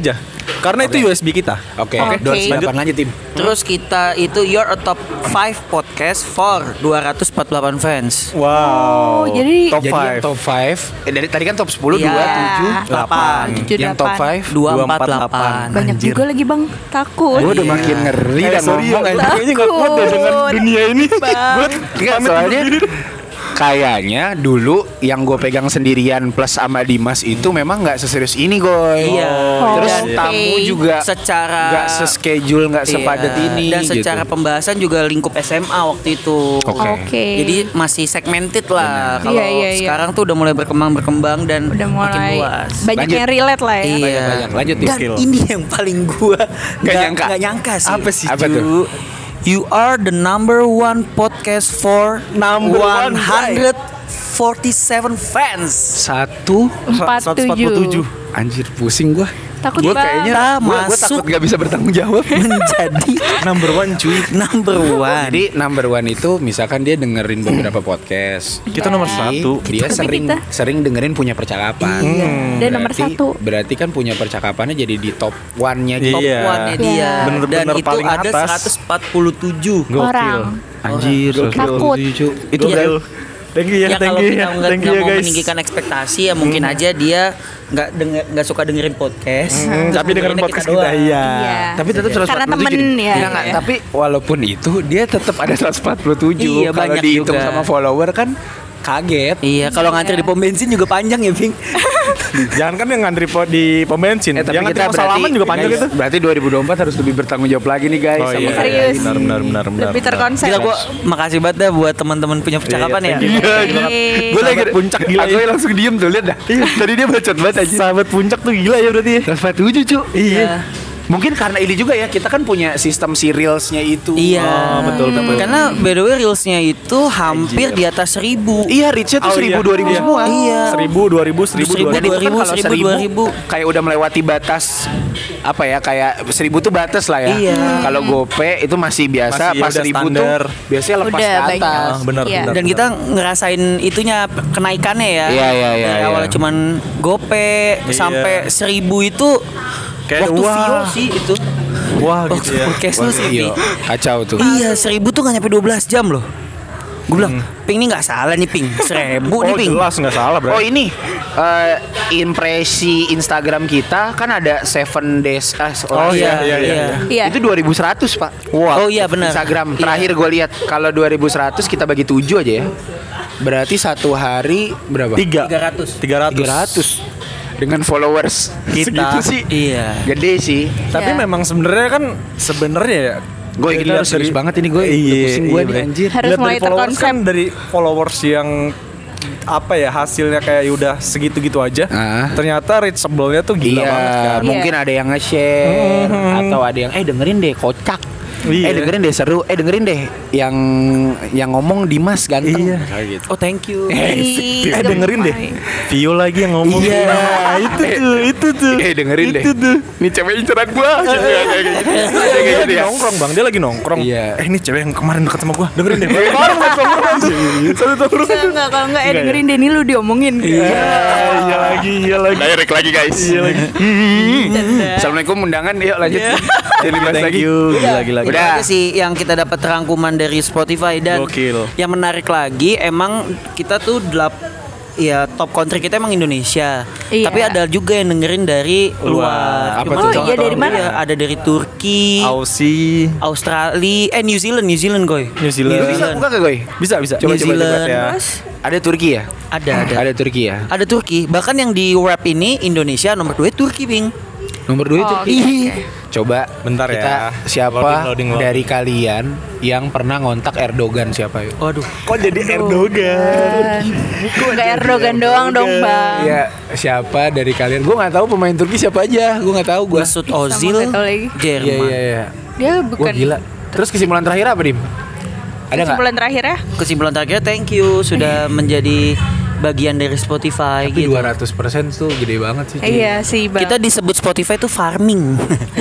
Speaker 1: Karena itu USB kita.
Speaker 3: Oke.
Speaker 4: Oke.
Speaker 3: 208 lanjut tim.
Speaker 2: Terus kita itu you're a top 5 podcast for 248 fans.
Speaker 4: Oh,
Speaker 1: Wow.
Speaker 4: jadi
Speaker 1: top
Speaker 3: Jadi yang
Speaker 1: 5.
Speaker 3: top 5 dari tadi kan top 10
Speaker 2: Iya.
Speaker 3: 2 7 8.
Speaker 4: 7,
Speaker 3: Yang top 5
Speaker 2: 248.
Speaker 4: banyak
Speaker 1: Anjir.
Speaker 4: juga lagi bang, takut.
Speaker 3: Gue udah makin ngeri dan
Speaker 1: sorry ya,
Speaker 3: ngomong aja.
Speaker 1: kayaknya gak kuat deh dengan
Speaker 4: Takut.
Speaker 1: dunia ini.
Speaker 4: Bang.
Speaker 3: Enggak, soalnya kayaknya dulu yang gue pegang sendirian plus sama Dimas itu memang nggak seserius ini Goy.
Speaker 2: Iya.
Speaker 3: Terus
Speaker 4: Oke.
Speaker 3: tamu juga
Speaker 2: Secara
Speaker 3: nggak se-schedule, nggak
Speaker 2: iya,
Speaker 3: sepadat ini
Speaker 2: dan secara
Speaker 3: gitu.
Speaker 2: pembahasan juga lingkup SMA waktu itu.
Speaker 4: Oke.
Speaker 2: Jadi masih segmented lah. Kalau
Speaker 4: Iya.
Speaker 2: sekarang tuh udah mulai berkembang dan
Speaker 4: Udah
Speaker 2: makin
Speaker 4: mulai
Speaker 2: luas.
Speaker 4: banyak
Speaker 3: Lanjut.
Speaker 4: yang relate lah ya.
Speaker 2: Iya.
Speaker 3: Banyak. Lanjut,
Speaker 2: Dan
Speaker 3: Dik.
Speaker 2: ini yang paling gua
Speaker 3: nyangka.
Speaker 2: nggak nyangka sih.
Speaker 1: Apa sih,
Speaker 3: Apa
Speaker 2: Ju?
Speaker 3: tuh?
Speaker 2: You are the number one podcast for
Speaker 1: Number one,
Speaker 2: 147 fans.
Speaker 4: 47.
Speaker 3: Anjir pusing gue.
Speaker 4: Takut
Speaker 3: Gue
Speaker 4: banget.
Speaker 3: kayaknya
Speaker 2: Kita
Speaker 3: gue
Speaker 2: masuk
Speaker 3: takut gak bisa bertanggung jawab.
Speaker 2: Menjadi
Speaker 1: Number 1 cuy.
Speaker 2: number one.
Speaker 3: Jadi number one itu misalkan dia dengerin beberapa podcast.
Speaker 1: Kita nomor
Speaker 3: Tapi
Speaker 1: 1.
Speaker 3: Dia
Speaker 4: Tapi
Speaker 3: sering
Speaker 4: kita-
Speaker 3: sering dengerin punya percakapan.
Speaker 4: Iya. Dan nomor
Speaker 3: Berarti-
Speaker 4: 1.
Speaker 3: Berarti kan punya percakapannya jadi di top one-nya gitu.
Speaker 2: Top
Speaker 1: Iya.
Speaker 2: one-nya dia.
Speaker 4: Iya.
Speaker 1: Bener-bener
Speaker 2: Dan itu
Speaker 1: paling
Speaker 2: ada
Speaker 1: atas.
Speaker 2: 147.
Speaker 1: Gokil.
Speaker 4: Orang.
Speaker 1: Anjir,
Speaker 4: Takut.
Speaker 3: Itu
Speaker 1: Gokil. Thank you ya,
Speaker 2: Ya
Speaker 1: thank
Speaker 2: kalau
Speaker 1: you
Speaker 2: kita
Speaker 1: ya.
Speaker 2: nggak
Speaker 1: Thank you ya
Speaker 2: mau
Speaker 1: guys.
Speaker 2: meninggikan ekspektasi ya mungkin aja dia nggak suka dengerin podcast. Terus
Speaker 1: Tapi dengerin
Speaker 2: dengerinnya
Speaker 1: podcast kita,
Speaker 2: doang.
Speaker 1: iya.
Speaker 3: Tapi tetap 147.
Speaker 4: Karena temen ya.
Speaker 3: Iya nggak? Tapi walaupun itu dia tetap ada 147.
Speaker 2: Iya,
Speaker 3: Kalau
Speaker 2: banyak
Speaker 3: dihitung
Speaker 2: juga.
Speaker 3: sama follower kan kaget.
Speaker 2: Iya, kalau ngantri di pom bensin juga panjang ya, Bing.
Speaker 1: Jangan kan yang ngantri di pom bensin.
Speaker 3: Tapi
Speaker 1: Yang ngantri
Speaker 3: kita
Speaker 1: pos salaman juga panjang
Speaker 3: guys,
Speaker 1: itu.
Speaker 3: Berarti 2024 harus lebih bertanggung jawab lagi nih guys.
Speaker 1: Oh
Speaker 3: sama
Speaker 1: iya,
Speaker 4: Serius.
Speaker 1: benar.
Speaker 4: Lebih terkonsep.
Speaker 2: Gila gua makasih banget dah buat teman-teman punya percakapan ya.
Speaker 1: thank you.
Speaker 4: Iya.
Speaker 3: Gue lagi
Speaker 1: Sahabat puncak gila
Speaker 3: Aku
Speaker 1: ya.
Speaker 3: langsung diem tuh lihat dah. Tadi dia bacot banget aja.
Speaker 1: Sahabat puncak tuh gila ya berarti ya.
Speaker 3: 147 cu.
Speaker 2: Iya.
Speaker 3: Mungkin karena ini juga ya kita kan punya sistem serialsnya itu.
Speaker 2: Iya,
Speaker 1: betul.
Speaker 2: Karena by the way reelsnya itu hampir di atas 1000.
Speaker 3: Iya, reach-nya tuh 1000 2000 semua.
Speaker 2: Iya.
Speaker 1: 1000, 2000, 1000,
Speaker 3: Dan itu kan
Speaker 2: 2000,
Speaker 3: kalau
Speaker 2: 1000,
Speaker 3: 1000 kayak udah melewati batas apa ya, kayak 1000 tuh batas lah ya.
Speaker 2: Iya.
Speaker 3: Kalau GoPay itu masih biasa,
Speaker 1: Masih ya
Speaker 3: pas
Speaker 1: udah
Speaker 3: 1000
Speaker 1: standar.
Speaker 3: tuh biasanya lepas
Speaker 4: Udah
Speaker 3: ke
Speaker 4: banyak.
Speaker 3: atas.
Speaker 1: benar.
Speaker 4: Iya.
Speaker 2: Dan kita ngerasain itunya kenaikannya ya.
Speaker 3: Iya,
Speaker 2: Dari
Speaker 3: iya.
Speaker 2: awal cuman GoPay
Speaker 1: Iya.
Speaker 2: sampai 1000 itu
Speaker 1: Kayak
Speaker 2: waktu
Speaker 1: wah.
Speaker 2: Vio sih itu.
Speaker 1: Wah
Speaker 2: Waktu
Speaker 1: gitu ya.
Speaker 2: podcast lu sih,
Speaker 3: Iya,
Speaker 2: Ping.
Speaker 3: kacau tuh.
Speaker 2: Iya, 1000 tuh gak nyampe 12 jam loh. Gue bilang, Ping ini gak salah nih Ping. 1000 nih
Speaker 1: Oh
Speaker 2: Ping.
Speaker 1: jelas nggak salah
Speaker 3: Oh
Speaker 1: berarti.
Speaker 3: ini impresi Instagram kita kan ada 7 days.
Speaker 1: Oh iya.
Speaker 4: Iya.
Speaker 3: Itu 2100 pak.
Speaker 2: Oh iya benar.
Speaker 3: Instagram
Speaker 2: Iya.
Speaker 3: terakhir gue lihat kalau 2100 kita bagi 7 aja ya. Berarti satu hari berapa?
Speaker 2: 300.
Speaker 3: 300 dengan followers
Speaker 1: Kita.
Speaker 3: segitu sih.
Speaker 2: Iya.
Speaker 3: Gede sih.
Speaker 1: Tapi
Speaker 4: Iya.
Speaker 1: memang sebenarnya ya
Speaker 3: Gue
Speaker 1: kita
Speaker 3: gila
Speaker 1: harus
Speaker 3: serius
Speaker 1: dari-
Speaker 3: banget ini gue.
Speaker 1: Iya,
Speaker 3: Pusing gue
Speaker 1: iya,
Speaker 3: nih
Speaker 1: Bre.
Speaker 3: anjir.
Speaker 4: Harus
Speaker 1: Lihat
Speaker 4: mulai
Speaker 1: dari followers
Speaker 4: terkonsep.
Speaker 1: kan dari followers yang apa ya hasilnya kayak udah segitu-gitu aja.
Speaker 3: Ah.
Speaker 1: Ternyata reachable-nya tuh gila
Speaker 3: Iya,
Speaker 1: banget kan.
Speaker 3: mungkin ada yang nge-share atau ada yang dengerin deh kocak.
Speaker 1: Iya.
Speaker 3: Dengerin deh seru. Dengerin deh yang ngomong Dimas ganteng.
Speaker 1: Iya.
Speaker 3: Kayak gitu.
Speaker 2: Oh thank you.
Speaker 1: Dengerin deh. Vio lagi yang ngomong.
Speaker 3: Iya.
Speaker 1: Nah, itu tuh.
Speaker 3: Dengerin deh.
Speaker 1: Itu tuh.
Speaker 3: Nih cewek inceran gua. Kayak gitu.
Speaker 1: Dia lagi nongkrong bang, dia lagi nongkrong.
Speaker 3: Iya.
Speaker 1: Ini cewek yang kemarin dekat sama gua, dengerin deh. Bareng nongkrong tuh. Satu tongkrong.
Speaker 4: Enggak, kalau enggak dengerin Denny lu diomongin.
Speaker 1: Iya lagi.
Speaker 3: Direct lagi guys.
Speaker 1: Iya lagi.
Speaker 3: Assalamualaikum undangan. Yuk lanjut. Jadi bahas
Speaker 1: Thank
Speaker 3: lagi.
Speaker 1: you. Gila.
Speaker 2: Itu aja sih yang kita dapat rangkuman dari Spotify dan
Speaker 1: Gokil.
Speaker 2: yang menarik lagi emang kita tuh ya top country kita emang Indonesia.
Speaker 4: Iya.
Speaker 2: Tapi ada juga yang dengerin dari luar.
Speaker 1: Apa
Speaker 2: Cuma
Speaker 1: tuh?
Speaker 2: contoh
Speaker 4: Oh, iya, dari mana?
Speaker 2: ya, ada dari Turki,
Speaker 1: Aussie,
Speaker 2: Australia, New Zealand goy.
Speaker 1: New Zealand.
Speaker 3: Lu bisa buka gak gue?
Speaker 1: Bisa.
Speaker 2: New Zealand.
Speaker 1: ya.
Speaker 3: Ada Turki ya?
Speaker 2: Ada.
Speaker 3: Ada Turki ya?
Speaker 2: Ada Turki. Bahkan yang di rap ini Indonesia nomor 2 Turki, Bing.
Speaker 3: Nomor 2
Speaker 4: Oh,
Speaker 3: Turki.
Speaker 4: oke.
Speaker 3: Coba
Speaker 1: Bentar
Speaker 3: kita
Speaker 1: ya.
Speaker 3: siapa
Speaker 1: Loading.
Speaker 3: dari kalian yang pernah ngontak Erdogan siapa yuk?
Speaker 2: Waduh.
Speaker 1: Kok jadi Erdogan?
Speaker 4: Enggak Erdogan doang dong, Bang.
Speaker 3: Iya, siapa dari kalian? Gue nggak tahu pemain Turki siapa aja. Gue nggak tahu gue.
Speaker 2: Mesut Ozil,
Speaker 4: nggak tahu lagi.
Speaker 2: Jerman.
Speaker 3: Iya.
Speaker 4: Dia
Speaker 3: Wah
Speaker 4: bukan
Speaker 3: gila. Terus kesimpulan terakhir apa Dim? Ada nggak?
Speaker 4: kesimpulan terakhir ya.
Speaker 2: Kesimpulan terakhir, thank you sudah menjadi bagian dari Spotify
Speaker 3: Tapi
Speaker 2: gitu.
Speaker 3: 200% tuh gede banget sih. Ci.
Speaker 4: Iya sih, Bang.
Speaker 2: Kita disebut Spotify itu farming.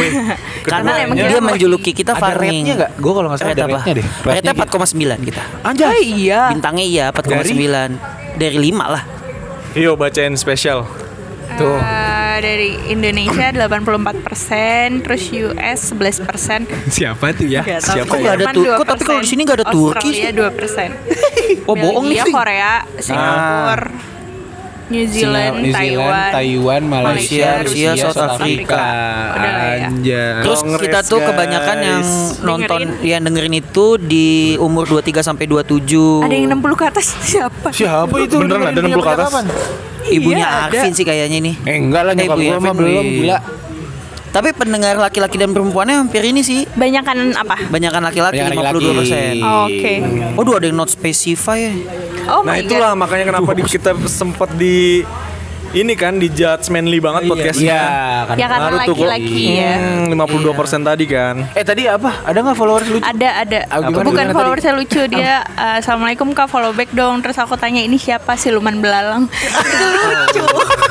Speaker 2: Karena
Speaker 4: emang
Speaker 2: dia
Speaker 4: kita
Speaker 2: menjuluki kita
Speaker 3: Ada
Speaker 2: farming.
Speaker 3: rate-nya nggak? Gue kalau nggak salah
Speaker 2: Rate
Speaker 3: ada
Speaker 2: apa?
Speaker 3: rate-nya deh.
Speaker 2: Rate-nya 4,9 kita.
Speaker 4: Oh iya.
Speaker 2: Bintangnya iya 4,9. Dari 5 lah.
Speaker 1: Vio bacain spesial.
Speaker 3: Tuh.
Speaker 4: dari Indonesia 84%, terus US 11%.
Speaker 5: Siapa tuh ya?
Speaker 4: Nggak tahu.
Speaker 2: Kok nggak ada
Speaker 4: Jerman
Speaker 2: kok tapi kalau di sini nggak ada Turki sih?
Speaker 4: Australia 2%.
Speaker 2: Oh, bohong nih,
Speaker 4: Belgia,
Speaker 2: Ving.
Speaker 4: Korea, Singapura, New Zealand,
Speaker 5: Taiwan, Malaysia, Rusia, South Africa.
Speaker 4: Udah lah ya.
Speaker 5: Anjay.
Speaker 2: Terus kita tuh kebanyakan yang nonton yang dengerin itu di umur 23 sampai 27.
Speaker 4: Ada yang 60 ke atas siapa?
Speaker 3: Siapa itu?
Speaker 1: Beneran ada 60 ke atas?
Speaker 2: Ibunya
Speaker 4: Iya, ada.
Speaker 2: Arvin sih kayaknya ini.
Speaker 3: Enggak lah, nyokap
Speaker 2: Ibu
Speaker 3: gue mah
Speaker 2: Evan,
Speaker 3: belum,
Speaker 2: wih.
Speaker 3: gila.
Speaker 2: Tapi pendengar laki-laki dan perempuannya hampir ini sih.
Speaker 4: Banyakan apa?
Speaker 2: Banyakan laki-laki
Speaker 3: Banyakan
Speaker 2: 52%.
Speaker 4: Oh, oke.
Speaker 2: Waduh, ada yang not specify ya.
Speaker 4: Oh
Speaker 1: Nah
Speaker 4: my
Speaker 1: itulah
Speaker 4: god.
Speaker 1: makanya kenapa kita sempat di ini kan di judge manly banget podcastnya.
Speaker 3: Iya, kan.
Speaker 4: Ya karena
Speaker 1: Ngaruh tuh kok.
Speaker 4: laki-laki ya.
Speaker 1: 52% tadi kan.
Speaker 3: Tadi apa? Ada nggak followers lucu?
Speaker 4: Ada.
Speaker 3: Gimana,
Speaker 4: Bukan
Speaker 3: gimana
Speaker 4: followersnya lucu dia. Assalamualaikum kak, follow back dong. Terus aku tanya ini siapa, siluman belalang. Itu lucu.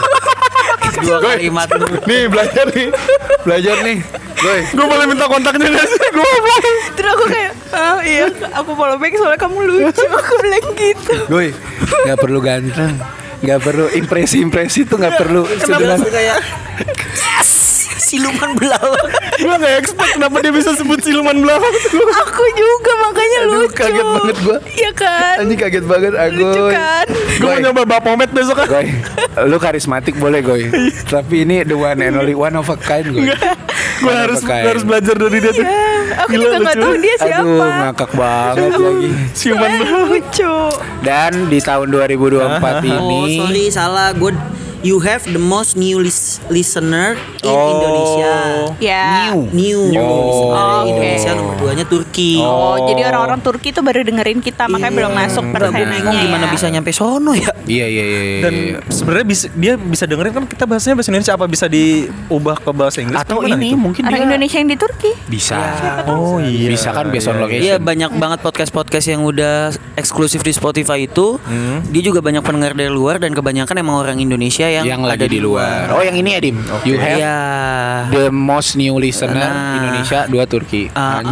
Speaker 2: Dua kalimat.
Speaker 3: Nih belajar nih. Goy.
Speaker 1: Gue boleh minta kontaknya gak sih? Gue boleh.
Speaker 4: Terus aku kayak, iya aku follow back soalnya kamu lucu. Aku bilang gitu.
Speaker 3: Goy, nggak perlu ganteng, nggak perlu impresi tuh nggak perlu.
Speaker 2: Kenapa sih kayak yes, siluman belalang.
Speaker 1: Gue gak expect kenapa dia bisa sebut siluman belalang.
Speaker 4: Aku juga makanya
Speaker 3: Aduh,
Speaker 4: lucu.
Speaker 3: kaget banget gua.
Speaker 4: Iya kan?
Speaker 3: Anjing kaget banget aku.
Speaker 4: Lucu kan?
Speaker 1: Gue mau nyoba Bapomet besok kan.
Speaker 3: Goy, lu karismatik boleh Goy. Tapi ini the one and only one of a kind Goy.
Speaker 1: Gue harus belajar dari dia tuh.
Speaker 4: Aku
Speaker 1: Gila,
Speaker 4: juga nggak
Speaker 1: lucu.
Speaker 4: tahu dia siapa.
Speaker 3: Aduh, ngakak banget lagi.
Speaker 1: Siluman belalang.
Speaker 4: Lucu.
Speaker 3: Dan di tahun 2024 ini
Speaker 2: Oh, sorry salah. You have the most new listener in Indonesia.
Speaker 4: Ya.
Speaker 2: New listener
Speaker 4: Oh,
Speaker 2: in
Speaker 4: oke.
Speaker 2: Indonesia, nomor 2-nya Turki.
Speaker 4: Oh, jadi orang-orang Turki tuh baru dengerin kita, makanya belum masuk
Speaker 2: Gue
Speaker 4: persenanya.
Speaker 2: bingung gimana
Speaker 4: ya.
Speaker 2: bisa nyampe sono ya.
Speaker 3: Iya.
Speaker 1: Dan sebenarnya dia bisa dengerin kan kita bahasanya bahasa Indonesia, apa bisa diubah ke bahasa Inggris?
Speaker 3: Atau
Speaker 1: Gimana
Speaker 3: ini
Speaker 1: itu?
Speaker 3: mungkin
Speaker 4: Orang
Speaker 3: dia
Speaker 4: Indonesia yang di Turki.
Speaker 3: bisa.
Speaker 1: Oh iya.
Speaker 3: Bisa kan based on location.
Speaker 2: Iya, banyak banget podcast-podcast yang udah eksklusif di Spotify itu. Dia juga banyak pendengar dari luar dan kebanyakan emang orang Indonesia yang
Speaker 3: lagi
Speaker 2: ada
Speaker 3: di luar. Oh, yang ini ya, Dim. You have
Speaker 2: Iya.
Speaker 3: the most new listener
Speaker 2: Nah.
Speaker 3: Indonesia 2 Turki.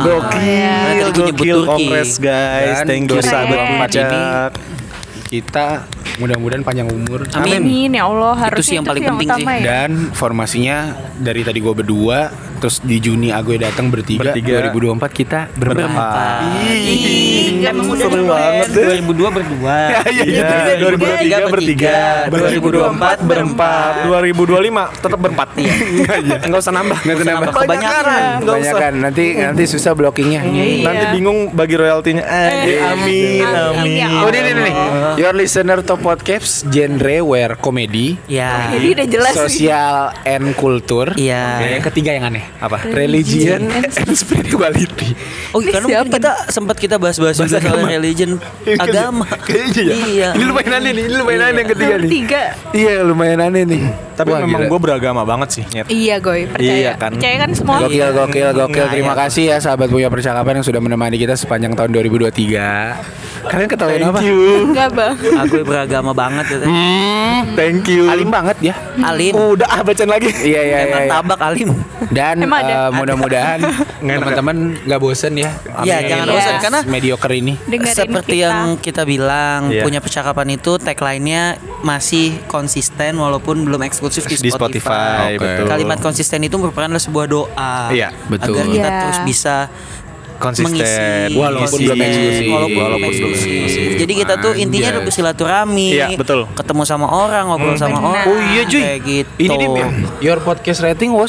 Speaker 2: Tadi gue nyebut
Speaker 1: Gokil,
Speaker 2: Turki.
Speaker 1: Kongres guys.
Speaker 3: Dan
Speaker 1: Thank you
Speaker 4: keren.
Speaker 1: sahabat
Speaker 3: ini
Speaker 1: pajak.
Speaker 3: kita mudah-mudahan panjang umur.
Speaker 4: Amin ya Allah, harusnya
Speaker 2: sih yang paling penting sih.
Speaker 4: utama ya.
Speaker 3: Dan formasinya dari tadi gue berdua, terus di Juni Agoy datang bertiga. 2024 kita berempat.
Speaker 4: Ih, emang udah
Speaker 1: Seru
Speaker 4: di
Speaker 1: banget deh.
Speaker 2: 2002 berdua.
Speaker 1: Iya, 2023 bertiga, 2024 berempat, 2025 tetap berempat. Iya. Enggak usah nambah.
Speaker 3: Nggak usah nambah.
Speaker 2: Kebanyakan.
Speaker 1: Enggak usah.
Speaker 3: Kebanyakan nanti susah blockingnya.
Speaker 1: Nanti bingung bagi royaltinya. Amin,
Speaker 4: Amin ya
Speaker 1: amin.
Speaker 3: Oh ini nih. Your listener to podcast genre where comedy,
Speaker 2: Ya.
Speaker 4: Jadi udah jelas nih.
Speaker 3: social and culture.
Speaker 2: Iya.
Speaker 3: Yang ketiga yang aneh.
Speaker 1: Apa?
Speaker 3: Religion and spirituality.
Speaker 2: Oh, karena mungkin kita sempat kita bahas-bahas juga soal religion agama.
Speaker 3: Kayaknya ya.
Speaker 2: Iya.
Speaker 3: Ini lumayan aneh nih. Ini lumayan aneh yang ketiga nih.
Speaker 4: Tiga.
Speaker 3: Iya lumayan aneh nih.
Speaker 1: Tapi
Speaker 3: Wah,
Speaker 1: memang
Speaker 3: gila.
Speaker 1: gue beragama banget sih, Nyet.
Speaker 4: Iya Goy, percaya.
Speaker 1: Iya kan?
Speaker 4: Percaya kan semua.
Speaker 3: Gokil. Terima kasih ya sahabat Punya Percakapan yang sudah menemani kita sepanjang tahun 2023. Kalian ketawain apa?
Speaker 1: Thank you.
Speaker 4: Enggak bang.
Speaker 2: Aku beragama banget ya.
Speaker 1: Thank you.
Speaker 3: Alim banget ya.
Speaker 2: Alim.
Speaker 1: Udah bacaan lagi.
Speaker 3: Iya.
Speaker 2: Emang tabak alim.
Speaker 3: Dan
Speaker 4: Emang ada?
Speaker 3: mudah-mudahan teman-teman nggak bosen ya.
Speaker 2: Iya,
Speaker 3: Amin.
Speaker 2: jangan
Speaker 4: bosen,
Speaker 2: bosan karena
Speaker 3: mediocre ini.
Speaker 4: Dengerin
Speaker 2: seperti
Speaker 4: kita.
Speaker 2: yang kita bilang,
Speaker 1: Iya.
Speaker 2: Punya Percakapan itu tagline-nya masih konsisten walaupun belum eksklusif di
Speaker 1: Di Spotify,
Speaker 3: Oke.
Speaker 1: betul.
Speaker 2: Kalimat konsisten itu merupakan sebuah doa.
Speaker 1: Iya,
Speaker 3: betul.
Speaker 2: Agar kita
Speaker 4: Iya.
Speaker 2: terus bisa
Speaker 1: Konsisten.
Speaker 2: mengisi
Speaker 3: Walaupun belum eksklusif.
Speaker 2: walaupun belum eksklusif. Jadi kita tuh intinya
Speaker 3: Anjay.
Speaker 2: bersilaturahmi,
Speaker 1: Iya, betul.
Speaker 2: ketemu sama orang, ngobrol sama
Speaker 4: Benar.
Speaker 2: orang.
Speaker 3: Oh iya cuy.
Speaker 2: Kayak gitu.
Speaker 3: Ini nih your podcast rating was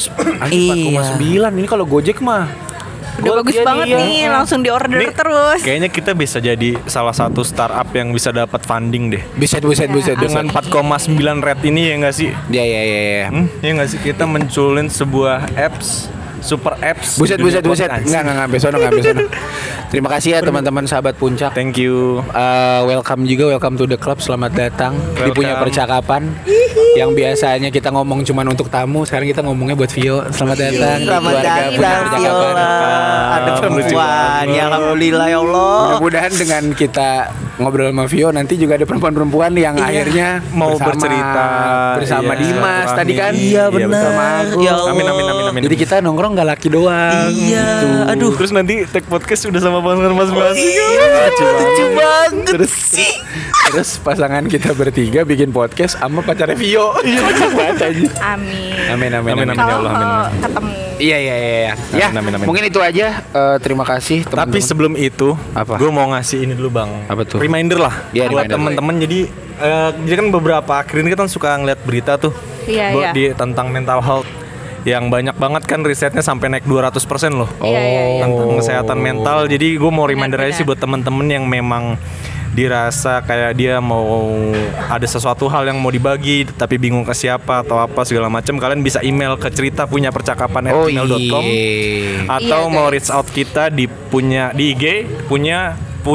Speaker 3: 4,9. Ini kalau Gojek mah
Speaker 4: Udah bagus banget nih, langsung di order
Speaker 1: Ini
Speaker 4: terus.
Speaker 1: Kayaknya kita bisa jadi salah satu startup yang bisa dapat funding deh.
Speaker 3: Buset.
Speaker 1: Dengan 4,9 rate ini ya nggak sih?
Speaker 3: Ya.
Speaker 1: Ya nggak sih, kita munculin sebuah apps, super apps.
Speaker 3: Buset.
Speaker 1: di dunia podcast.
Speaker 3: Enggak besono. Terima kasih ya teman-teman sahabat Puncak.
Speaker 1: Thank you.
Speaker 3: Welcome to the club. Selamat datang di Punya
Speaker 1: Welcome.
Speaker 3: Percakapan. Yang biasanya kita ngomong cuman untuk tamu, sekarang kita ngomongnya buat Vio. Selamat datang. di
Speaker 2: Selamat
Speaker 3: keluarga Punya
Speaker 2: datang
Speaker 3: Percakapan.
Speaker 2: Viola. Ada perempuan. Ya alhamdulillah ya Allah.
Speaker 3: Mudah-mudahan dengan kita ngobrol sama Vio nanti juga ada perempuan-perempuan yang akhirnya
Speaker 1: Mau
Speaker 3: bersama-
Speaker 1: bercerita.
Speaker 3: bersama
Speaker 1: Iya,
Speaker 3: Dimas
Speaker 1: silaturahmi.
Speaker 3: tadi kan.
Speaker 2: Iya, benar.
Speaker 3: bersama aku.
Speaker 2: Ya Allah.
Speaker 1: Amin.
Speaker 3: Jadi kita nongkrong nongkrong nggak laki doang.
Speaker 2: Iya, aduh.
Speaker 1: Terus nanti tag podcast udah sama pasangan masing-masing.
Speaker 2: Lucu banget
Speaker 3: Terus
Speaker 2: sih.
Speaker 3: Terus pasangan kita bertiga bikin podcast sama pacarnya Vio. Iya, banget aja.
Speaker 4: Amin.
Speaker 3: Amin.
Speaker 1: Ya Allah, amin.
Speaker 4: Kalau ketemu.
Speaker 3: Iya. Ya,
Speaker 1: Amin.
Speaker 3: mungkin itu aja. Terima kasih teman-teman.
Speaker 1: Tapi sebelum itu,
Speaker 3: Apa?
Speaker 1: gue mau ngasih ini dulu bang.
Speaker 3: Apa tuh?
Speaker 1: Reminder lah
Speaker 3: Iya,
Speaker 1: buat
Speaker 3: reminder.
Speaker 1: temen-temen. Jadi kan beberapa akhir ini kita suka ngeliat berita tuh
Speaker 4: Iya.
Speaker 1: tentang mental health yang banyak banget kan risetnya sampai naik 200% loh
Speaker 4: Iya.
Speaker 1: tentang kesehatan mental. Jadi gue mau reminder aja sih buat temen-temen yang memang dirasa kayak dia mau ada sesuatu hal yang mau dibagi tapi bingung ke siapa atau apa segala macam, kalian bisa email ke ceritapunyapercakapan@gmail.com atau
Speaker 4: Iya,
Speaker 1: mau
Speaker 4: guys.
Speaker 1: reach out kita di IG punya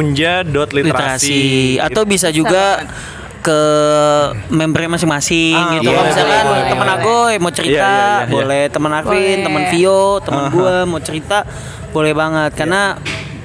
Speaker 1: punja.literasi
Speaker 2: Atau bisa juga ke membernya masing-masing gitu.
Speaker 1: iya,
Speaker 2: Kalau misalkan
Speaker 1: boleh.
Speaker 2: temen Agoy mau cerita,
Speaker 1: Iya.
Speaker 2: boleh temen Arvin,
Speaker 4: Boleh.
Speaker 2: temen Vio, temen gua mau cerita, boleh banget. Karena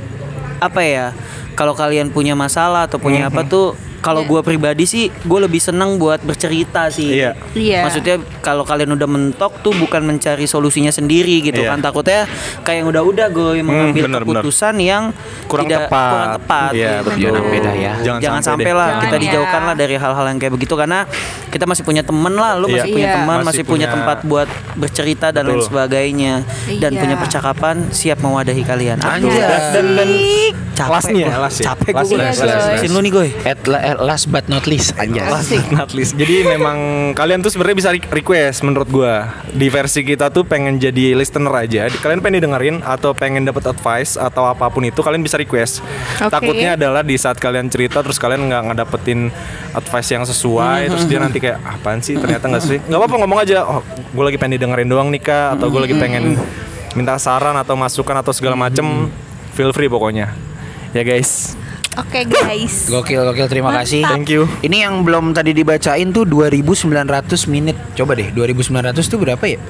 Speaker 2: apa ya? Kalau kalian punya masalah atau punya apa tuh, kalau gua pribadi sih, gue lebih senang buat bercerita sih.
Speaker 1: Iya.
Speaker 4: Iya.
Speaker 2: Maksudnya kalau kalian udah mentok tuh bukan mencari solusinya sendiri gitu
Speaker 1: Iya.
Speaker 2: kan. Takutnya kayak yang udah gue mengambil
Speaker 1: bener.
Speaker 2: keputusan yang
Speaker 1: kurang
Speaker 2: tidak
Speaker 1: tepat.
Speaker 2: kurang tepat.
Speaker 1: Iya,
Speaker 2: gitu.
Speaker 1: betul.
Speaker 3: Jangan beda ya.
Speaker 2: Jangan sampai
Speaker 1: deh.
Speaker 2: lah
Speaker 4: Jangan
Speaker 2: kita
Speaker 4: ya.
Speaker 2: dijauhkan lah dari hal-hal yang kayak begitu, karena kita masih punya teman lah, lu
Speaker 1: Iya.
Speaker 2: masih punya
Speaker 4: Iya.
Speaker 2: teman,
Speaker 1: Masih
Speaker 2: masih punya
Speaker 1: punya-
Speaker 2: tempat buat bercerita dan lain
Speaker 1: Betul.
Speaker 2: sebagainya, dan
Speaker 4: Iya.
Speaker 2: punya percakapan siap mewadahi kalian. Aduh,
Speaker 1: Dan
Speaker 2: capek
Speaker 1: last nih ya,
Speaker 2: gua.
Speaker 1: last ya.
Speaker 2: Capek
Speaker 1: Last
Speaker 2: gue.
Speaker 1: ya,
Speaker 4: last.
Speaker 2: Sin lu nih gue.
Speaker 3: At last but not least anjas.
Speaker 1: Last but not least. Jadi memang kalian tuh sebenarnya bisa request menurut gua. Di versi kita tuh pengen jadi listener aja. Kalian pengen didengerin atau pengen dapat advice atau apapun itu, kalian bisa request.
Speaker 4: Oke.
Speaker 1: Takutnya adalah di saat kalian cerita terus kalian nggak ngedapetin advice yang sesuai, terus dia nanti kayak apaan sih, ternyata nggak sesuai. Nggak apa-apa, ngomong aja. Oh, gue lagi pengen didengerin doang nih kak, atau gue lagi pengen minta saran atau masukan atau segala macem. Feel free pokoknya. Ya guys.
Speaker 4: Oke guys.
Speaker 3: Gokil terima kasih.
Speaker 1: Thank you.
Speaker 3: Ini yang belum tadi dibacain tuh 2.900 menit. Coba deh 2.900 tuh berapa ya?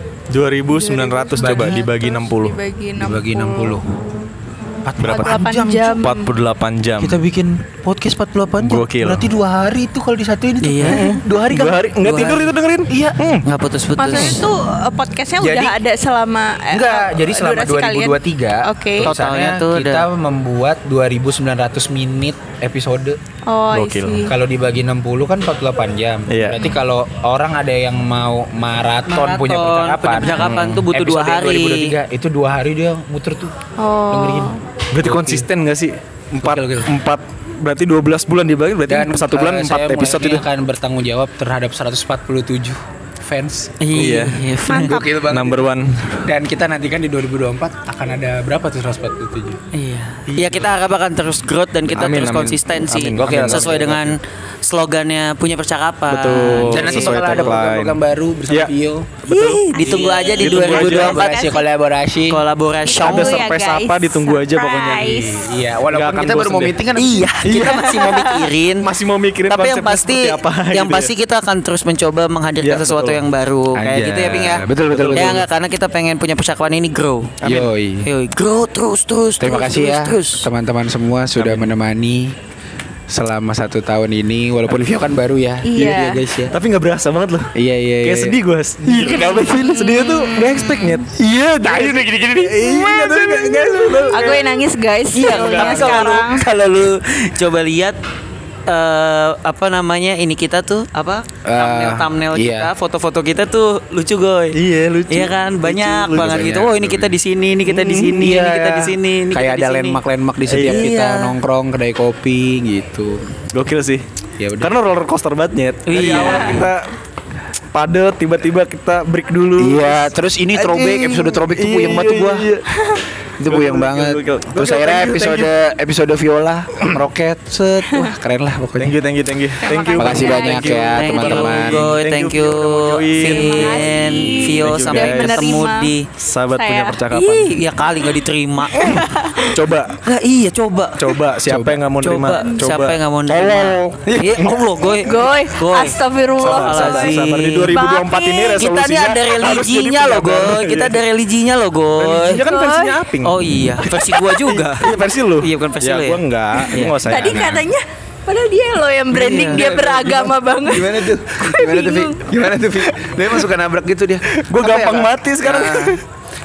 Speaker 1: 2.900 coba dibagi 60.
Speaker 3: Dibagi 60.
Speaker 1: Berapa?
Speaker 4: 48 jam.
Speaker 1: 48 jam.
Speaker 3: Kita bikin podcast 48 jam.
Speaker 1: Gokil.
Speaker 3: Berarti 2 hari itu kalau disatuin itu.
Speaker 2: Iya.
Speaker 3: 2 hari kan?
Speaker 1: 2 hari nggak
Speaker 2: Dua
Speaker 1: tidur
Speaker 2: hari.
Speaker 1: itu dengerin. Iya.
Speaker 2: Nggak putus-putus.
Speaker 4: Maksudnya itu podcastnya
Speaker 3: Jadi-
Speaker 4: udah ada selama
Speaker 3: Enggak, jadi selama
Speaker 4: durasi kalian?
Speaker 3: 2023
Speaker 4: Oke.
Speaker 2: Totalnya tuh
Speaker 3: kita
Speaker 2: ada-
Speaker 3: membuat 2.900 menit episode.
Speaker 4: Oh, I
Speaker 1: Gokil.
Speaker 4: see.
Speaker 3: Kalau dibagi 60 kan 48 jam.
Speaker 1: Iya.
Speaker 3: Berarti kalau orang ada yang mau maraton punya percakapan
Speaker 2: tuh butuh 2
Speaker 3: episode
Speaker 2: hari.
Speaker 3: 2023 itu 2 hari dia muter tuh.
Speaker 4: Oh.
Speaker 3: Dengerin.
Speaker 1: Berarti konsisten gak sih? 4
Speaker 3: Gokil.
Speaker 1: berarti 12 bulan dibagi berarti
Speaker 3: Dan
Speaker 1: 1 bulan 4
Speaker 3: saya
Speaker 1: episode
Speaker 3: mulai
Speaker 1: itu.
Speaker 3: akan bertanggung jawab terhadap 147 fans.
Speaker 2: Iya.
Speaker 4: Mantap.
Speaker 3: Gokil banget.
Speaker 1: Number one.
Speaker 3: Dan kita nantikan di 2024 akan ada berapa tuh 147?
Speaker 2: Iya. Iya, kita harap akan terus growth dan kita
Speaker 1: Amin,
Speaker 2: terus
Speaker 1: amin.
Speaker 2: konsisten sih.
Speaker 1: Amin,
Speaker 3: gokil,
Speaker 2: Sesuai
Speaker 3: gokil,
Speaker 2: dengan slogannya punya percakapan.
Speaker 1: Betul.
Speaker 3: Dan nanti
Speaker 1: Sesuai
Speaker 3: bakal ada
Speaker 1: tagline.
Speaker 3: program-program baru bersama
Speaker 1: Iya.
Speaker 3: Vio.
Speaker 2: Ditunggu aja di
Speaker 1: Ditunggu aja.
Speaker 2: 2024
Speaker 3: Kolaborasi.
Speaker 2: kolaborasi.
Speaker 1: Ada
Speaker 4: Tunggu ya,
Speaker 1: surprise
Speaker 4: guys.
Speaker 1: apa ditunggu aja pokoknya.
Speaker 4: Surprise.
Speaker 3: Iya,
Speaker 1: Nggak
Speaker 3: walaupun
Speaker 1: akan
Speaker 3: kita baru
Speaker 1: bosen
Speaker 3: mau
Speaker 1: deh.
Speaker 3: meeting kan.
Speaker 2: Iya, kita masih mau mikirin.
Speaker 1: Masih mau mikirin
Speaker 2: Tapi yang
Speaker 1: konsepnya
Speaker 2: pasti,
Speaker 1: seperti apa
Speaker 2: yang
Speaker 1: gitu
Speaker 2: pasti
Speaker 1: ya.
Speaker 2: kita akan terus mencoba menghadirkan
Speaker 1: Iya,
Speaker 2: sesuatu
Speaker 1: betul.
Speaker 2: yang baru. Kayak
Speaker 3: Aja.
Speaker 2: gitu ya, Ping ya.
Speaker 3: Betul.
Speaker 2: Ya enggak, karena kita pengen punya percakapan ini grow.
Speaker 3: Yoi.
Speaker 2: Yoi, grow terus.
Speaker 3: Terima kasih ya teman-teman semua sudah menemani selama 1 tahun ini. Walaupun Vio kan baru ya.
Speaker 4: Iya.
Speaker 3: guys ya.
Speaker 1: Tapi gak berasa banget loh.
Speaker 3: Iya.
Speaker 1: Kayak sedih gue. Iya, kenapa sih? Sedihnya tuh gak expect nyet. Iya, tadi udah gini-gini nih. Iya, tapi gak
Speaker 4: Aku yang nangis guys.
Speaker 2: Iya,
Speaker 4: Filmnya
Speaker 2: tapi kalau lu,
Speaker 4: sekarang.
Speaker 2: kalau lu coba lihat apa namanya ini kita tuh apa thumbnail
Speaker 3: iya.
Speaker 2: kita, foto-foto kita tuh lucu goy.
Speaker 1: Iya, lucu.
Speaker 2: Iya kan, banyak
Speaker 1: Lucu,
Speaker 2: banget
Speaker 3: banyak.
Speaker 2: gitu. Oh, ini kita di sini, ini kita di sini, ini kita di sini, ini
Speaker 3: Kayak
Speaker 2: kita
Speaker 3: ada
Speaker 2: di sini.
Speaker 3: landmark di setiap
Speaker 2: Iya.
Speaker 3: kita nongkrong kedai kopi gitu.
Speaker 1: Gokil sih.
Speaker 3: Ya udah.
Speaker 1: Karena roller coaster banget nyet. Dari
Speaker 2: Iya.
Speaker 1: awal kita padet, tiba-tiba kita break dulu.
Speaker 3: Iya, terus ini throwback, episode throwback tuh puyeng banget tuh gua. Itu puyeng
Speaker 1: Gokil,
Speaker 3: banget.
Speaker 1: gokil.
Speaker 3: Terus
Speaker 1: Gokil,
Speaker 3: akhirnya
Speaker 1: thank you.
Speaker 3: episode Viola meroket set. Wah, keren lah pokoknya.
Speaker 1: Thank you.
Speaker 3: Makasih banyak
Speaker 4: Thank you.
Speaker 3: ya
Speaker 2: Thank you,
Speaker 3: teman-teman.
Speaker 2: Goy. Thank you, Vin, Vio,
Speaker 1: Thank you,
Speaker 2: sampai
Speaker 1: guys.
Speaker 2: ketemu
Speaker 4: Menerima
Speaker 2: di
Speaker 1: Sahabat
Speaker 4: Saya.
Speaker 1: punya percakapan.
Speaker 2: Ih, ya kali nggak diterima.
Speaker 1: Coba,
Speaker 2: Nah, iya coba.
Speaker 1: siapa yang nggak mau nerima?
Speaker 2: Siapa yang nggak mau nerima? Iya, Allah, Goy.
Speaker 4: Goy,
Speaker 2: Goy.
Speaker 4: astagfirullah.
Speaker 1: Sabar di 2024 ini
Speaker 4: Bangke.
Speaker 1: resolusinya
Speaker 2: Kita nih ada
Speaker 1: harus
Speaker 2: religinya
Speaker 1: jadi
Speaker 2: loh, Goy.
Speaker 1: pejabat.
Speaker 2: Kita ada religinya loh, Goy.
Speaker 1: Religinya kan versinya Aping.
Speaker 2: Oh iya, versi gua juga.
Speaker 1: Iya, versi lu.
Speaker 2: Iya, bukan versi
Speaker 1: ya,
Speaker 2: lu ya.
Speaker 1: gua enggak.
Speaker 2: Iya.
Speaker 1: Gua usah.
Speaker 4: Tadi katanya padahal dia loh yang branding,
Speaker 2: Iya.
Speaker 4: dia beragama banget.
Speaker 3: Gimana tuh? Gimana tuh, Vi?
Speaker 4: bingung.
Speaker 3: Gimana tuh, Vi? Dia emang suka nabrak gitu dia.
Speaker 1: Gua
Speaker 3: Apa
Speaker 1: gampang
Speaker 3: Kak?
Speaker 1: mati sekarang.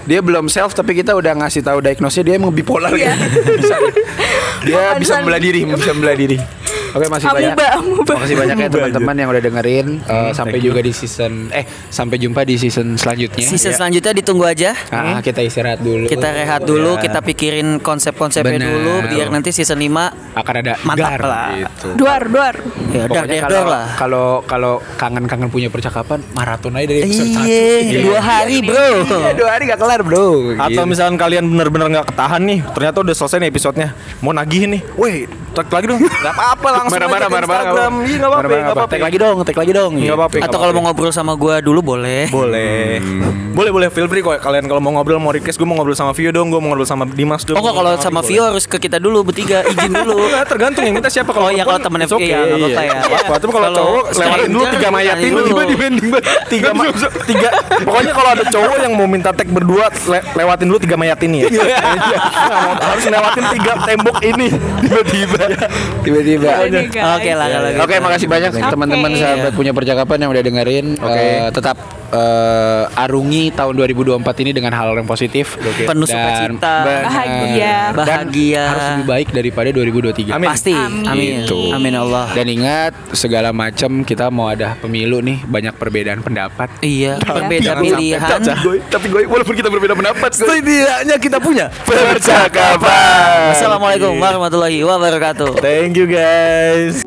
Speaker 3: Dia belum self tapi kita udah ngasih tahu diagnosnya dia emang bipolar
Speaker 4: Iya.
Speaker 3: gitu. Bisa. Dia bisa
Speaker 4: Pansan.
Speaker 3: membelah diri. Oke, masih banyak.
Speaker 4: Amuba.
Speaker 3: Makasih banyak ya teman-teman yang udah dengerin. Sampai juga di sampai jumpa di season selanjutnya.
Speaker 2: Season selanjutnya ditunggu aja.
Speaker 3: Kita istirahat dulu.
Speaker 2: Kita rehat dulu, kita pikirin konsep-konsepnya
Speaker 3: Bener.
Speaker 2: dulu biar nanti season 5
Speaker 3: akan ada
Speaker 2: mantap
Speaker 3: gar
Speaker 2: lah.
Speaker 3: gitu.
Speaker 4: Duar.
Speaker 2: Ya udah
Speaker 3: Pokoknya
Speaker 2: dor lah.
Speaker 3: kalau kangen-kangen punya percakapan maraton aja dari episode 1.
Speaker 2: Iya, 2 hari bro.
Speaker 3: Iya, 2 hari gak kelar bro.
Speaker 1: Atau
Speaker 3: Gitu.
Speaker 1: misalkan kalian bener-bener nggak ketahan nih, ternyata udah selesai nih episodenya, mau nagih nih, weh, tag lagi dong, nggak apa-apa langsung aja ke Instagram, iya nggak apa-apa, nggak apa-apa,
Speaker 3: Tag lagi dong.
Speaker 1: nggak apa-apa.
Speaker 2: Atau kalau mau ngobrol sama gua dulu boleh.
Speaker 1: boleh, feel free kok kalian kalau mau ngobrol, mau request, gue mau ngobrol sama Vio dong, gue mau ngobrol sama Dimas dong.
Speaker 2: Oh enggak, kalau sama Vio harus ke kita dulu bertiga, izin dulu.
Speaker 1: Nah, tergantung yang minta siapa.
Speaker 2: Oh iya, kalau temennya Vio ya nggak apa-apa ya.
Speaker 1: Apa? Tapi kalau
Speaker 2: Kalau
Speaker 1: cowok lewatin dulu
Speaker 2: stranger,
Speaker 1: 3 mayatin
Speaker 2: dulu.
Speaker 1: tiba dibanding tiga. Pokoknya kalau ada cowok yang mau minta tag berdua lewatin dulu 3 mayat ini ya. Harus lewatin 3 tembok ini
Speaker 3: Tiba-tiba.
Speaker 2: Oke lah kalau gitu.
Speaker 3: Oke, makasih banyak teman-teman sahabat punya percakapan yang udah dengerin. Tetap arungi tahun 2024 ini dengan hal yang positif.
Speaker 2: Penuh sukacita.
Speaker 4: Bahagia.
Speaker 2: Bahagia.
Speaker 3: Harus lebih baik daripada 2023.
Speaker 1: Amin.
Speaker 2: Pasti. Amin.
Speaker 3: Gitu.
Speaker 2: Amin Allah.
Speaker 3: Dan ingat segala macam kita mau ada pemilu nih, banyak perbedaan pendapat.
Speaker 2: Iya, berbeda
Speaker 1: Jangan
Speaker 2: pilihan.
Speaker 3: Tapi gue walaupun kita berbeda pendapat,
Speaker 1: Setidaknya kita punya
Speaker 3: percakapan.
Speaker 2: Assalamualaikum warahmatullahi wabarakatuh.
Speaker 1: Thank you guys.